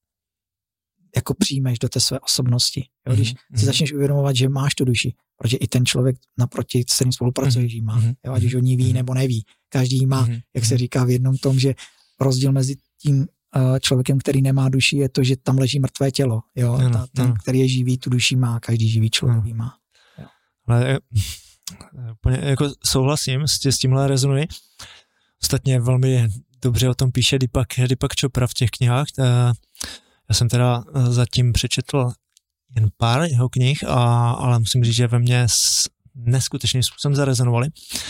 jako přijmeš do té své osobnosti. Když si začneš uvědomovat, že máš tu duši, protože i ten člověk naproti, s kterým spolupracuješ, ji má. Ať už o ní ví nebo neví. Každý má, jak se říká v jednom tom, že rozdíl mezi tím člověkem, který nemá duši, je to, že tam leží mrtvé tělo. Ten, který je živý, tu duši má, každý živý člověk ji má. Ale úplně jako souhlasím, s tímhle rezonuji. Ostatně velmi dobře o tom píše Deepak Chopra v těch knihách. Já jsem teda zatím přečetl jen pár jeho knih, ale musím říct, že ve mně neskutečným způsobem zarezonovali.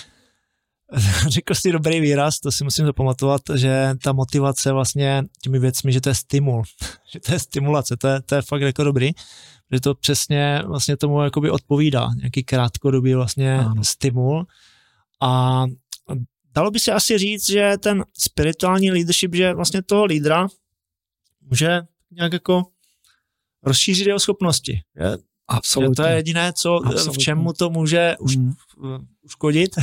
Řekl jsi dobrý výraz, to si musím zapamatovat, že ta motivace vlastně těmi věcmi, že to je stimul, že to je stimulace, to je fakt jako dobrý, že to přesně vlastně tomu jakoby odpovídá, nějaký krátkodobý vlastně stimul a dalo by se asi říct, že ten spirituální leadership, že vlastně toho lídra může nějak jako rozšířit jeho schopnosti. Absolutně. To je jediné, v čem mu to může uškodit,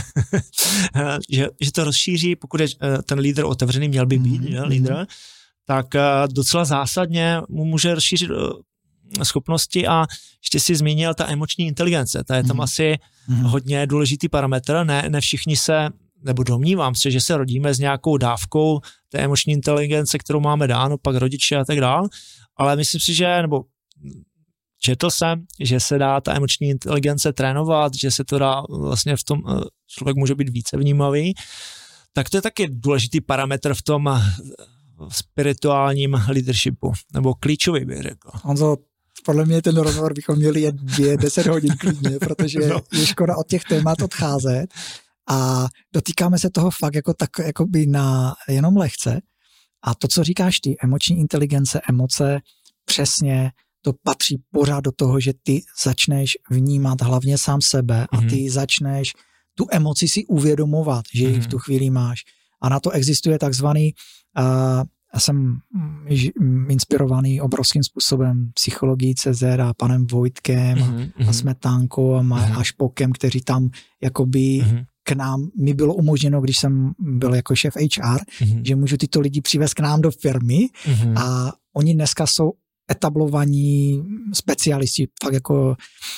že to rozšíří, pokud je ten lídr otevřený, měl by být lídr, tak docela zásadně mu může rozšířit schopnosti a ještě si zmínil ta emoční inteligence. Ta je tam asi hodně důležitý parametr. Ne všichni se, nebo domnívám se, že se rodíme s nějakou dávkou té emoční inteligence, kterou máme dáno, pak rodiče a tak dál, ale myslím si, že, nebo četl jsem, že se dá ta emoční inteligence trénovat, že se to dá vlastně v tom, člověk může být více vnímavý, tak to je taky důležitý parametr v tom spirituálním leadershipu, nebo klíčový bych řekl. Honzo, podle mě ten rozhovor bychom měli jet 10 hodin klidně, protože je škoda od těch témat odcházet a dotýkáme se toho fakt jakoby jenom lehce a to, co říkáš ty, emoční inteligence, emoce, přesně to patří pořád do toho, že ty začneš vnímat hlavně sám sebe a ty začneš tu emoci si uvědomovat, že ji v tu chvíli máš. A na to existuje takzvaný, já jsem inspirovaný obrovským způsobem psychologií CZ a panem Vojtkem a Smetánkou a Špokem, kteří tam jakoby k nám, mi bylo umožněno, když jsem byl jako šéf HR, že můžu tyto lidi přivést k nám do firmy a oni dneska jsou etablovaní specialisti, fakt jako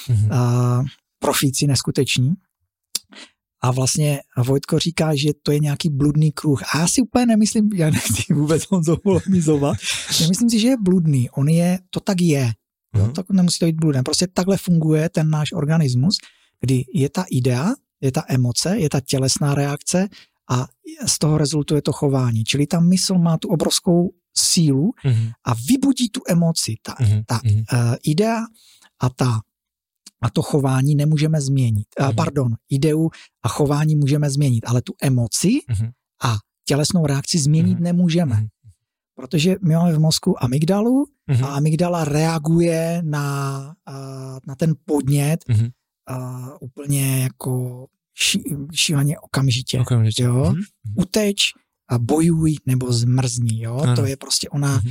profíci neskuteční. A vlastně Vojtko říká, že to je nějaký bludný kruh. A já si úplně nemyslím, já nechci vůbec Honzo polemizovat, nemyslím si, že je bludný. To tak je. Jo? Tak nemusí to být bludné. Prostě takhle funguje ten náš organismus, kdy je ta idea, je ta emoce, je ta tělesná reakce a z toho rezultuje to chování. Čili ta mysl má tu obrovskou sílu a vybudí tu emoci. Ta idea a to chování nemůžeme změnit. Ideu a chování můžeme změnit, ale tu emoci a tělesnou reakci změnit nemůžeme. Protože my máme v mozku amygdalu a amygdala reaguje na ten podnět úplně jako šíleně okamžitě. Jo? Uteč, bojuj nebo zmrzni. Jo? To je prostě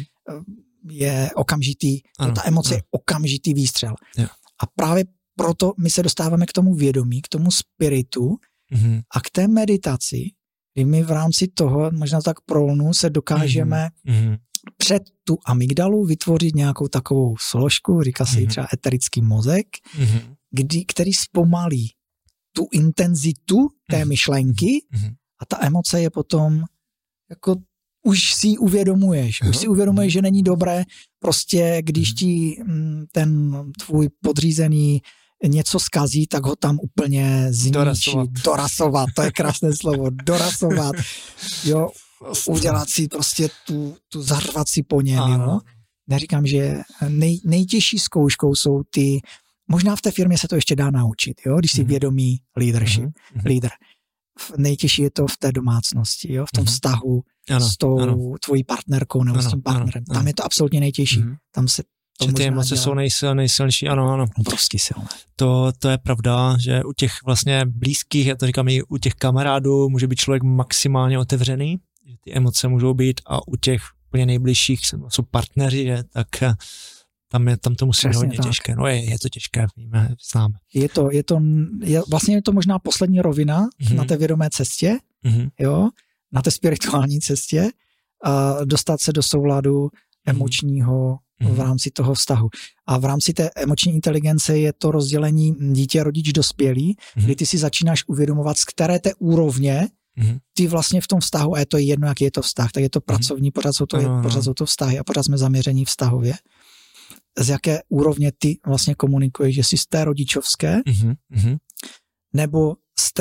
je okamžitý, ta emoce je okamžitý výstřel. Jo. A právě proto my se dostáváme k tomu vědomí, k tomu spiritu a k té meditaci, kdy my v rámci toho, možná tak prolnu, se dokážeme před tu amygdalu vytvořit nějakou takovou složku, říká se jí třeba eterický mozek, který zpomalí tu intenzitu té myšlenky a ta emoce je potom jako už si uvědomuješ, že není dobré prostě, když ti ten tvůj podřízený něco zkazí, tak ho tam úplně zničit, dorasovat, to je krásné slovo, dorasovat, jo, udělat si prostě tu zařvat si po něm, jo. Neříkám, že nejtěžší zkouškou jsou ty, možná v té firmě se to ještě dá naučit, jo, když si vědomí lídr. Nejtěžší je to v té domácnosti, jo, v tom vztahu s tou tvojí partnerkou nebo s tím partnerem. Tam je to absolutně nejtěžší. Tam se že ty emoce jsou nejsilnější, ano. Obrovský silné. To je pravda, že u těch vlastně blízkých, já to říkám i u těch kamarádů, může být člověk maximálně otevřený, že ty emoce můžou být a u těch úplně nejbližších jsou partneři, že, tak tam to musí být hodně těžké. No je to těžké, víme, známe. Vlastně je to možná poslední rovina na té vědomé cestě, jo, na té spirituální cestě, dostat se do souladu emočního v rámci toho vztahu. A v rámci té emoční inteligence je to rozdělení dítě, rodič, dospělý, kdy ty si začínáš uvědomovat, z které té úrovně ty vlastně v tom vztahu, a je to jedno, jaký je to vztah, tak je to pracovní, pořád jsou to vztahy a pořád jsme zaměření vztahově. Z jaké úrovně ty vlastně komunikuješ, že jsi z té rodičovské, nebo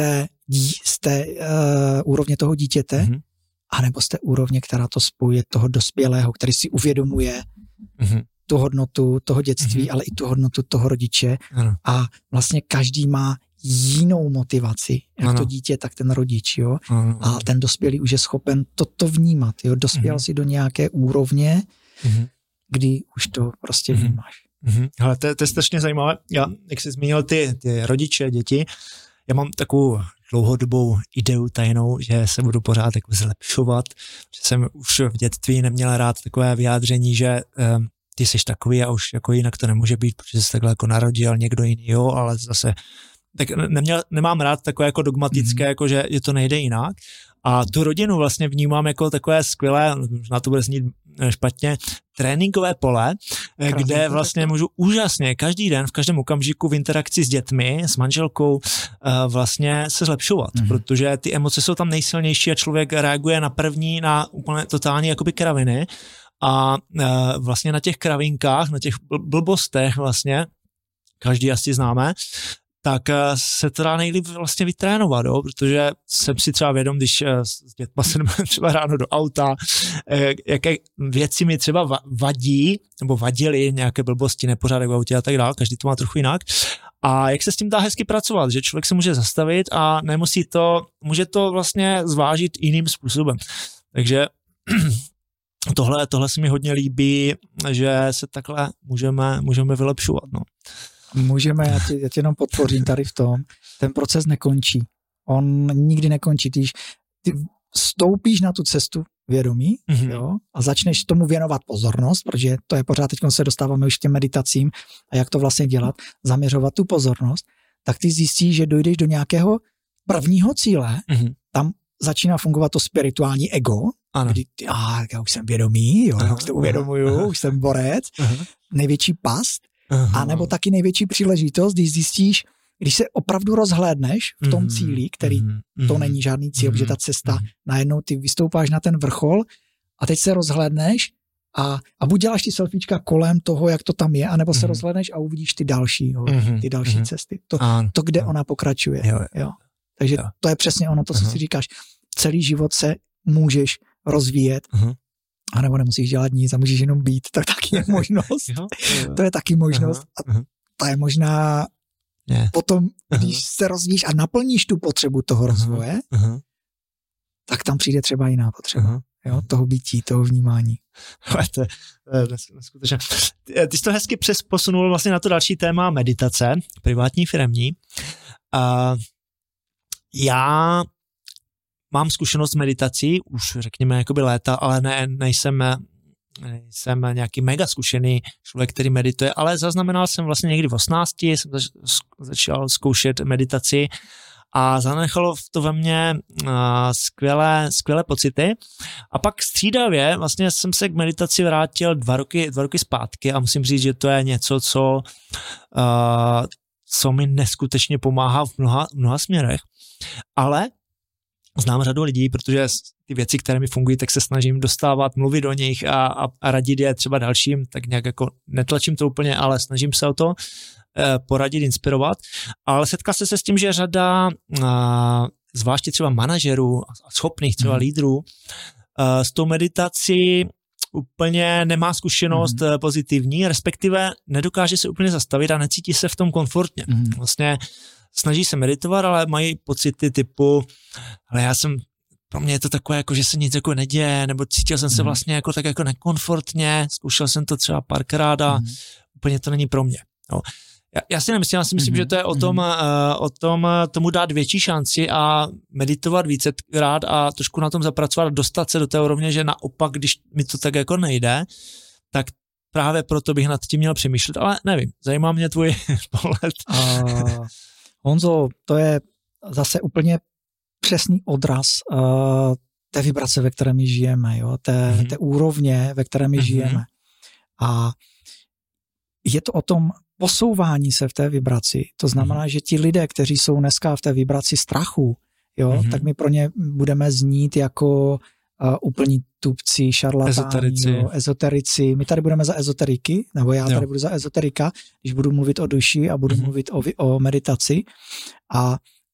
z té úrovně toho dítěte, anebo z té úrovně, která to spojuje toho dospělého, který si uvědomuje tu hodnotu toho dětství, ale i tu hodnotu toho rodiče. A vlastně každý má jinou motivaci, jak to dítě, tak ten rodič, jo. A ten dospělý už je schopen toto vnímat, jo. Dospěl si do nějaké úrovně, kdy už to prostě vnímáš. Ale to je strašně zajímavé. Já, jak jsi zmínil ty rodiče, děti, já mám takovou dlouhodobou ideu tajnou, že se budu pořád jako zlepšovat, že jsem už v dětství neměl rád takové vyjádření, že ty jsi takový a už jako jinak to nemůže být, protože jsi takhle jako narodil někdo jiný, jo, ale zase tak nemám rád takové jako dogmatické, jako že to nejde jinak. A tu rodinu vlastně vnímám jako takové skvělé, možná to bude znít špatně, tréninkové pole, kde vlastně můžu úžasně každý den, v každém okamžiku v interakci s dětmi, s manželkou vlastně se zlepšovat, protože ty emoce jsou tam nejsilnější a člověk reaguje na úplně totální jakoby kraviny a vlastně na těch kravinkách, na těch blbostech vlastně, každý asi známe, tak se to dá nejlíp vlastně vytrénovat, jo? Protože jsem si třeba vědom, když s dětma se jdeme třeba ráno do auta, jaké věci mi třeba vadí, nebo vadily, nějaké blbosti, nepořádek v autě a tak dále, každý to má trochu jinak. A jak se s tím dá hezky pracovat, že člověk se může zastavit a může to vlastně zvážit jiným způsobem. Takže tohle se mi hodně líbí, že se takhle můžeme vylepšovat, no. Můžeme, já tě jenom podpořím tady v tom, ten proces nekončí. On nikdy nekončí. Ty vstoupíš na tu cestu vědomí, jo, a začneš tomu věnovat pozornost, protože to je pořád, teď se dostáváme už k těm meditacím a jak to vlastně dělat, zaměřovat tu pozornost, tak ty zjistíš, že dojdeš do nějakého prvního cíle, tam začíná fungovat to spirituální ego, kdy já už jsem vědomý, jo, už to uvědomuju, už jsem borec, největší past, a nebo taky největší příležitost, když zjistíš, když se opravdu rozhlédneš v tom cíli, který to není žádný cíl, protože ta cesta, najednou ty vystoupáš na ten vrchol a teď se rozhlédneš a buď děláš ty selfiečka kolem toho, jak to tam je, anebo se rozhlédneš a uvidíš ty další cesty. To kde ona pokračuje. Jo. Takže to je přesně ono, to, co si říkáš. Celý život se můžeš rozvíjet, anebo nemusíš dělat nic a můžeš jenom být, tak taky je možnost. To je taky možnost a ta je možná potom, když se rozvíjíš a naplníš tu potřebu toho rozvoje, tak tam přijde třeba jiná potřeba. Jo, toho bytí, toho vnímání. To je neskutečné. Ty jsi to hezky posunul vlastně na to další téma meditace, privátní, firemní. Já mám zkušenost s meditací, už řekněme jakoby léta, ale nejsem nějaký mega zkušený člověk, který medituje, ale zaznamenal jsem vlastně někdy v 18, jsem začal zkoušet meditaci a zanechalo to ve mně skvělé pocity. A pak střídavě vlastně jsem se k meditaci vrátil dva roky zpátky a musím říct, že to je něco, co mi neskutečně pomáhá v mnoha směrech. Ale znám řadu lidí, protože ty věci, které mi fungují, tak se snažím dostávat, mluvit o nich a radit je třeba dalším, tak nějak jako netlačím to úplně, ale snažím se o to poradit, inspirovat. Ale setkal se s tím, že řada, zvláště třeba manažerů a schopných třeba lídrů, s tou meditací úplně nemá zkušenost pozitivní, respektive nedokáže se úplně zastavit a necítí se v tom komfortně. Vlastně snaží se meditovat, ale mají pocity typu, ale pro mě je to takové, jako, že se nic jako neděje, nebo cítil jsem se vlastně jako tak jako nekomfortně, zkoušel jsem to třeba párkrát a úplně to není pro mě. No. Já si nemyslím, já si myslím, že to je o tom tomu dát větší šanci a meditovat vícekrát a trošku na tom zapracovat a dostat se do té úrovně, že naopak, když mi to tak jako nejde, tak právě proto bych nad tím měl přemýšlet, ale nevím, zajímá mě tvůj pohled. Honzo, to je zase úplně přesný odraz té vibrace, ve které my žijeme, jo? Té úrovně, ve které my žijeme. A je to o tom posouvání se v té vibraci. To znamená, že ti lidé, kteří jsou dneska v té vibraci strachu, jo, tak my pro ně budeme znít jako úplní tupci, šarlatáni, ezoterici. My tady budeme za ezoteriky, nebo já tady budu za ezoterika, když budu mluvit o duši a budu mluvit o meditaci. A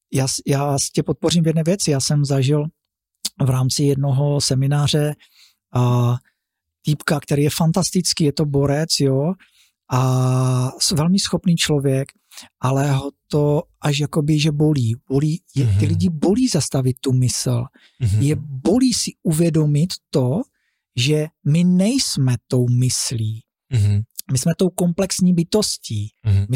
já tě podpořím v jedné věci. Já jsem zažil v rámci jednoho semináře týpka, který je fantastický, je to borec, jo, a velmi schopný člověk, ale ho to až jakoby, že bolí. Ty lidi bolí zastavit tu mysl. Je bolí si uvědomit to, že my nejsme tou myslí. My jsme tou komplexní bytostí.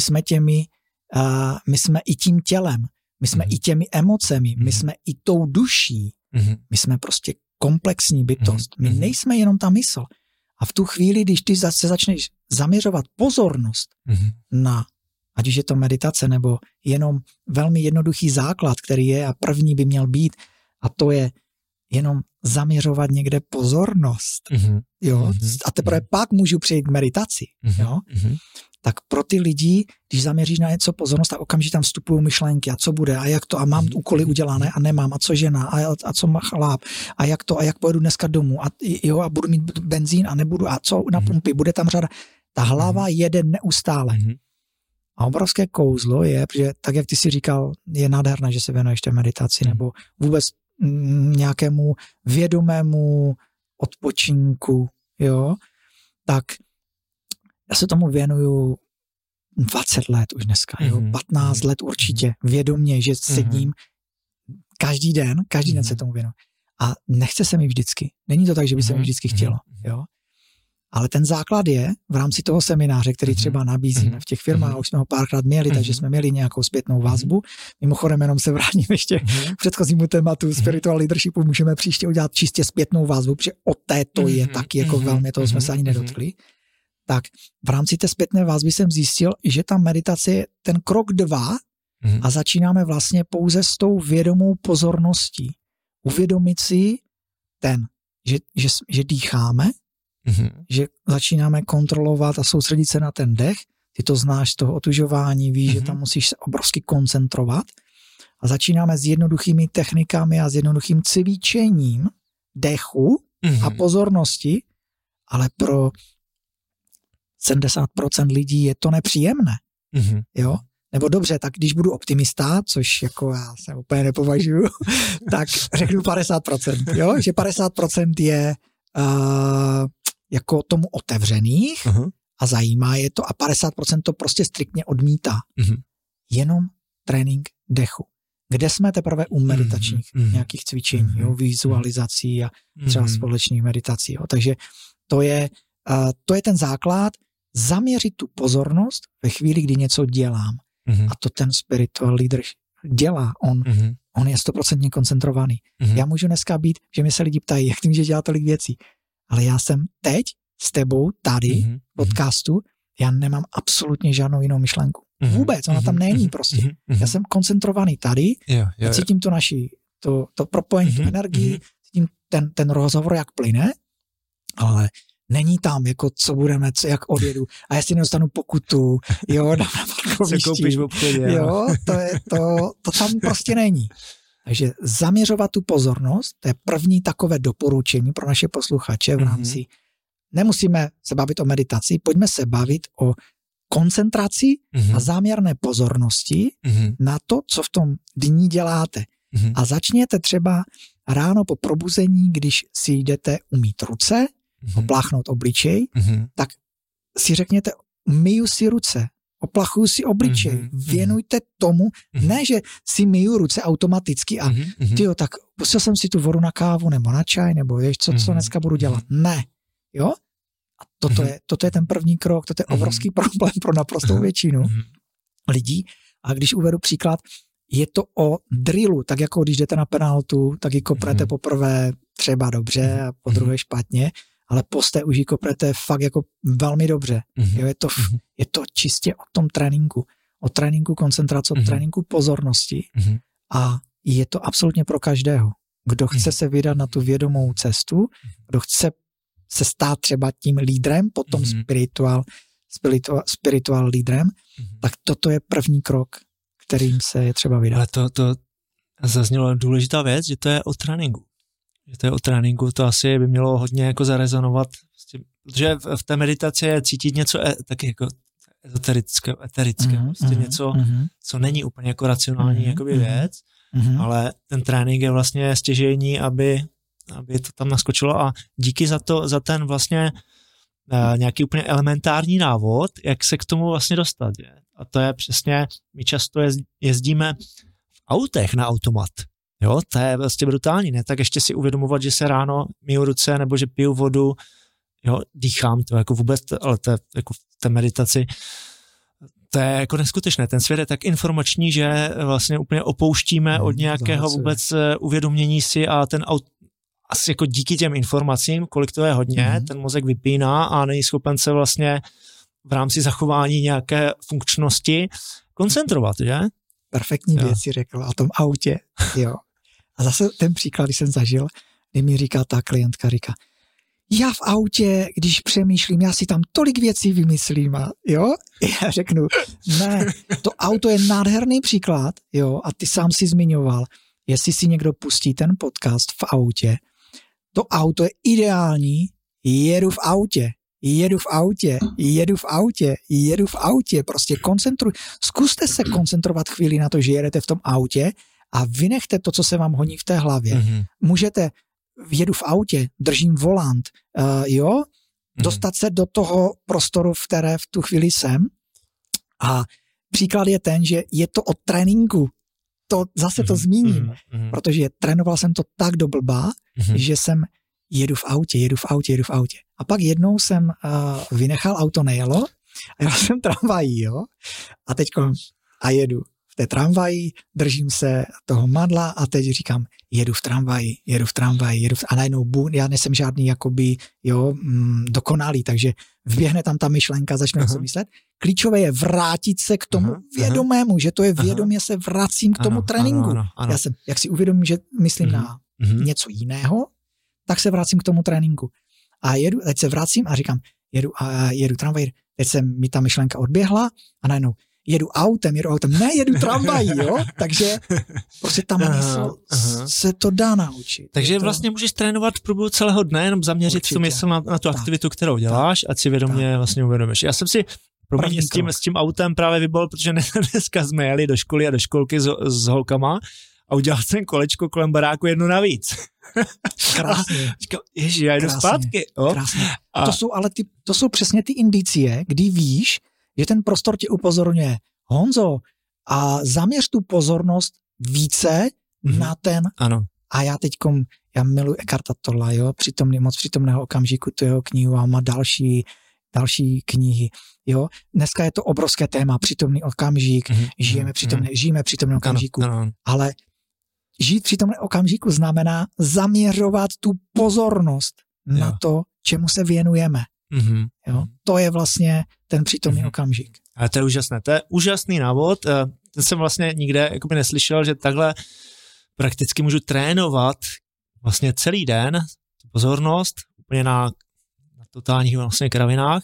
My jsme i tím tělem. My jsme i těmi emocemi. My jsme i tou duší. My jsme prostě komplexní bytost. My nejsme jenom ta mysl. A v tu chvíli, když ty zase začneš zaměřovat pozornost na, ať už je to meditace, nebo jenom velmi jednoduchý základ, který je a první by měl být, a to je jenom zaměřovat někde pozornost. Jo? A teprve pak můžu přejít k meditaci. Jo? Tak pro ty lidi, když zaměříš na něco pozornost, tak okamžitě tam vstupují myšlenky a co bude a jak to a mám úkoly udělané a nemám a co žena a co má chlap a jak to a jak pojedu dneska domů a budu mít benzín a nebudu a co na pumpy, bude tam řada. Ta hlava jede neustále. A obrovské kouzlo je, protože tak, jak ty si říkal, je nádherné, že se věnuješ té meditaci nebo vůbec nějakému vědomému odpočinku, jo, tak já se tomu věnuju 20 let už dneska, jo, 15 let určitě, vědomě, že sedím každý den se tomu věnuju. A nechce se mi vždycky. Není to tak, že by se mi vždycky chtělo, jo. Ale ten základ je v rámci toho semináře, který třeba nabízíme v těch firmách, už jsme ho párkrát měli, takže jsme měli nějakou zpětnou vazbu. Mimochodem jenom se vrátím ještě k předchozímu tématu spiritual leadershipu, můžeme příště udělat čistě zpětnou vazbu, protože o této je taky jako velmi, toho jsme se ani nedotkli. Tak v rámci té zpětné vazby jsem zjistil, že ta meditace je ten krok 2 a začínáme vlastně pouze s tou vědomou pozorností. Uvědomit si že dýcháme, že začínáme kontrolovat a soustředit se na ten dech. Ty to znáš z toho otužování, víš, že tam musíš se obrovsky koncentrovat. A začínáme s jednoduchými technikami a s jednoduchým cvičením dechu a pozornosti, ale pro 70% lidí je to nepříjemné. Jo? Nebo dobře, tak když budu optimista, což jako já se úplně nepovažuji, tak řeknu 50%. Jo? Že 50% je jako tomu otevřených a zajímá je to a 50% to prostě striktně odmítá. Jenom trénink dechu. Kde jsme teprve u meditačních nějakých cvičení, jo? Vizualizací a třeba společných meditací. Jo? Takže to je ten základ, zaměřit tu pozornost ve chvíli, kdy něco dělám. A to ten spiritual leader dělá. On je 100% koncentrovaný. Já můžu dneska být, že mi se lidi ptají, jak ty můžeš dělat tolik věcí. Ale já jsem teď s tebou tady v podcastu, já nemám absolutně žádnou jinou myšlenku. Vůbec, ona tam není prostě. Já jsem koncentrovaný tady, já cítím to propojení, tu energii, cítím ten rozhovor, jak plyne, ale není tam, jako co budeme, jak odjedu a jestli nedostanu pokutu, jo, na koupíš v obchodě, jo, to tam prostě není. Takže zaměřovat tu pozornost, to je první takové doporučení pro naše posluchače v rámci, nemusíme se bavit o meditaci, pojďme se bavit o koncentraci a záměrné pozornosti na to, co v tom dní děláte. A začněte třeba ráno po probuzení, když si jdete umýt ruce, opláchnout obličej, tak si řekněte, myju si ruce, oplachuju si obličej, věnujte tomu, ne, že si myju ruce automaticky a tyjo, tak pustil jsem si tu vodu na kávu nebo na čaj, nebo víš, co dneska budu dělat. Ne, jo? A toto je ten první krok, toto je obrovský problém pro naprostou většinu lidí. A když uvedu příklad, je to o drillu, tak jako když jdete na penaltu, tak ji kopnete poprvé třeba dobře a po druhé špatně, ale poté už ji kopnete fakt jako velmi dobře. Jo, je to čistě o tom tréninku. O tréninku koncentrace, o tréninku pozornosti a je to absolutně pro každého. Kdo chce se vydat na tu vědomou cestu, kdo chce se stát třeba tím lídrem, potom spiritual lídrem, tak toto je první krok, kterým se je třeba vydat. Ale to zaznělo důležitá věc, že to je o tréninku. Že to je o tréninku, to asi by mělo hodně jako zarezonovat, protože v té meditaci je cítit něco taky jako eterické, prostě něco, co není úplně jako racionální jakoby věc, ale ten trénink je vlastně stěžejní, aby to tam naskočilo a díky za ten vlastně nějaký úplně elementární návod, jak se k tomu vlastně dostat. Je? A to je přesně, my často jezdíme v autech na automat. Jo, to je vlastně brutální, ne? Tak ještě si uvědomovat, že se ráno myju ruce nebo že piju vodu, jo, dýchám to jako vůbec, ale to je jako v té meditaci, to je jako neskutečné. Ten svět je tak informační, že vlastně úplně opouštíme od nějakého vůbec uvědomění si a ten asi jako díky těm informacím, kolik to je hodně, ten mozek vypíná a není schopen se vlastně v rámci zachování nějaké funkčnosti koncentrovat, že? Perfektní věc si řekl o tom autě, jo. A zase ten příklad, když jsem zažil, kdy mi říká ta klientka, říká, já v autě, když přemýšlím, já si tam tolik věcí vymyslím a jo, já řeknu, ne, to auto je nádherný příklad, jo, a ty sám si zmiňoval, jestli si někdo pustí ten podcast v autě, to auto je ideální, jedu v autě, prostě zkuste se koncentrovat chvíli na to, že jedete v tom autě a vynechte to, co se vám honí v té hlavě. Můžete, jedu v autě, držím volant, dostat se do toho prostoru, v které v tu chvíli jsem a příklad je ten, že je to o tréninku, to zmíním, protože trénoval jsem to tak do blbá, že jsem jedu v autě. A pak jednou jsem vynechal, auto nejelo a já jsem tramvají, jo. A teďko jedu v té tramvaji, držím se toho madla a teď říkám, jedu v tramvaji a najednou já nejsem žádný jakoby, dokonalý, takže vběhne tam ta myšlenka, začnu něco myslet. Klíčové je vrátit se k tomu vědomému, že to je vědomě se vracím k tomu tréninku. Ano. Já jsem, jak si uvědomím, že myslím na něco jiného, tak se vracím k tomu tréninku. A teď se vracím a říkám, jedu tramvaj, teď se mi ta myšlenka odběhla a najednou jedu autem, ne, jedu tramvají, jo? Takže prostě tam se to dá naučit. Takže vlastně můžeš trénovat v průběhu celého dne, jenom zaměřit tu mysl na tu aktivitu, kterou děláš, ať si vědomě vlastně uvědomíš. Já jsem si s tím autem právě vybal, protože dneska jsme jeli do školy a do školky s holkama a udělal jsem kolečko kolem baráku jedno navíc. Krásně. Říkal, ježi, já jdu zpátky. Krásně. To jsou přesně ty indicie, kdy víš, že ten prostor tě upozorňuje. Honzo, a zaměř tu pozornost více na ten. Ano. A já miluji Eckharta Tolla, jo, moc přítomného okamžiku, tu jeho knihu a má další knihy, jo. Dneska je to obrovské téma, přítomný okamžik, žijeme přítomný okamžiku, ano. Ale žít přítomný okamžiku znamená zaměřovat tu pozornost na to, čemu se věnujeme. Jo? To je vlastně ten přítomný okamžik. A to je úžasné. To je úžasný návod. Ten jsem vlastně nikde jakoby neslyšel, že takhle prakticky můžu trénovat vlastně celý den tu pozornost úplně na totálních vlastně kravinách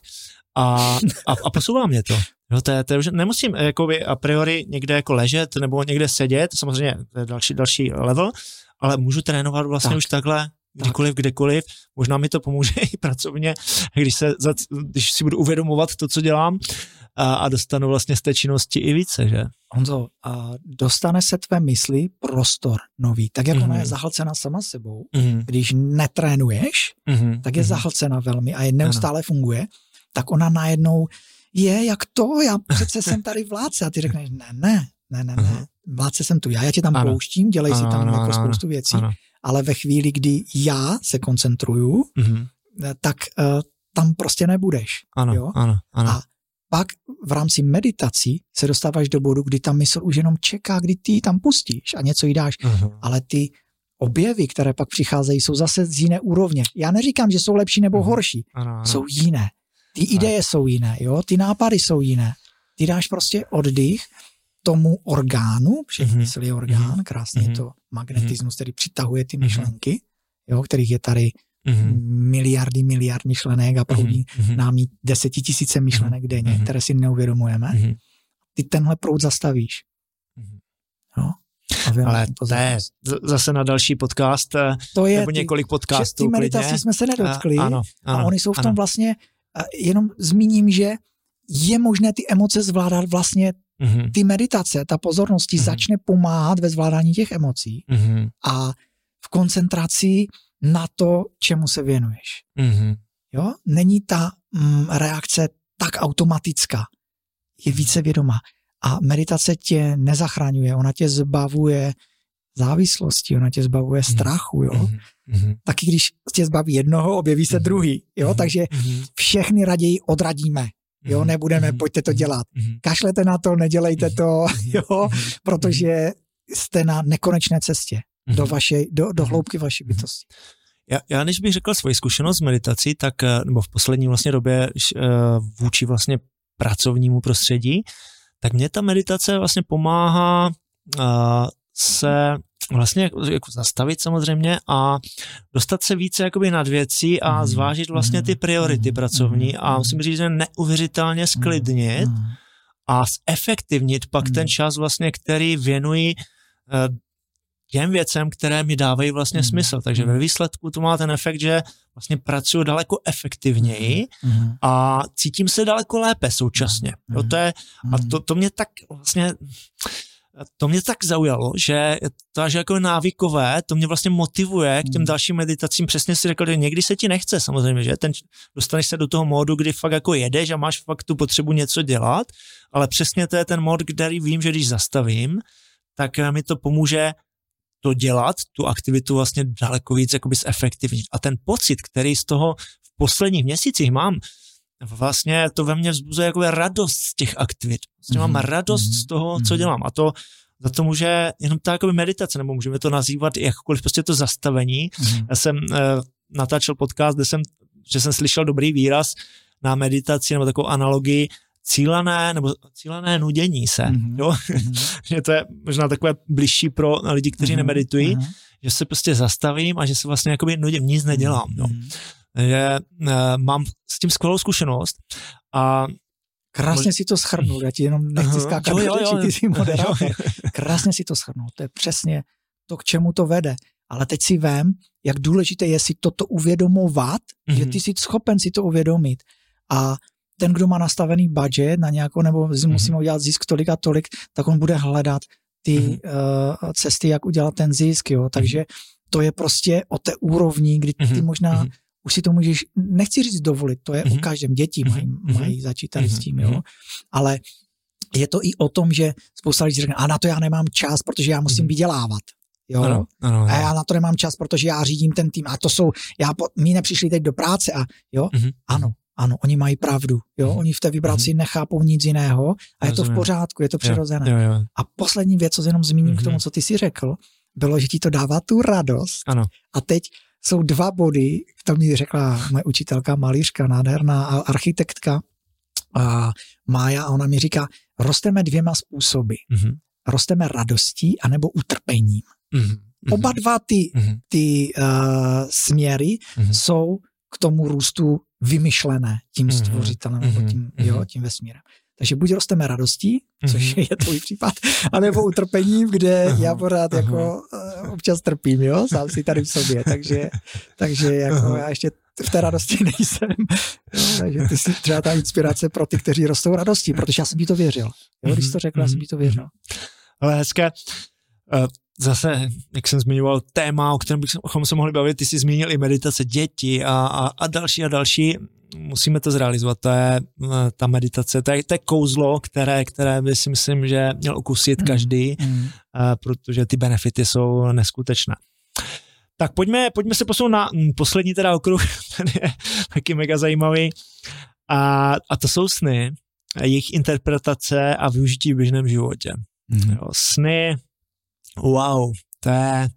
a posouvá mě to. Jo, to je už, nemusím jakoby a priori někde jako ležet nebo někde sedět, samozřejmě to je další level, ale můžu trénovat vlastně už takhle kdekoliv. Možná mi to pomůže i pracovně, když si budu uvědomovat to, co dělám a dostanu vlastně z té činnosti i více, že? Honzo, dostane se tvé mysli prostor nový, tak jak ona je zahlcena sama sebou, když netrénuješ, tak je zahlcena velmi a neustále funguje, tak ona najednou je jak to, já přece jsem tady vládce a ty řekneš, ne, vládce jsem tu, já tě tam pouštím, dělej si tam spoustu věcí, ale ve chvíli, kdy já se koncentruju, tak tam prostě nebudeš. Ano. A pak v rámci meditací se dostáváš do bodu, kdy ta mysl už jenom čeká, kdy ty ji tam pustíš a něco jí dáš. Ale ty objevy, které pak přicházejí, jsou zase z jiné úrovně. Já neříkám, že jsou lepší nebo horší. Jsou jiné. Ty ideje jsou jiné, jo? Ty nápady jsou jiné. Ty dáš prostě oddych tomu orgánu, všechny mysl je orgán, krásně je to magnetismus, který přitahuje ty myšlenky, jo, kterých je tady miliard myšlenek a proudí nám 10 000 myšlenek denně, které si neuvědomujeme. Ty tenhle proud zastavíš. Jo? Ale to je zase na další podcast, nebo několik podcastů. Ty meditací jsme se nedotkli a oni jsou v tom vlastně, jenom zmíním, že je možné ty emoce zvládat vlastně ty meditace, ta pozornost ti začne pomáhat ve zvládání těch emocí a v koncentraci na to, čemu se věnuješ. Jo? Není ta reakce tak automatická, je více vědomá. A meditace tě nezachraňuje, ona tě zbavuje závislosti, ona tě zbavuje strachu, jo. Taky když tě zbaví jednoho, objeví se druhý, jo, takže všechny raději odradíme, jo, nebudeme, pojďte to dělat. Kašlete na to, nedělejte to, jo, protože jste na nekonečné cestě do hloubky vaší bytosti. Já než bych řekl svoji zkušenost s meditací, tak, nebo v poslední vlastně době vůči vlastně pracovnímu prostředí, tak mě ta meditace vlastně pomáhá se vlastně jako zastavit samozřejmě a dostat se více jakoby nad věcí a zvážit vlastně ty priority pracovní a musím říct, že neuvěřitelně sklidnit a zefektivnit pak ten čas vlastně, který věnuji těm věcem, které mi dávají vlastně smysl. Takže ve výsledku to má ten efekt, že vlastně pracuji daleko efektivněji a cítím se daleko lépe současně. Jo, to mě tak vlastně to mě tak zaujalo, že to až jako návykové, to mě vlastně motivuje k těm dalším meditacím. Přesně si řekl, že někdy se ti nechce samozřejmě, že dostaneš se do toho módu, kdy fakt jako jedeš a máš fakt tu potřebu něco dělat, ale přesně to je ten mód, který vím, že když zastavím, tak mi to pomůže to dělat, tu aktivitu vlastně daleko víc jakoby zefektivnit. A ten pocit, který z toho v posledních měsících mám, vlastně to ve mně vzbuzuje jako radost z těch aktivit. Vlastně mám radost z toho, co dělám. A to za to může jenom ta jakoby meditace, nebo můžeme to nazývat jakkoliv prostě to zastavení. Já jsem natáčel podcast, že jsem slyšel dobrý výraz na meditaci nebo takovou analogii cílené nudění se. Jo? Že to je možná takové bližší pro lidi, kteří nemeditují, že se prostě zastavím a že se vlastně jakoby nudím, nic nedělám. Jo? Že mám s tím skvělou zkušenost a krásně si to shrnul, já ti jenom nechci skákat do řeči, ty jsi moderátor. Krásně si to shrnul, to je přesně to, k čemu to vede. Ale teď si vem, jak důležité je si toto uvědomovat, že ty jsi schopen si to uvědomit. A ten, kdo má nastavený budget na nějakou, nebo musíme udělat zisk tolik a tolik, tak on bude hledat ty cesty, jak udělat ten zisk. Jo. Takže to je prostě o té úrovni, kdy ty možná už si to můžeš, nechci říct dovolit, to je o každém, děti mají začít tady s tím, jo. Ale je to i o tom, že spousta lidí řekne, a na to já nemám čas, protože já musím vydělávat. Jo? Ano. A já na to nemám čas, protože já řídím ten tým. A to jsou, my nepřišli teď do práce a jo, ano, oni mají pravdu. Jo? Oni v té vibraci nechápou nic jiného a je to v pořádku, je to přirozené. Jo. A poslední věc, co jenom zmíním k tomu, co ty si řekl, bylo, že ti to dává tu radost. Ano. A teď jsou 2 body, to mi řekla moje učitelka, malířka, nádherná architektka Mája, a ona mi říká, rosteme 2 způsoby. Rosteme radostí anebo utrpením. Oba 2 ty směry jsou k tomu růstu vymyšlené tím stvořitelem nebo tím vesmírem. Takže buď rosteme radostí, což je tvůj případ, anebo utrpením, kde já pořád jako občas trpím, jo, sám si tady v sobě, takže jako já ještě v té radosti nejsem. Jo, takže ty jsi třeba ta inspirace pro ty, kteří rostou radostí, protože já jsem ti to věřil. Jo, když jsi to řekl, já jsem ti to věřil. Ale hezké. Zase, jak jsem zmiňoval, téma, o kterém bychom se mohli bavit, ty jsi zmínil i meditace, děti a další. Musíme to zrealizovat, to je ta meditace, to je kouzlo, které by si myslím, že měl okusit každý, protože ty benefity jsou neskutečné. Tak pojďme se posunout na poslední teda okruh, ten je taky mega zajímavý, a to jsou sny, jejich interpretace a využití v běžném životě. Jo, sny, wow, to je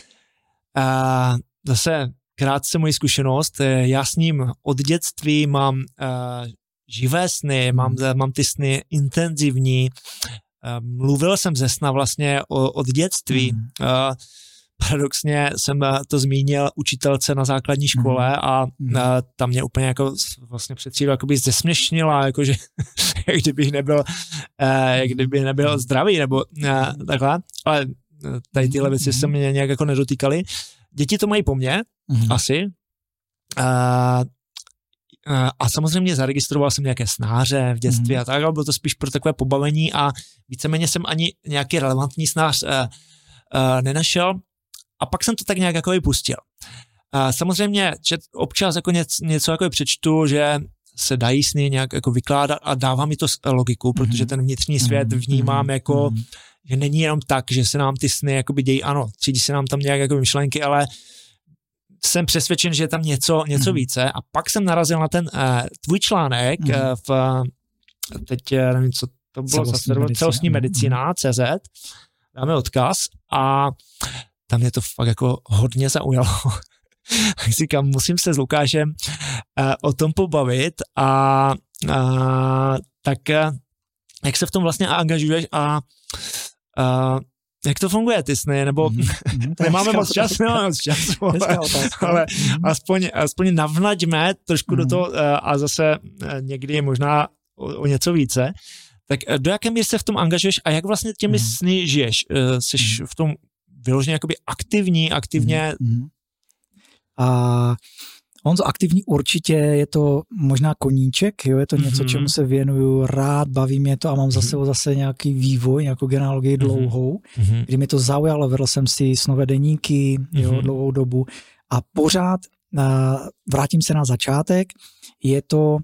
zase krátce moji zkušenost, já s ním od dětství mám živé sny, mám ty sny intenzivní, mluvil jsem ze sna vlastně od dětství, paradoxně jsem to zmínil učitelce na základní škole a tam mě úplně jako vlastně před chvílí jakoby zesměšnila, jakože jak kdybych nebyl zdravý nebo takhle, ale tady tyhle věci se mě nějak jako nedotýkaly. Děti to mají po mně, asi. a samozřejmě zaregistroval jsem nějaké snáře v dětství a tak, ale bylo to spíš pro takové pobavení a víceméně jsem ani nějaký relevantní snář nenašel a pak jsem to tak nějak jako vypustil. Samozřejmě, že občas jako něco jako přečtu, že se dají sny nějak jako vykládat a dává mi to logiku, protože ten vnitřní svět vnímám jako, že není jenom tak, že se nám ty sny jakoby dějí, ano, třídí se nám tam nějak jako myšlenky, ale jsem přesvědčen, že je tam něco více a pak jsem narazil na ten tvůj článek teď nevím, co to bylo celostní medicína CZ, dáme odkaz a tam mě to fakt jako hodně zaujalo. Říkám, musím se s Lukášem o tom pobavit a tak jak se v tom vlastně angažuješ a jak to funguje, ty sny, nebo nemáme moc času, ale aspoň navnaďme trošku do toho a zase někdy možná o něco více. Tak do jaké míry se v tom angažuješ a jak vlastně těmi sny žiješ? Jsi v tom vyloženě jakoby aktivně? Honzo, aktivní určitě je to možná koníček, jo, je to něco, čemu se věnuju rád, baví mě to a mám zase nějaký vývoj, nějakou genealogii dlouhou, kdy mě to zaujalo, vedl jsem si snové deníky, jo, dlouhou dobu a pořád, vrátím se na začátek, je to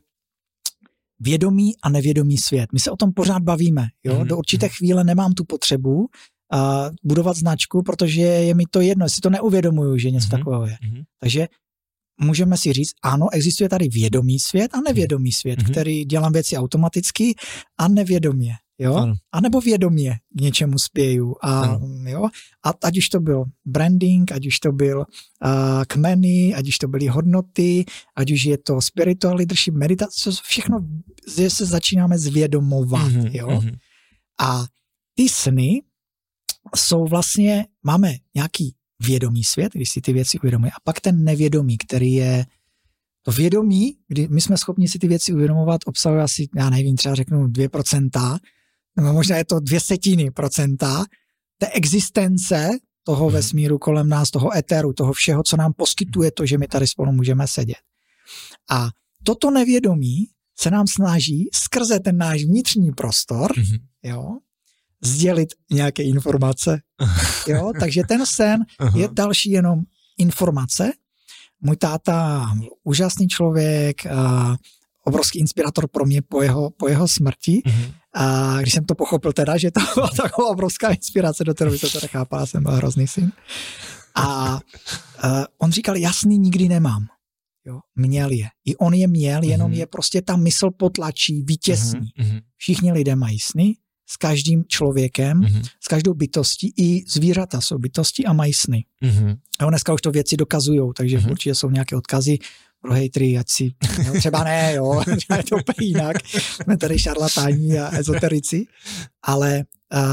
vědomý a nevědomý svět. My se o tom pořád bavíme, jo, do určité chvíle nemám tu potřebu budovat značku, protože je mi to jedno, jestli to neuvědomuju, že něco takového je. Takže můžeme si říct, ano, existuje tady vědomý svět a nevědomý svět, který dělám věci automaticky a nevědomě, jo? A nebo vědomě k něčemu spěju. Jo? A ať už to byl branding, ať už to byl kmeny, ať už to byly hodnoty, ať už je to spiritual leadership, meditace, všechno se začínáme zvědomovat, jo? A ty sny jsou vlastně, máme nějaký vědomý svět, když si ty věci uvědomuje. A pak ten nevědomý, který je to vědomí, kdy my jsme schopni si ty věci uvědomovat, obsahuje asi, já nevím, třeba řeknu 2%, nebo možná je to 0,02% té existence toho vesmíru kolem nás, toho éteru, toho všeho, co nám poskytuje to, že my tady spolu můžeme sedět. A toto nevědomí se nám snaží skrze ten náš vnitřní prostor, jo, sdělit nějaké informace. Jo? Takže ten sen je další jenom informace. Můj táta, úžasný člověk, obrovský inspirátor pro mě po jeho smrti. A když jsem to pochopil teda, že to byla taková obrovská inspirace, do té doby to nechápal, jsem byl hrozný syn. A on říkal, jasný nikdy nemám. Jo? Měl je. I on je měl, jenom je prostě ta mysl potlačí, vytěsní. Všichni lidé mají sny, s každým člověkem, s každou bytostí, i zvířata jsou bytosti a mají sny. A dneska už to věci dokazujou, takže určitě jsou nějaké odkazy pro hejtry, ať si, no, třeba ne, jo, je to úplně jinak, jsme tady šarlatáni a ezoterici, ale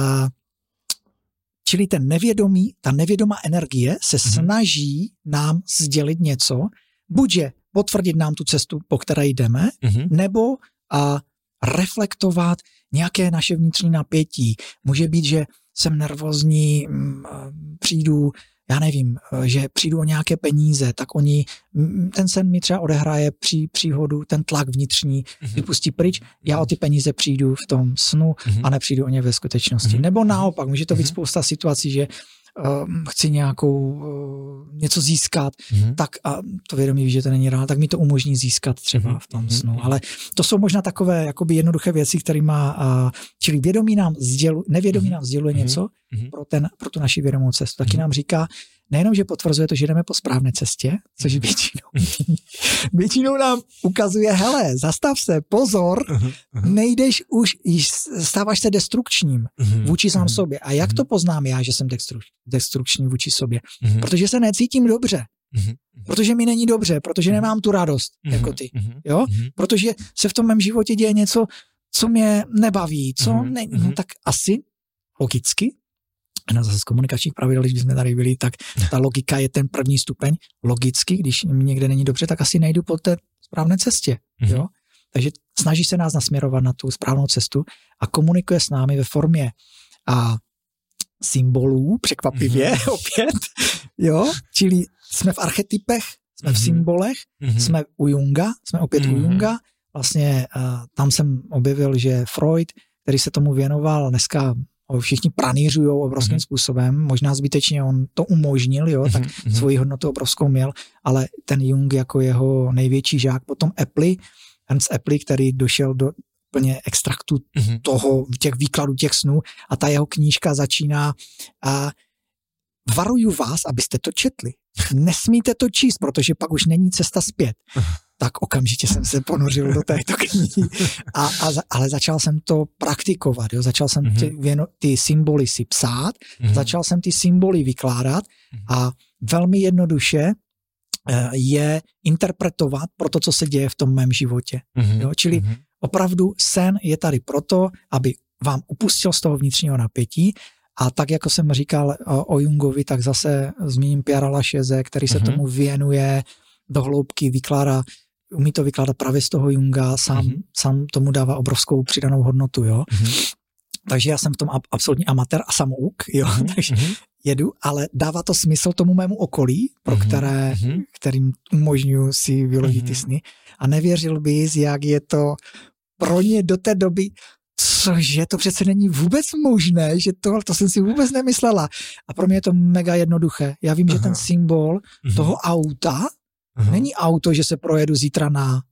čili ten nevědomý, ta nevědomá energie se snaží nám sdělit něco, buďže potvrdit nám tu cestu, po které jdeme, nebo reflektovat nějaké naše vnitřní napětí. Může být, že jsem nervózní, přijdu, já nevím, že přijdu o nějaké peníze, tak ten sen mi třeba odehraje příhodu, ten tlak vnitřní vypustí pryč, já o ty peníze přijdu v tom snu a nepřijdu o ně ve skutečnosti. Nebo naopak, může to být spousta situací, že chci něco získat, tak a to vědomí ví, že to není reálné, tak mi to umožní získat třeba v tom snu. Ale to jsou možná takové jakoby jednoduché věci, které čili nevědomí nám sděluje něco pro tu naši vědomou cestu. Taky nám říká, nejenom, že potvrzuje to, že jdeme po správné cestě, což většinou nám ukazuje, hele, zastav se, pozor, nejdeš už, stáváš se destrukčním vůči sám sobě. A jak to poznám já, že jsem destrukční vůči sobě? Protože se necítím dobře. Protože mi není dobře, protože nemám tu radost, jako ty. Jo? Protože se v tom mém životě děje něco, co mě nebaví, no tak asi logicky, na zase z komunikačních pravidel, když jsme tady byli, tak ta logika je ten první stupeň. Logicky, když mi někde není dobře, tak asi nejdu po té správné cestě. Jo? Takže snaží se nás nasměrovat na tu správnou cestu a komunikuje s námi ve formě symbolů, překvapivě opět. Jo? Čili jsme v archetypech Jsme v symbolech, jsme u Junga, jsme opět u Junga. Vlastně tam jsem objevil, že Freud, který se tomu věnoval, dneska ho všichni pranýřujou obrovským způsobem, možná zbytečně on to umožnil, jo, tak svoji hodnotu obrovskou měl, ale ten Jung jako jeho největší žák, potom Ernst Appli, který došel do plně extraktu toho, těch výkladů, těch snů a ta jeho knížka začíná varuju vás, abyste to četli. Nesmíte to číst, protože pak už není cesta zpět. Tak okamžitě jsem se ponořil do této knihy. Ale začal jsem to praktikovat. Jo? Začal jsem ty symboly si psát, začal jsem ty symboly vykládat a velmi jednoduše je interpretovat pro to, co se děje v tom mém životě. Jo? Čili opravdu sen je tady proto, aby vám upustil z toho vnitřního napětí. A tak, jako jsem říkal o Jungovi, tak zase zmíním Pierra Lachaise, který se tomu věnuje do hloubky, umí to vykládat právě z toho Junga, sám tomu dává obrovskou přidanou hodnotu, jo. Takže já jsem v tom absolutní amatér a samouk, jo, takže jedu, ale dává to smysl tomu mému okolí, pro kterým umožňuji si vyložit ty sny a nevěřil bys, jak je to pro ně do té doby, cože, to přece není vůbec možné, že to jsem si vůbec nemyslela. A pro mě je to mega jednoduché. Já vím, že ten symbol toho auta není auto, že se projedu zítra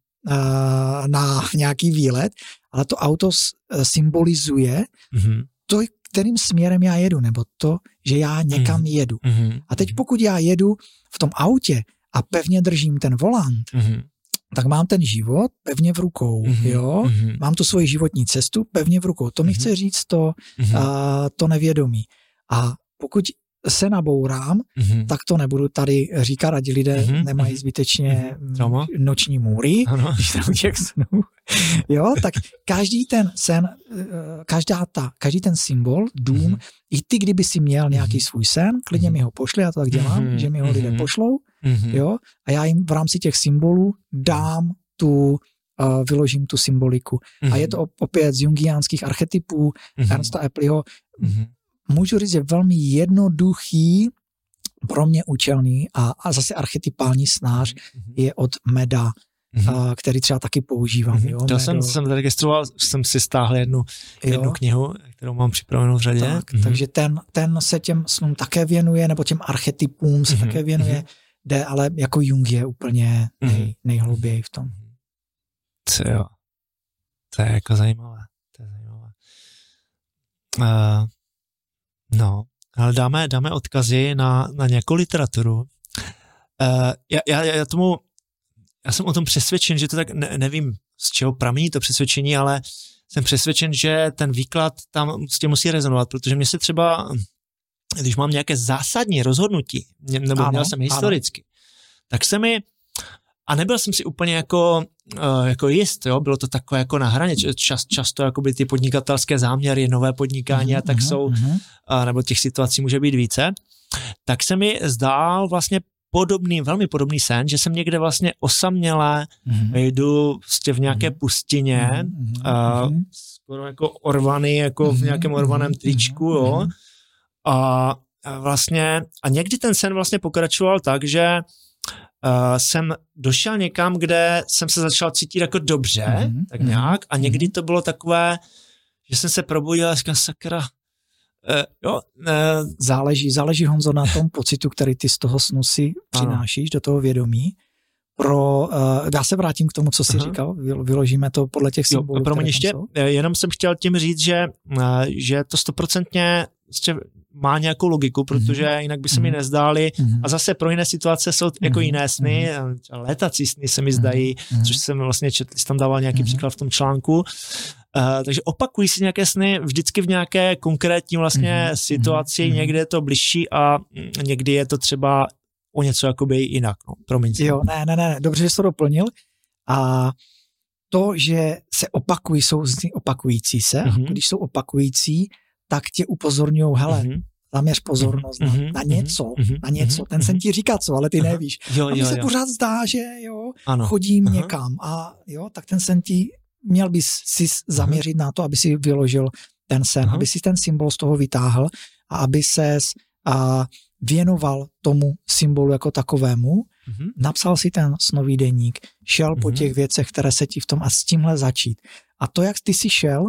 na nějaký výlet, ale to auto symbolizuje to, kterým směrem já jedu, nebo to, že já někam jedu. A teď pokud já jedu v tom autě a pevně držím ten volant, tak mám ten život pevně v rukou, jo? Mám tu svoji životní cestu pevně v rukou. To mi chce říct to nevědomí. A pokud se nabourám, tak to nebudu tady říkat, ať lidé nemají zbytečně noční můry, když tam těch snů. Jo, tak každý ten sen, každý ten symbol, dům, i ty, kdyby si měl nějaký svůj sen, klidně mi ho pošli, já to tak dělám, že mi ho lidé pošlou, jo, a já jim v rámci těch symbolů dám vyložím tu symboliku. A je to opět z jungiánských archetypů Ernsta Appliho. Můžu říct, že velmi jednoduchý, pro mě účelný a zase archetypální snář je od Meda, který třeba taky používám. Jo? Já jsem registroval, jsem si stáhl jednu knihu, kterou mám připravenou v řadě. Takže ten se těm snům také věnuje, nebo těm archetypům se také věnuje, ale jako Jung je úplně nejhlouběji v tom. To je jako zajímavé. No, ale dáme odkazy na nějakou literaturu. Já jsem o tom přesvědčen, že to tak nevím, z čeho pramení to přesvědčení, ale jsem přesvědčen, že ten výklad tam musí rezonovat, protože mě se třeba, když mám nějaké zásadní rozhodnutí, nebo měl jsem historicky, tak se mi, a nebyl jsem si úplně jako jist, jo, bylo to takové jako na hraně, často jakoby ty podnikatelské záměry, nové podnikání a tak jsou, nebo těch situací může být více, tak se mi zdál vlastně velmi podobný sen, že jsem někde vlastně osaměle jdu v nějaké pustině, skoro jako orvaný, jako v nějakém orvaném tričku, jo, a vlastně, a někdy ten sen vlastně pokračoval tak, že jsem došel někam, kde jsem se začal cítit jako dobře, tak nějak, a někdy to bylo takové, že jsem se probudil a říkal, sakra, Záleží, Honzo, na tom pocitu, který ty z toho snu si přinášíš do toho vědomí. Já se vrátím k tomu, co jsi říkal, vyložíme to podle těch symbolů, které tam ještě, jsou. Jenom jsem chtěl tím říct, že to 100% má nějakou logiku, protože jinak by se mi nezdály. A zase pro jiné situace jsou jako jiné sny, létací sny se mi zdají, což jsem vlastně četl, jsem tam dával nějaký příklad v tom článku. Takže opakují si nějaké sny vždycky v nějaké konkrétní vlastně situaci, někde je to bližší a někdy je to třeba o něco jakoby jinak. No, promiň. Jo, ne, dobře, že jsi to doplnil. A to, že se opakují, jsou sny opakující se, a když jsou opakující, tak tě upozorňují, hele, zaměř pozornost na něco. Ten sen ti říká co, ale ty nevíš. A mi se pořád zdá, že chodím někam a tak ten sen ti měl bys si zaměřit na to, aby si vyložil ten sen, aby si ten symbol z toho vytáhl a aby ses věnoval tomu symbolu jako takovému napsal si ten snový deník, šel po těch věcech, které se ti v tom a s tímhle začít. A to, jak ty si šel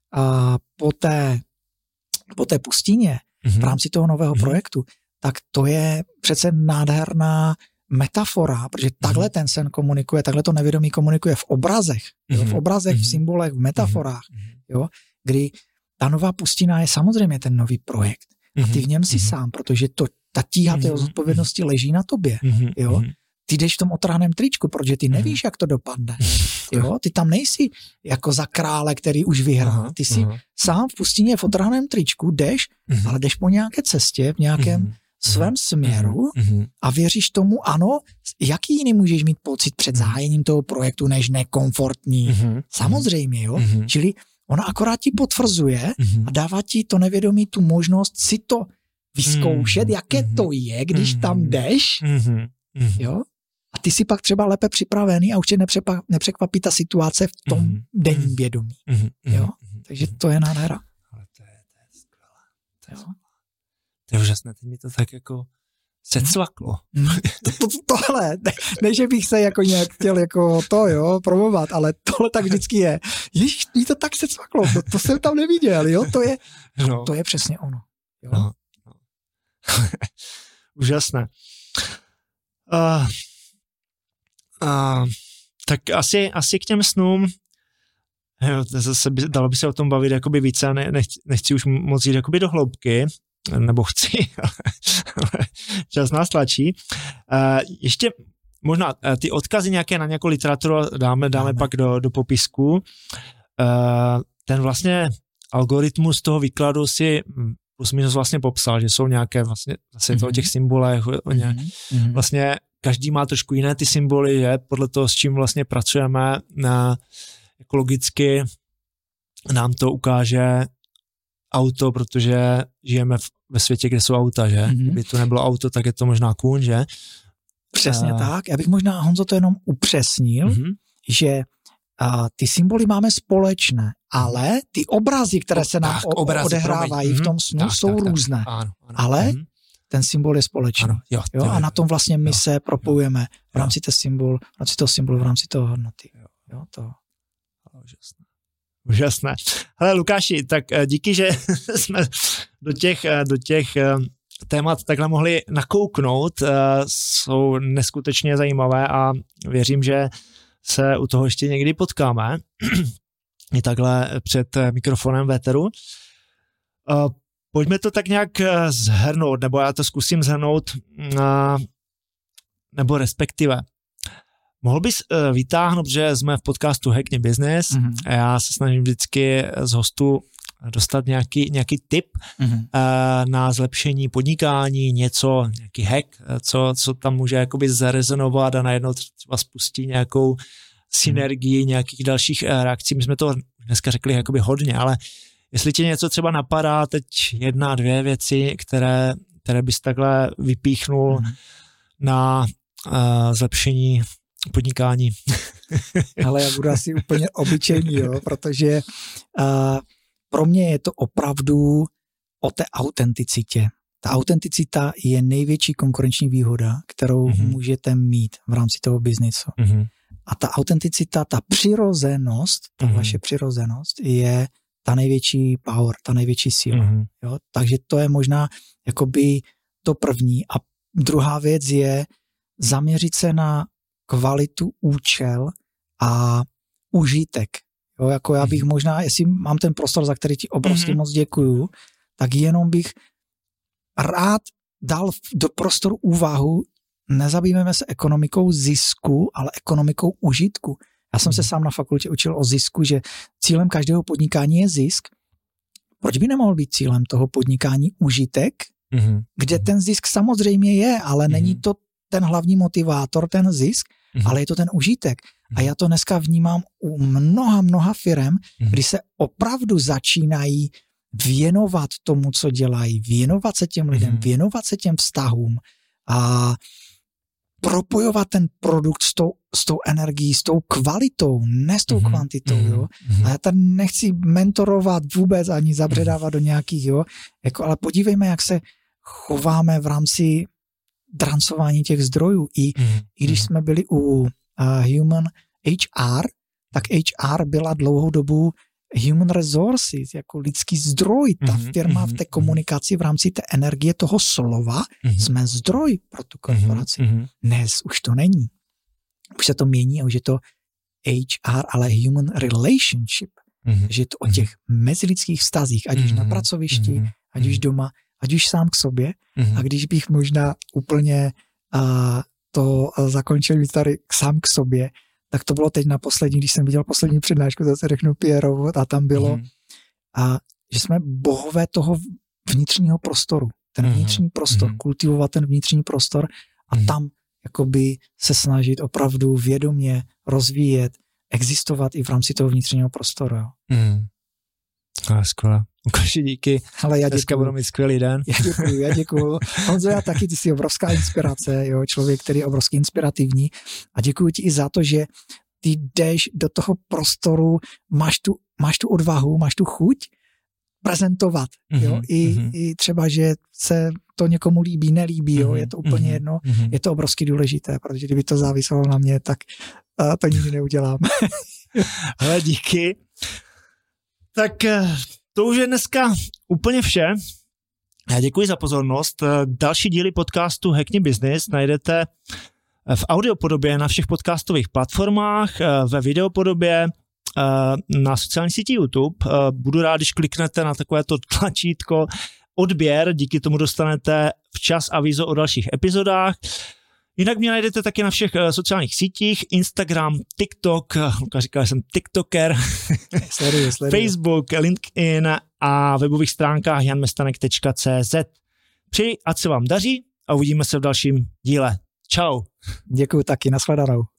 po té pustině v rámci toho nového projektu, tak to je přece nádherná metafora, protože takhle ten sen komunikuje, takhle to nevědomí komunikuje v obrazech, jo, v obrazech, v symbolech, v metaforách, jo, kdy ta nová pustina je samozřejmě ten nový projekt. A ty v něm si sám, protože ta tíha té zodpovědnosti leží na tobě, jo. Ty jdeš v tom otrhaném tričku, protože ty nevíš, jak to dopadne. Jo? Ty tam nejsi jako za krále, který už vyhrál. Ty si sám v pustině v otrhaném tričku jdeš, ale jdeš po nějaké cestě, v nějakém svém směru a věříš tomu, ano, jaký jiný můžeš mít pocit před zahájením toho projektu, než nekomfortní. Samozřejmě, jo. Čili ona akorát ti potvrzuje a dává ti to nevědomí tu možnost si to vyzkoušet, jaké to je, když tam jdeš, jo. A ty si pak třeba lépe připravený a už tě nepřekvapí ta situace v tom denním vědomí. Jo? Takže to je nádhera. Ale to je skvělé. To je úžasné, teď mi to tak jako secvaklo. Tohle, ne, že bych se jako nějak chtěl jako to, jo, promovat, ale tohle tak vždycky je. Ježiš, mi to tak secvaklo, to jsem tam neviděl, jo, to je přesně ono. Jo? No. Úžasné. Tak asi k těm snům, jo, zase dalo by se o tom bavit jakoby více, nechci už moc jít jakoby do hloubky, nebo chci, ale čas nás tlačí. Ještě možná ty odkazy nějaké na nějakou literaturu dáme pak do popisku. Ten vlastně algoritmus toho výkladu si plus minus vlastně popsal, že jsou nějaké vlastně to o těch symbolech, vlastně každý má trošku jiné ty symboly, že podle toho, s čím vlastně pracujeme, ekologicky nám to ukáže auto, protože žijeme ve světě, kde jsou auta, že? Kdyby to nebylo auto, tak je to možná kůň, že? Přesně tak. Já bych možná, Honzo, to jenom upřesnil, že ty symboly máme společné, ale ty obrazy, které se nám odehrávají v tom snu, jsou různé. Ano. Ale ten symbol je společný. Ano, jo, a na tom vlastně my se propojujeme v rámci toho symbolu, v rámci toho hodnoty. Jo, to. Úžasné. Hele, Lukáši, tak díky, že jsme do těch témat takhle mohli nakouknout. Jsou neskutečně zajímavé a věřím, že se u toho ještě někdy potkáme. I takhle před mikrofonem véteru. Pojďme to tak nějak zhrnout, nebo já to zkusím zhrnout, nebo respektive. Mohl bys vytáhnout, že jsme v podcastu Hackni Business a já se snažím vždycky z hostů dostat nějaký tip na zlepšení podnikání, nějaký hack, co tam může jakoby zarezonovat a najednou třeba spustí nějakou synergii nějakých dalších reakcí. My jsme to dneska řekli jakoby hodně, ale jestli ti něco třeba napadá, teď 1, 2 věci, které bys takhle vypíchnul na zlepšení podnikání. Ale já budu asi úplně obyčejný, jo, protože pro mě je to opravdu o té autenticitě. Ta autenticita je největší konkurenční výhoda, kterou můžete mít v rámci toho biznisu. A ta autenticita, ta přirozenost, ta vaše přirozenost je ta největší power, ta největší síla. Jo? Takže to je možná jakoby to první. A druhá věc je zaměřit se na kvalitu, účel a užitek. Jo? Jako já bych možná, jestli mám ten prostor, za který ti obrovsky moc děkuju, tak jenom bych rád dal do prostoru úvahu, nezabýváme se ekonomikou zisku, ale ekonomikou užitku. Já jsem se sám na fakultě učil o zisku, že cílem každého podnikání je zisk. Proč by nemohl být cílem toho podnikání užitek, kde ten zisk samozřejmě je, ale není to ten hlavní motivátor, ten zisk, ale je to ten užitek. A já to dneska vnímám u mnoha firem, kdy se opravdu začínají věnovat tomu, co dělají, věnovat se těm lidem, věnovat se těm vztahům a propojovat ten produkt s tou energií, s tou kvalitou, ne s tou kvantitou, jo. A já tady nechci mentorovat vůbec ani zabředávat do nějakých, jo, jako, ale podívejme, jak se chováme v rámci drancování těch zdrojů. I když jsme byli u Human HR, tak HR byla dlouhou dobu Human Resources, jako lidský zdroj. Ta firma v té komunikaci v rámci té energie toho slova jsme zdroj pro tu korporaci. Dnes už to není. Už se to mění a už je to HR, ale Human Relationship. Že je to o těch mezilidských vztazích, ať už na pracovišti, ať už doma, ať už sám k sobě. A když bych možná úplně to zakončil tady sám k sobě, tak to bylo teď na poslední, když jsem viděl poslední přednášku, zase řeknu Pierrovu, a tam bylo, že jsme bohové toho vnitřního prostoru. Ten vnitřní prostor, kultivovat ten vnitřní prostor a tam jakoby se snažit opravdu vědomě rozvíjet, existovat i v rámci toho vnitřního prostoru. Skvěle. Lukáši, díky. Ale já dneska budu mít skvělý den. Já děkuju. Honzo, já taky, ty jsi obrovská inspirace, jo, člověk, který je obrovský inspirativní a děkuju ti i za to, že ty jdeš do toho prostoru, máš tu odvahu, máš tu chuť prezentovat, jo, i třeba, že se to někomu líbí, nelíbí, jo, je to úplně jedno, je to obrovsky důležité, protože kdyby to záviselo na mě, tak to nikdy neudělám. Hele, díky. Tak to už je dneska úplně vše. Já děkuji za pozornost. Další díly podcastu Hackni Business najdete v audiopodobě na všech podcastových platformách, ve videopodobě na sociální síti YouTube. Budu rád, když kliknete na takovéto tlačítko odběr, díky tomu dostanete včas avízo o dalších epizodách. Jinak mě najdete taky na všech sociálních sítích, Instagram, TikTok, Lukáš říkal, že jsem TikToker, sleduju. Facebook, LinkedIn a webových stránkách janmestanek.cz. Přeji, ať se vám daří a uvidíme se v dalším díle. Čau. Děkuju taky, nashledanou.